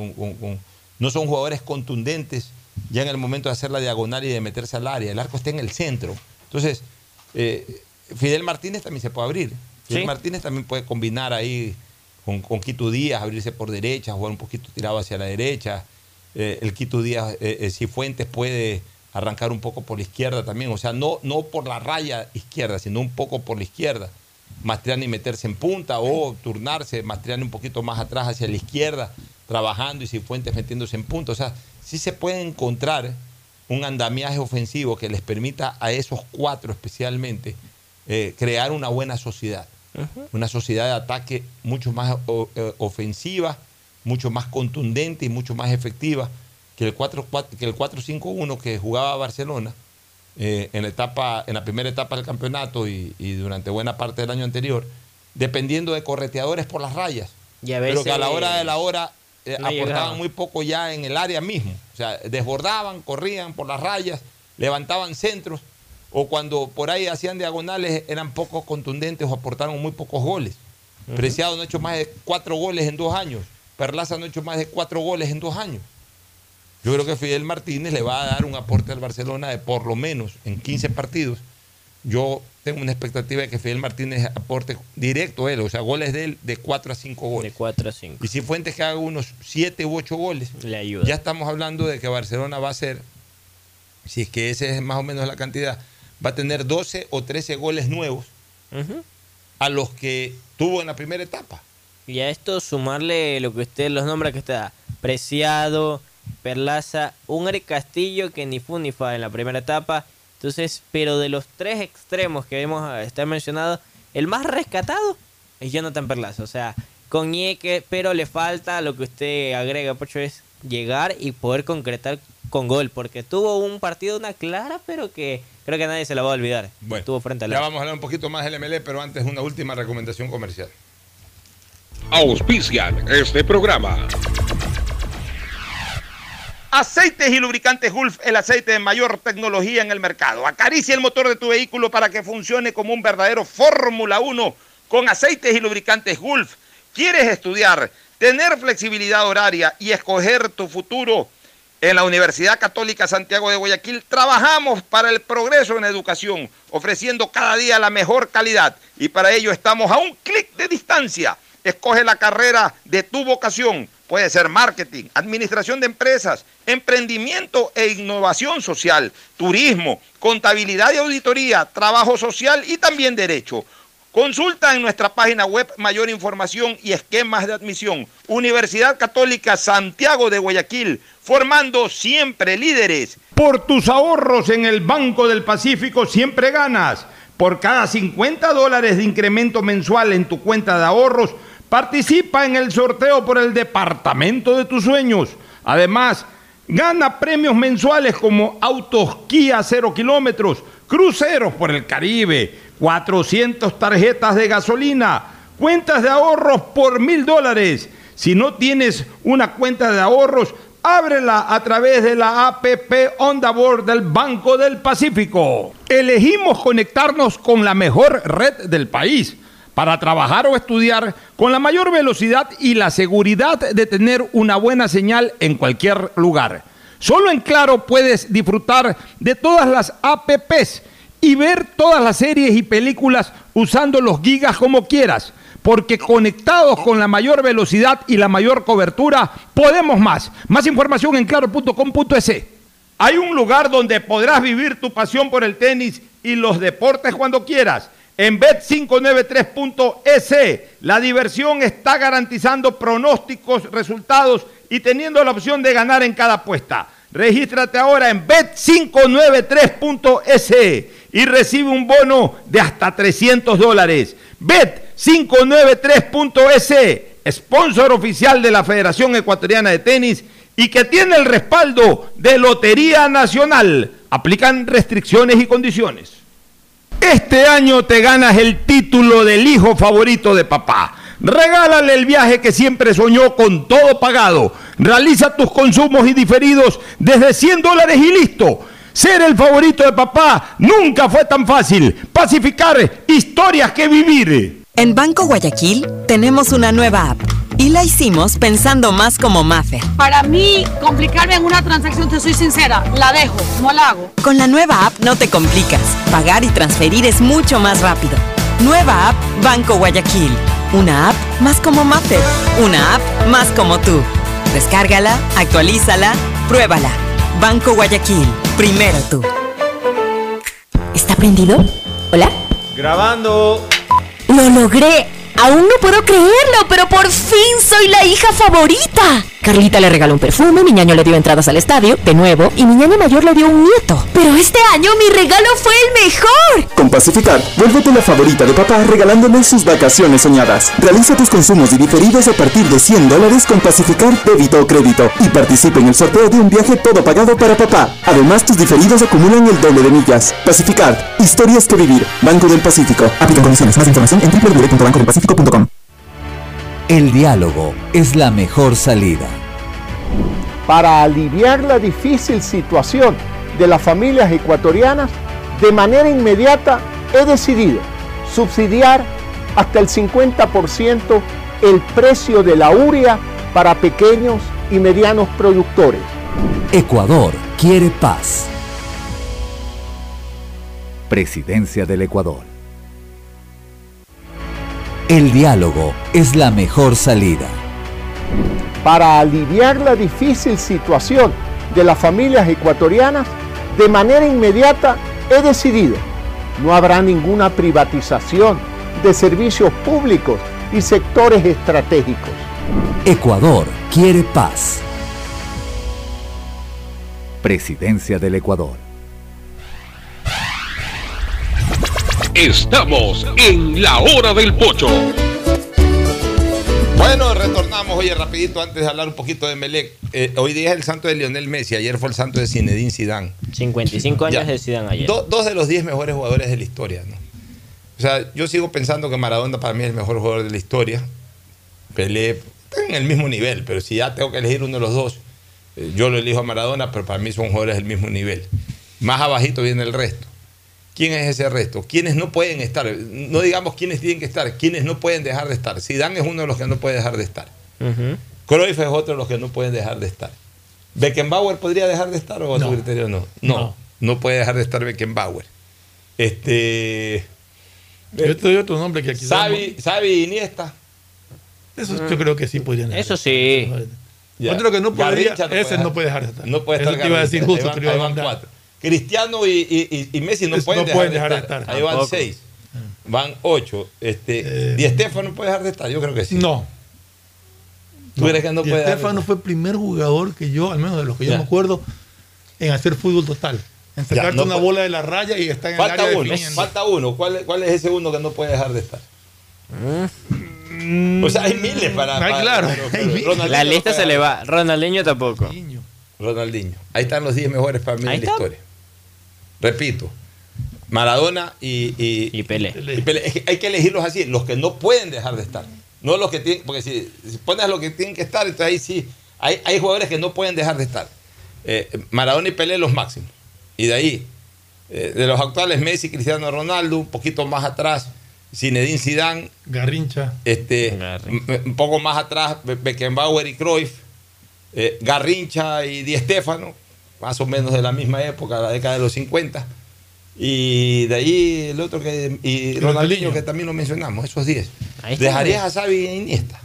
no son jugadores contundentes ya en el momento de hacer la diagonal y de meterse al área. El arco está en el centro. Entonces, Fidel Martínez también se puede abrir. Fidel Martínez también puede combinar ahí con Quito Díaz, abrirse por derecha, jugar un poquito tirado hacia la derecha. El Quito Díaz, Cifuentes puede arrancar un poco por la izquierda también. O sea, no por la raya izquierda, sino un poco por la izquierda. Mastriani meterse en punta o turnarse, Mastriani un poquito más atrás hacia la izquierda, trabajando, y Cifuentes metiéndose en punta. O sea, sí se puede encontrar un andamiaje ofensivo que les permita a esos 4 especialmente crear una buena sociedad. Una sociedad de ataque mucho más ofensiva, mucho más contundente y mucho más efectiva que el 4-5-1 que jugaba Barcelona en la primera etapa del campeonato y durante buena parte del año anterior, dependiendo de correteadores por las rayas, pero que a la hora de la hora aportaban muy poco ya en el área mismo. O sea, desbordaban, corrían por las rayas, levantaban centros, o cuando por ahí hacían diagonales eran poco contundentes o aportaron muy pocos goles. Preciado no ha hecho más de 4 goles en 2 años. Perlaza no ha hecho más de 4 goles en 2 años. Yo creo que Fidel Martínez le va a dar un aporte al Barcelona de por lo menos en 15 partidos. Yo tengo una expectativa de que Fidel Martínez aporte directo él, o sea, goles de él de 4 a 5 goles. De 4 a 5. Y Cifuentes que haga unos 7 u 8 goles. Le ayuda. Ya estamos hablando de que Barcelona va a ser, si es que esa es más o menos la cantidad, va a tener 12 o 13 goles nuevos a los que tuvo en la primera etapa. Y a esto sumarle lo que usted los nombra, que está Preciado, Perlaza, un Eric Castillo que ni fu ni fa en la primera etapa. Entonces, pero de los 3 extremos que está mencionado, el más rescatado es Jonathan Perlaza. O sea, con Ñeque, pero le falta lo que usted agrega, Pocho, es llegar y poder concretar con gol, porque tuvo un partido, una clara, pero que creo que nadie se la va a olvidar. Bueno, estuvo frente al ya vamos a hablar un poquito más del MLE, pero antes una última recomendación comercial. Auspician este programa. Aceites y lubricantes Gulf, el aceite de mayor tecnología en el mercado. Acaricia el motor de tu vehículo para que funcione como un verdadero Fórmula 1 con aceites y lubricantes Gulf. ¿Quieres estudiar, tener flexibilidad horaria y escoger tu futuro? En la Universidad Católica Santiago de Guayaquil trabajamos para el progreso en educación, ofreciendo cada día la mejor calidad. Y para ello estamos a un clic de distancia. Escoge la carrera de tu vocación. Puede ser marketing, administración de empresas, emprendimiento e innovación social, turismo, contabilidad y auditoría, trabajo social y también derecho. Consulta en nuestra página web mayor información y esquemas de admisión. Universidad Católica Santiago de Guayaquil, formando siempre líderes. Por tus ahorros en el Banco del Pacífico siempre ganas. Por cada $50 de incremento mensual en tu cuenta de ahorros, participa en el sorteo por el departamento de tus sueños. Además, gana premios mensuales como autos Kia 0 kilómetros, cruceros por el Caribe, 400 tarjetas de gasolina, cuentas de ahorros por $1,000. Si no tienes una cuenta de ahorros, ábrela a través de la APP Onda Board del Banco del Pacífico. Elegimos conectarnos con la mejor red del país para trabajar o estudiar con la mayor velocidad y la seguridad de tener una buena señal en cualquier lugar. Solo en Claro puedes disfrutar de todas las APPs y ver todas las series y películas usando los gigas como quieras, porque conectados con la mayor velocidad y la mayor cobertura, podemos más. Más información en claro.com.es. Hay un lugar donde podrás vivir tu pasión por el tenis y los deportes cuando quieras. En Bet593.es, la diversión está garantizando pronósticos, resultados y teniendo la opción de ganar en cada apuesta. Regístrate ahora en Bet593.es y recibe un bono de hasta $300. Bet593.es, sponsor oficial de la Federación Ecuatoriana de Tenis y que tiene el respaldo de Lotería Nacional. Aplican restricciones y condiciones. Este año te ganas el título del hijo favorito de papá. Regálale el viaje que siempre soñó con todo pagado. Realiza tus consumos y diferidos desde $100 y listo. Ser el favorito de papá nunca fue tan fácil. Pacificar, historias que vivir. En Banco Guayaquil tenemos una nueva app y la hicimos pensando más como Maffer. Para mí, complicarme en una transacción, te soy sincera, la dejo, no la hago. Con la nueva app no te complicas. Pagar y transferir es mucho más rápido. Nueva app Banco Guayaquil. Una app más como Maffer. Una app más como tú. Descárgala, actualízala, pruébala. Banco Guayaquil. Primero tú. ¿Está prendido? ¿Hola? Grabando. ¡Lo logré! Aún no puedo creerlo, pero por fin soy la hija favorita. Carlita le regaló un perfume, mi ñaño le dio entradas al estadio, de nuevo, y mi ñaña mayor le dio un nieto. Pero este año mi regalo fue el mejor. Con Pacificar, vuélvete la favorita de papá regalándole sus vacaciones soñadas. Realiza tus consumos y diferidos a partir de $100 con Pacificar débito o crédito y participa en el sorteo de un viaje todo pagado para papá. Además, tus diferidos acumulan el doble de millas. Pacificar, historias que vivir. Banco del Pacífico. Aplica condiciones. Más información en www.bancodelpacifico.com. El diálogo es la mejor salida. Para aliviar la difícil situación de las familias ecuatorianas, de manera inmediata he decidido subsidiar hasta el 50% el precio de la urea para pequeños y medianos productores. Ecuador quiere paz. Presidencia del Ecuador. El diálogo es la mejor salida. Para aliviar la difícil situación de las familias ecuatorianas, de manera inmediata he decidido, no habrá ninguna privatización de servicios públicos y sectores estratégicos. Ecuador quiere paz. Presidencia del Ecuador. Estamos en la hora del pocho. Bueno, retornamos, oye, rapidito antes de hablar un poquito de Melec. Hoy día es el santo de Lionel Messi, ayer fue el santo de Zinedine Zidane. 55 años de Zidane ayer. Dos de los 10 mejores jugadores de la historia, ¿no? O sea, yo sigo pensando que Maradona para mí es el mejor jugador de la historia. Pelé está en el mismo nivel, pero si ya tengo que elegir uno de los dos, yo lo elijo a Maradona, pero para mí son jugadores del mismo nivel. Más abajito viene el resto. ¿Quién es ese resto? ¿Quiénes no pueden estar? No digamos quiénes tienen que estar, quiénes no pueden dejar de estar. Zidane es uno de los que no puede dejar de estar. Cruyff es otro de los que no pueden dejar de estar. ¿Beckenbauer podría dejar de estar o a tu criterio no? No puede dejar de estar Beckenbauer. Yo te doy otro nombre que aquí Xavi y Iniesta. Eso yo creo que sí podrían dejar. Eso sí. Otro que no podría, ese no puede dejar de estar. No puede estar. Eso te iba a decir justo, pero ahí van 4. Cristiano y Messi no pueden dejar de estar. Ahí van 6. Van 8. Di Stéfano puede dejar de estar. Yo creo que sí. No. ¿Tú crees que no puede dejar de estar? Stéfano fue el primer jugador que yo, al menos de los que yo me acuerdo, en hacer fútbol total. En sacarte una bola de la raya y estar en el área definiendo. Falta uno. ¿Cuál es ese uno que no puede dejar de estar? O sea, hay miles para. Claro. La lista se le va. Ronaldinho tampoco. Ronaldinho. Ahí están los 10 mejores para mí de la historia. Repito, Maradona y Pelé. Es que hay que elegirlos así, los que no pueden dejar de estar. No los que tienen, porque si pones lo que tienen que estar, entonces ahí sí, hay jugadores que no pueden dejar de estar. Maradona y Pelé los máximos. Y de ahí, de los actuales, Messi, Cristiano Ronaldo, un poquito más atrás, Zinedine Zidane, Garrincha, un poco más atrás, Beckenbauer y Cruyff, Garrincha y Di Stéfano, más o menos de la misma época, la década de los 50. Y de ahí el otro y Ronaldinho, que también lo mencionamos, esos 10. ¿Dejarías a Xavi e Iniesta?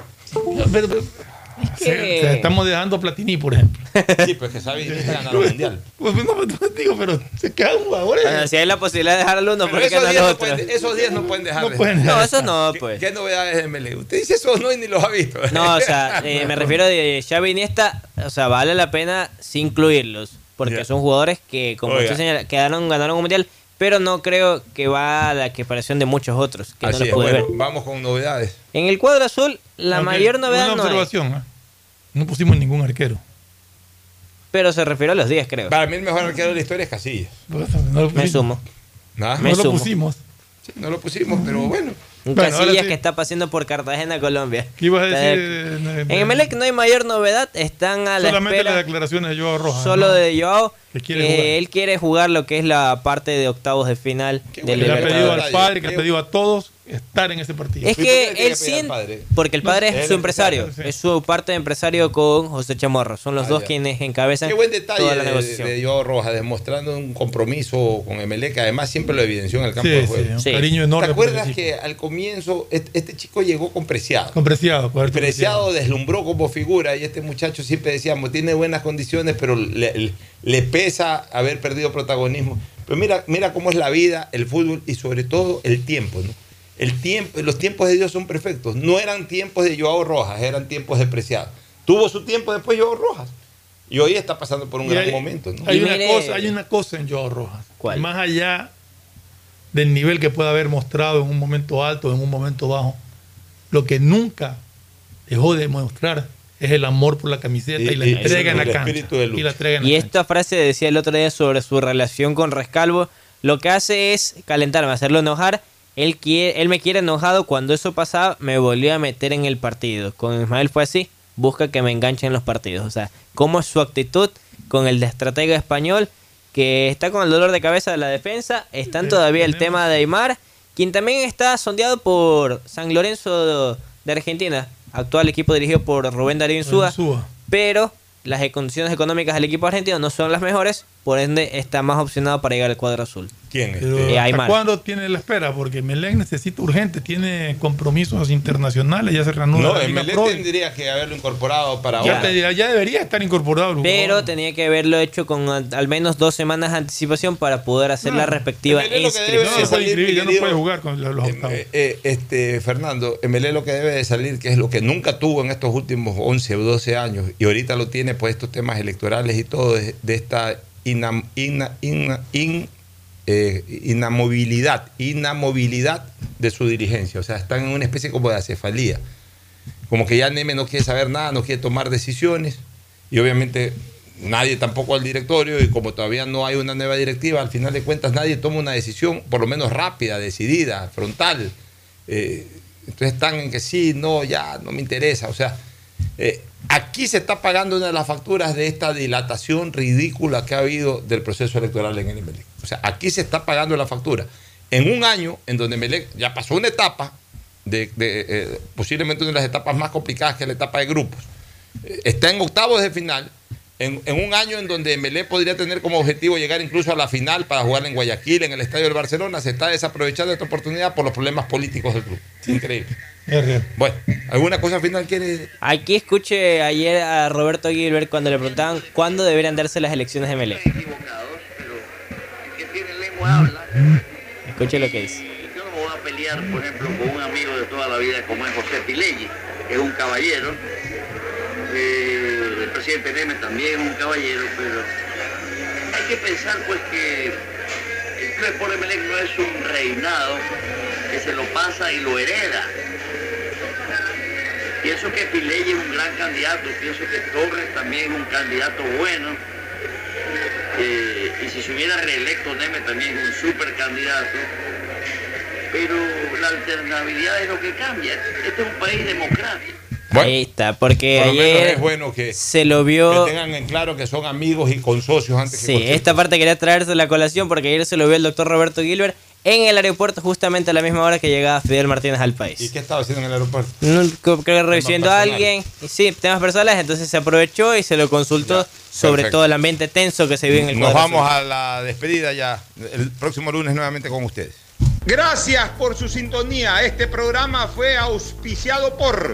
Estamos dejando a Platini, por ejemplo. Sí, pues que Xavi y Iniesta ganaron el mundial. Pues no digo, pero se quedan jugadores. Bueno, si hay la posibilidad de dejar al uno, ¿por qué no al otro? Esos 10 no pueden dejar. No, esos no, pues. ¿Qué novedades de Melec? Usted dice esos no y ni los ha visto. No, o sea, me refiero de Xavi y Iniesta, o sea, vale la pena sin incluirlos, porque son jugadores que, como usted señala, ganaron un mundial, pero no creo que va a la equiparación de muchos otros, que no lo pude ver. Vamos con novedades. En el cuadro azul, la mayor novedad una no observación, hay. No pusimos ningún arquero. Pero se refiere a los 10, creo. Para mí el mejor arquero de la historia es Casillas. Me sumo. No lo pusimos. Sí, no lo pusimos, pero bueno. Un Casillas que está paseando por Cartagena, Colombia. ¿Qué ibas a decir? En Emelec no hay mayor novedad. Están a la solamente espera. las declaraciones de Joao Rojas. Solo de Joao. Que él quiere jugar lo que es la parte de octavos de final. Le ha pedido al padre, que le ha pedido a todos estar en ese partido. Es que él siente, porque el padre es su empresario, es su parte de empresario con José Chamorro. Son los dos quienes encabezan Qué buen detalle toda la negociación. de Joao Rojas, demostrando un compromiso con Emelec, que además siempre lo evidenció en el campo de juego. Un cariño enorme. ¿Te acuerdas que al comienzo este chico llegó con Preciado? Preciado deslumbró como figura, y este muchacho siempre decíamos, tiene buenas condiciones, pero le pesa haber perdido protagonismo. Pero mira cómo es la vida, el fútbol y sobre todo el tiempo, ¿no? Los tiempos de Dios son perfectos. No eran tiempos de Joao Rojas, eran tiempos de Preciado. Tuvo su tiempo después Joao Rojas. Y hoy está pasando por un gran momento, ¿no? Hay una cosa en Joao Rojas. ¿Cuál? Más allá del nivel que pueda haber mostrado en un momento alto, en un momento bajo, lo que nunca dejó de mostrar es el amor por la camiseta y la entrega en la cancha. Y esta frase decía el otro día sobre su relación con Rescalvo. Lo que hace es calentarme, hacerlo enojar. Él me quiere enojado. Cuando eso pasaba, me volvió a meter en el partido. Con Ismael fue así. Busca que me enganche en los partidos. O sea, cómo es su actitud con el de estratega español, que está con el dolor de cabeza de la defensa. Están todavía el tema de Aymar, quien también está sondeado por San Lorenzo de Argentina, actual equipo dirigido por Rubén Darío Insúa. Pero las condiciones económicas del equipo argentino no son las mejores, por ende está más opcionado para llegar al cuadro azul. ¿Quién es? ¿Hasta cuándo tiene la espera? Porque Melec necesita urgente, tiene compromisos internacionales, ya se reanuda. No, Melec tendría que haberlo incorporado para ahora. Ya debería estar incorporado. Pero tenía que haberlo hecho con al menos 2 semanas de anticipación para poder hacer la respectiva inscripción. Ya no puede jugar con los octavos. Fernando, Melec lo que debe de salir, que es lo que nunca tuvo en estos últimos 11 o 12 años, y ahorita lo tiene por estos temas electorales y todo, de esta inamovilidad de su dirigencia. O sea, están en una especie como de acefalía. Como que ya Neme no quiere saber nada, no quiere tomar decisiones, y obviamente nadie tampoco al directorio, y como todavía no hay una nueva directiva, al final de cuentas nadie toma una decisión, por lo menos rápida, decidida, frontal. Entonces están en que sí, no, ya, no me interesa. O sea, aquí se está pagando una de las facturas de esta dilatación ridícula que ha habido del proceso electoral en el Emelec. O sea, aquí se está pagando la factura. En un año en donde Emelec ya pasó una etapa, posiblemente una de las etapas más complicadas, que es la etapa de grupos. Está en octavos de final, en un año en donde Emelec podría tener como objetivo llegar incluso a la final para jugar en Guayaquil, en el Estadio del Barcelona. Se está desaprovechando esta oportunidad por los problemas políticos del club. Increíble. Bueno, ¿alguna cosa final quiere? Aquí escuché ayer a Roberto Gilbert cuando le preguntaban cuándo deberían darse las elecciones de Emelec. Escuche lo que dice. Yo no me voy a pelear, por ejemplo, con un amigo de toda la vida como es José Pileggi, que es un caballero. El presidente Neme también es un caballero, pero hay que pensar pues que el Club Sport Emelec no es un reinado que se lo pasa y lo hereda. Pienso que Pileggi es un gran candidato, pienso que Torres también es un candidato bueno, y si se hubiera reelecto Neme también es un super candidato, pero la alternabilidad es lo que cambia. Este es un país democrático. Bueno, ahí está, porque por lo menos ayer es bueno que se lo vio. Que tengan en claro que son amigos y consocios antes que Sí, cualquier esta cosa. parte quería traerse la colación porque ayer se lo vio el doctor Roberto Gilbert en el aeropuerto justamente a la misma hora que llegaba Fidel Martínez al país. ¿Y qué estaba haciendo en el aeropuerto? Creo que recibiendo a alguien, y sí, temas personales, entonces se aprovechó y se lo consultó sobre perfecto. todo el ambiente tenso que se vive en el Nos cuadro vamos sur. a la despedida ya. El próximo lunes nuevamente con ustedes. Gracias por su sintonía. Este programa fue auspiciado por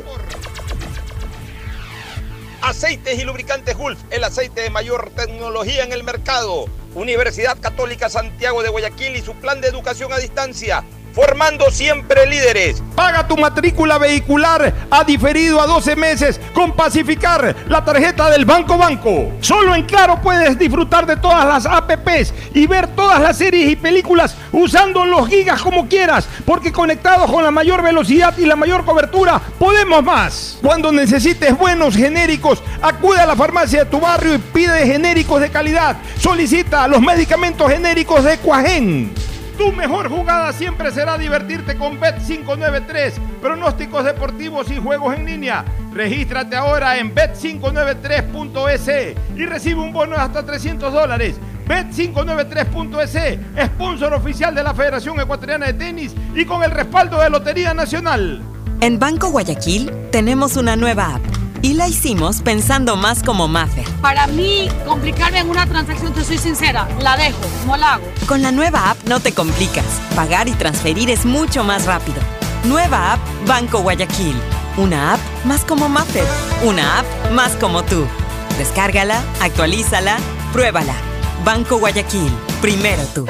Aceites y lubricantes Gulf, el aceite de mayor tecnología en el mercado. Universidad Católica Santiago de Guayaquil y su plan de educación a distancia, formando siempre líderes. Paga tu matrícula vehicular a diferido a 12 meses con Pacificar, la tarjeta del Banco. Solo en Claro puedes disfrutar de todas las APPs y ver todas las series y películas usando los gigas como quieras, porque conectados con la mayor velocidad y la mayor cobertura, podemos más. Cuando necesites buenos genéricos, acude a la farmacia de tu barrio y pide genéricos de calidad. Solicita los medicamentos genéricos de Cuajén. Tu mejor jugada siempre será divertirte con Bet593, pronósticos deportivos y juegos en línea. Regístrate ahora en bet593.es y recibe un bono de hasta $300. Bet593.es, sponsor oficial de la Federación Ecuatoriana de Tenis y con el respaldo de Lotería Nacional. En Banco Guayaquil tenemos una nueva app y la hicimos pensando más como Maffer. Para mí, complicarme en una transacción, te soy sincera, la dejo, no la hago. Con la nueva app no te complicas. Pagar y transferir es mucho más rápido. Nueva app Banco Guayaquil. Una app más como Maffer. Una app más como tú. Descárgala, actualízala, pruébala. Banco Guayaquil. Primero tú.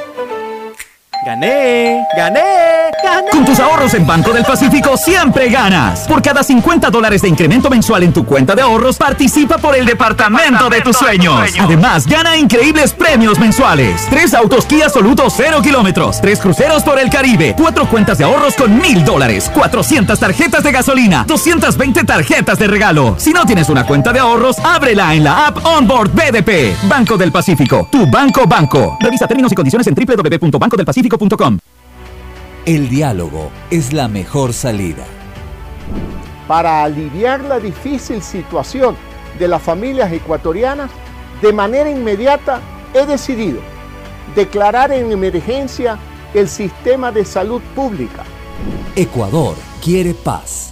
¡Gané! Con tus ahorros en Banco del Pacífico siempre ganas. Por cada $50 de incremento mensual en tu cuenta de ahorros, participa por el departamento de tus sueños. Además, gana increíbles premios mensuales. 3 autos Kia Soluto 0 kilómetros, 3 cruceros por el Caribe, 4 cuentas de ahorros con $1,000, 400 tarjetas de gasolina, 220 tarjetas de regalo. Si no tienes una cuenta de ahorros, ábrela en la app Onboard BDP. Banco del Pacífico, tu banco. Revisa términos y condiciones en www.bancodelpacifico.com. El diálogo es la mejor salida. Para aliviar la difícil situación de las familias ecuatorianas, de manera inmediata he decidido declarar en emergencia el sistema de salud pública. Ecuador quiere paz.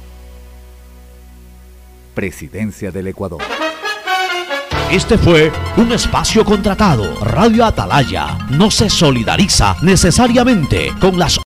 Presidencia del Ecuador. Este fue un espacio contratado. Radio Atalaya no se solidariza necesariamente con las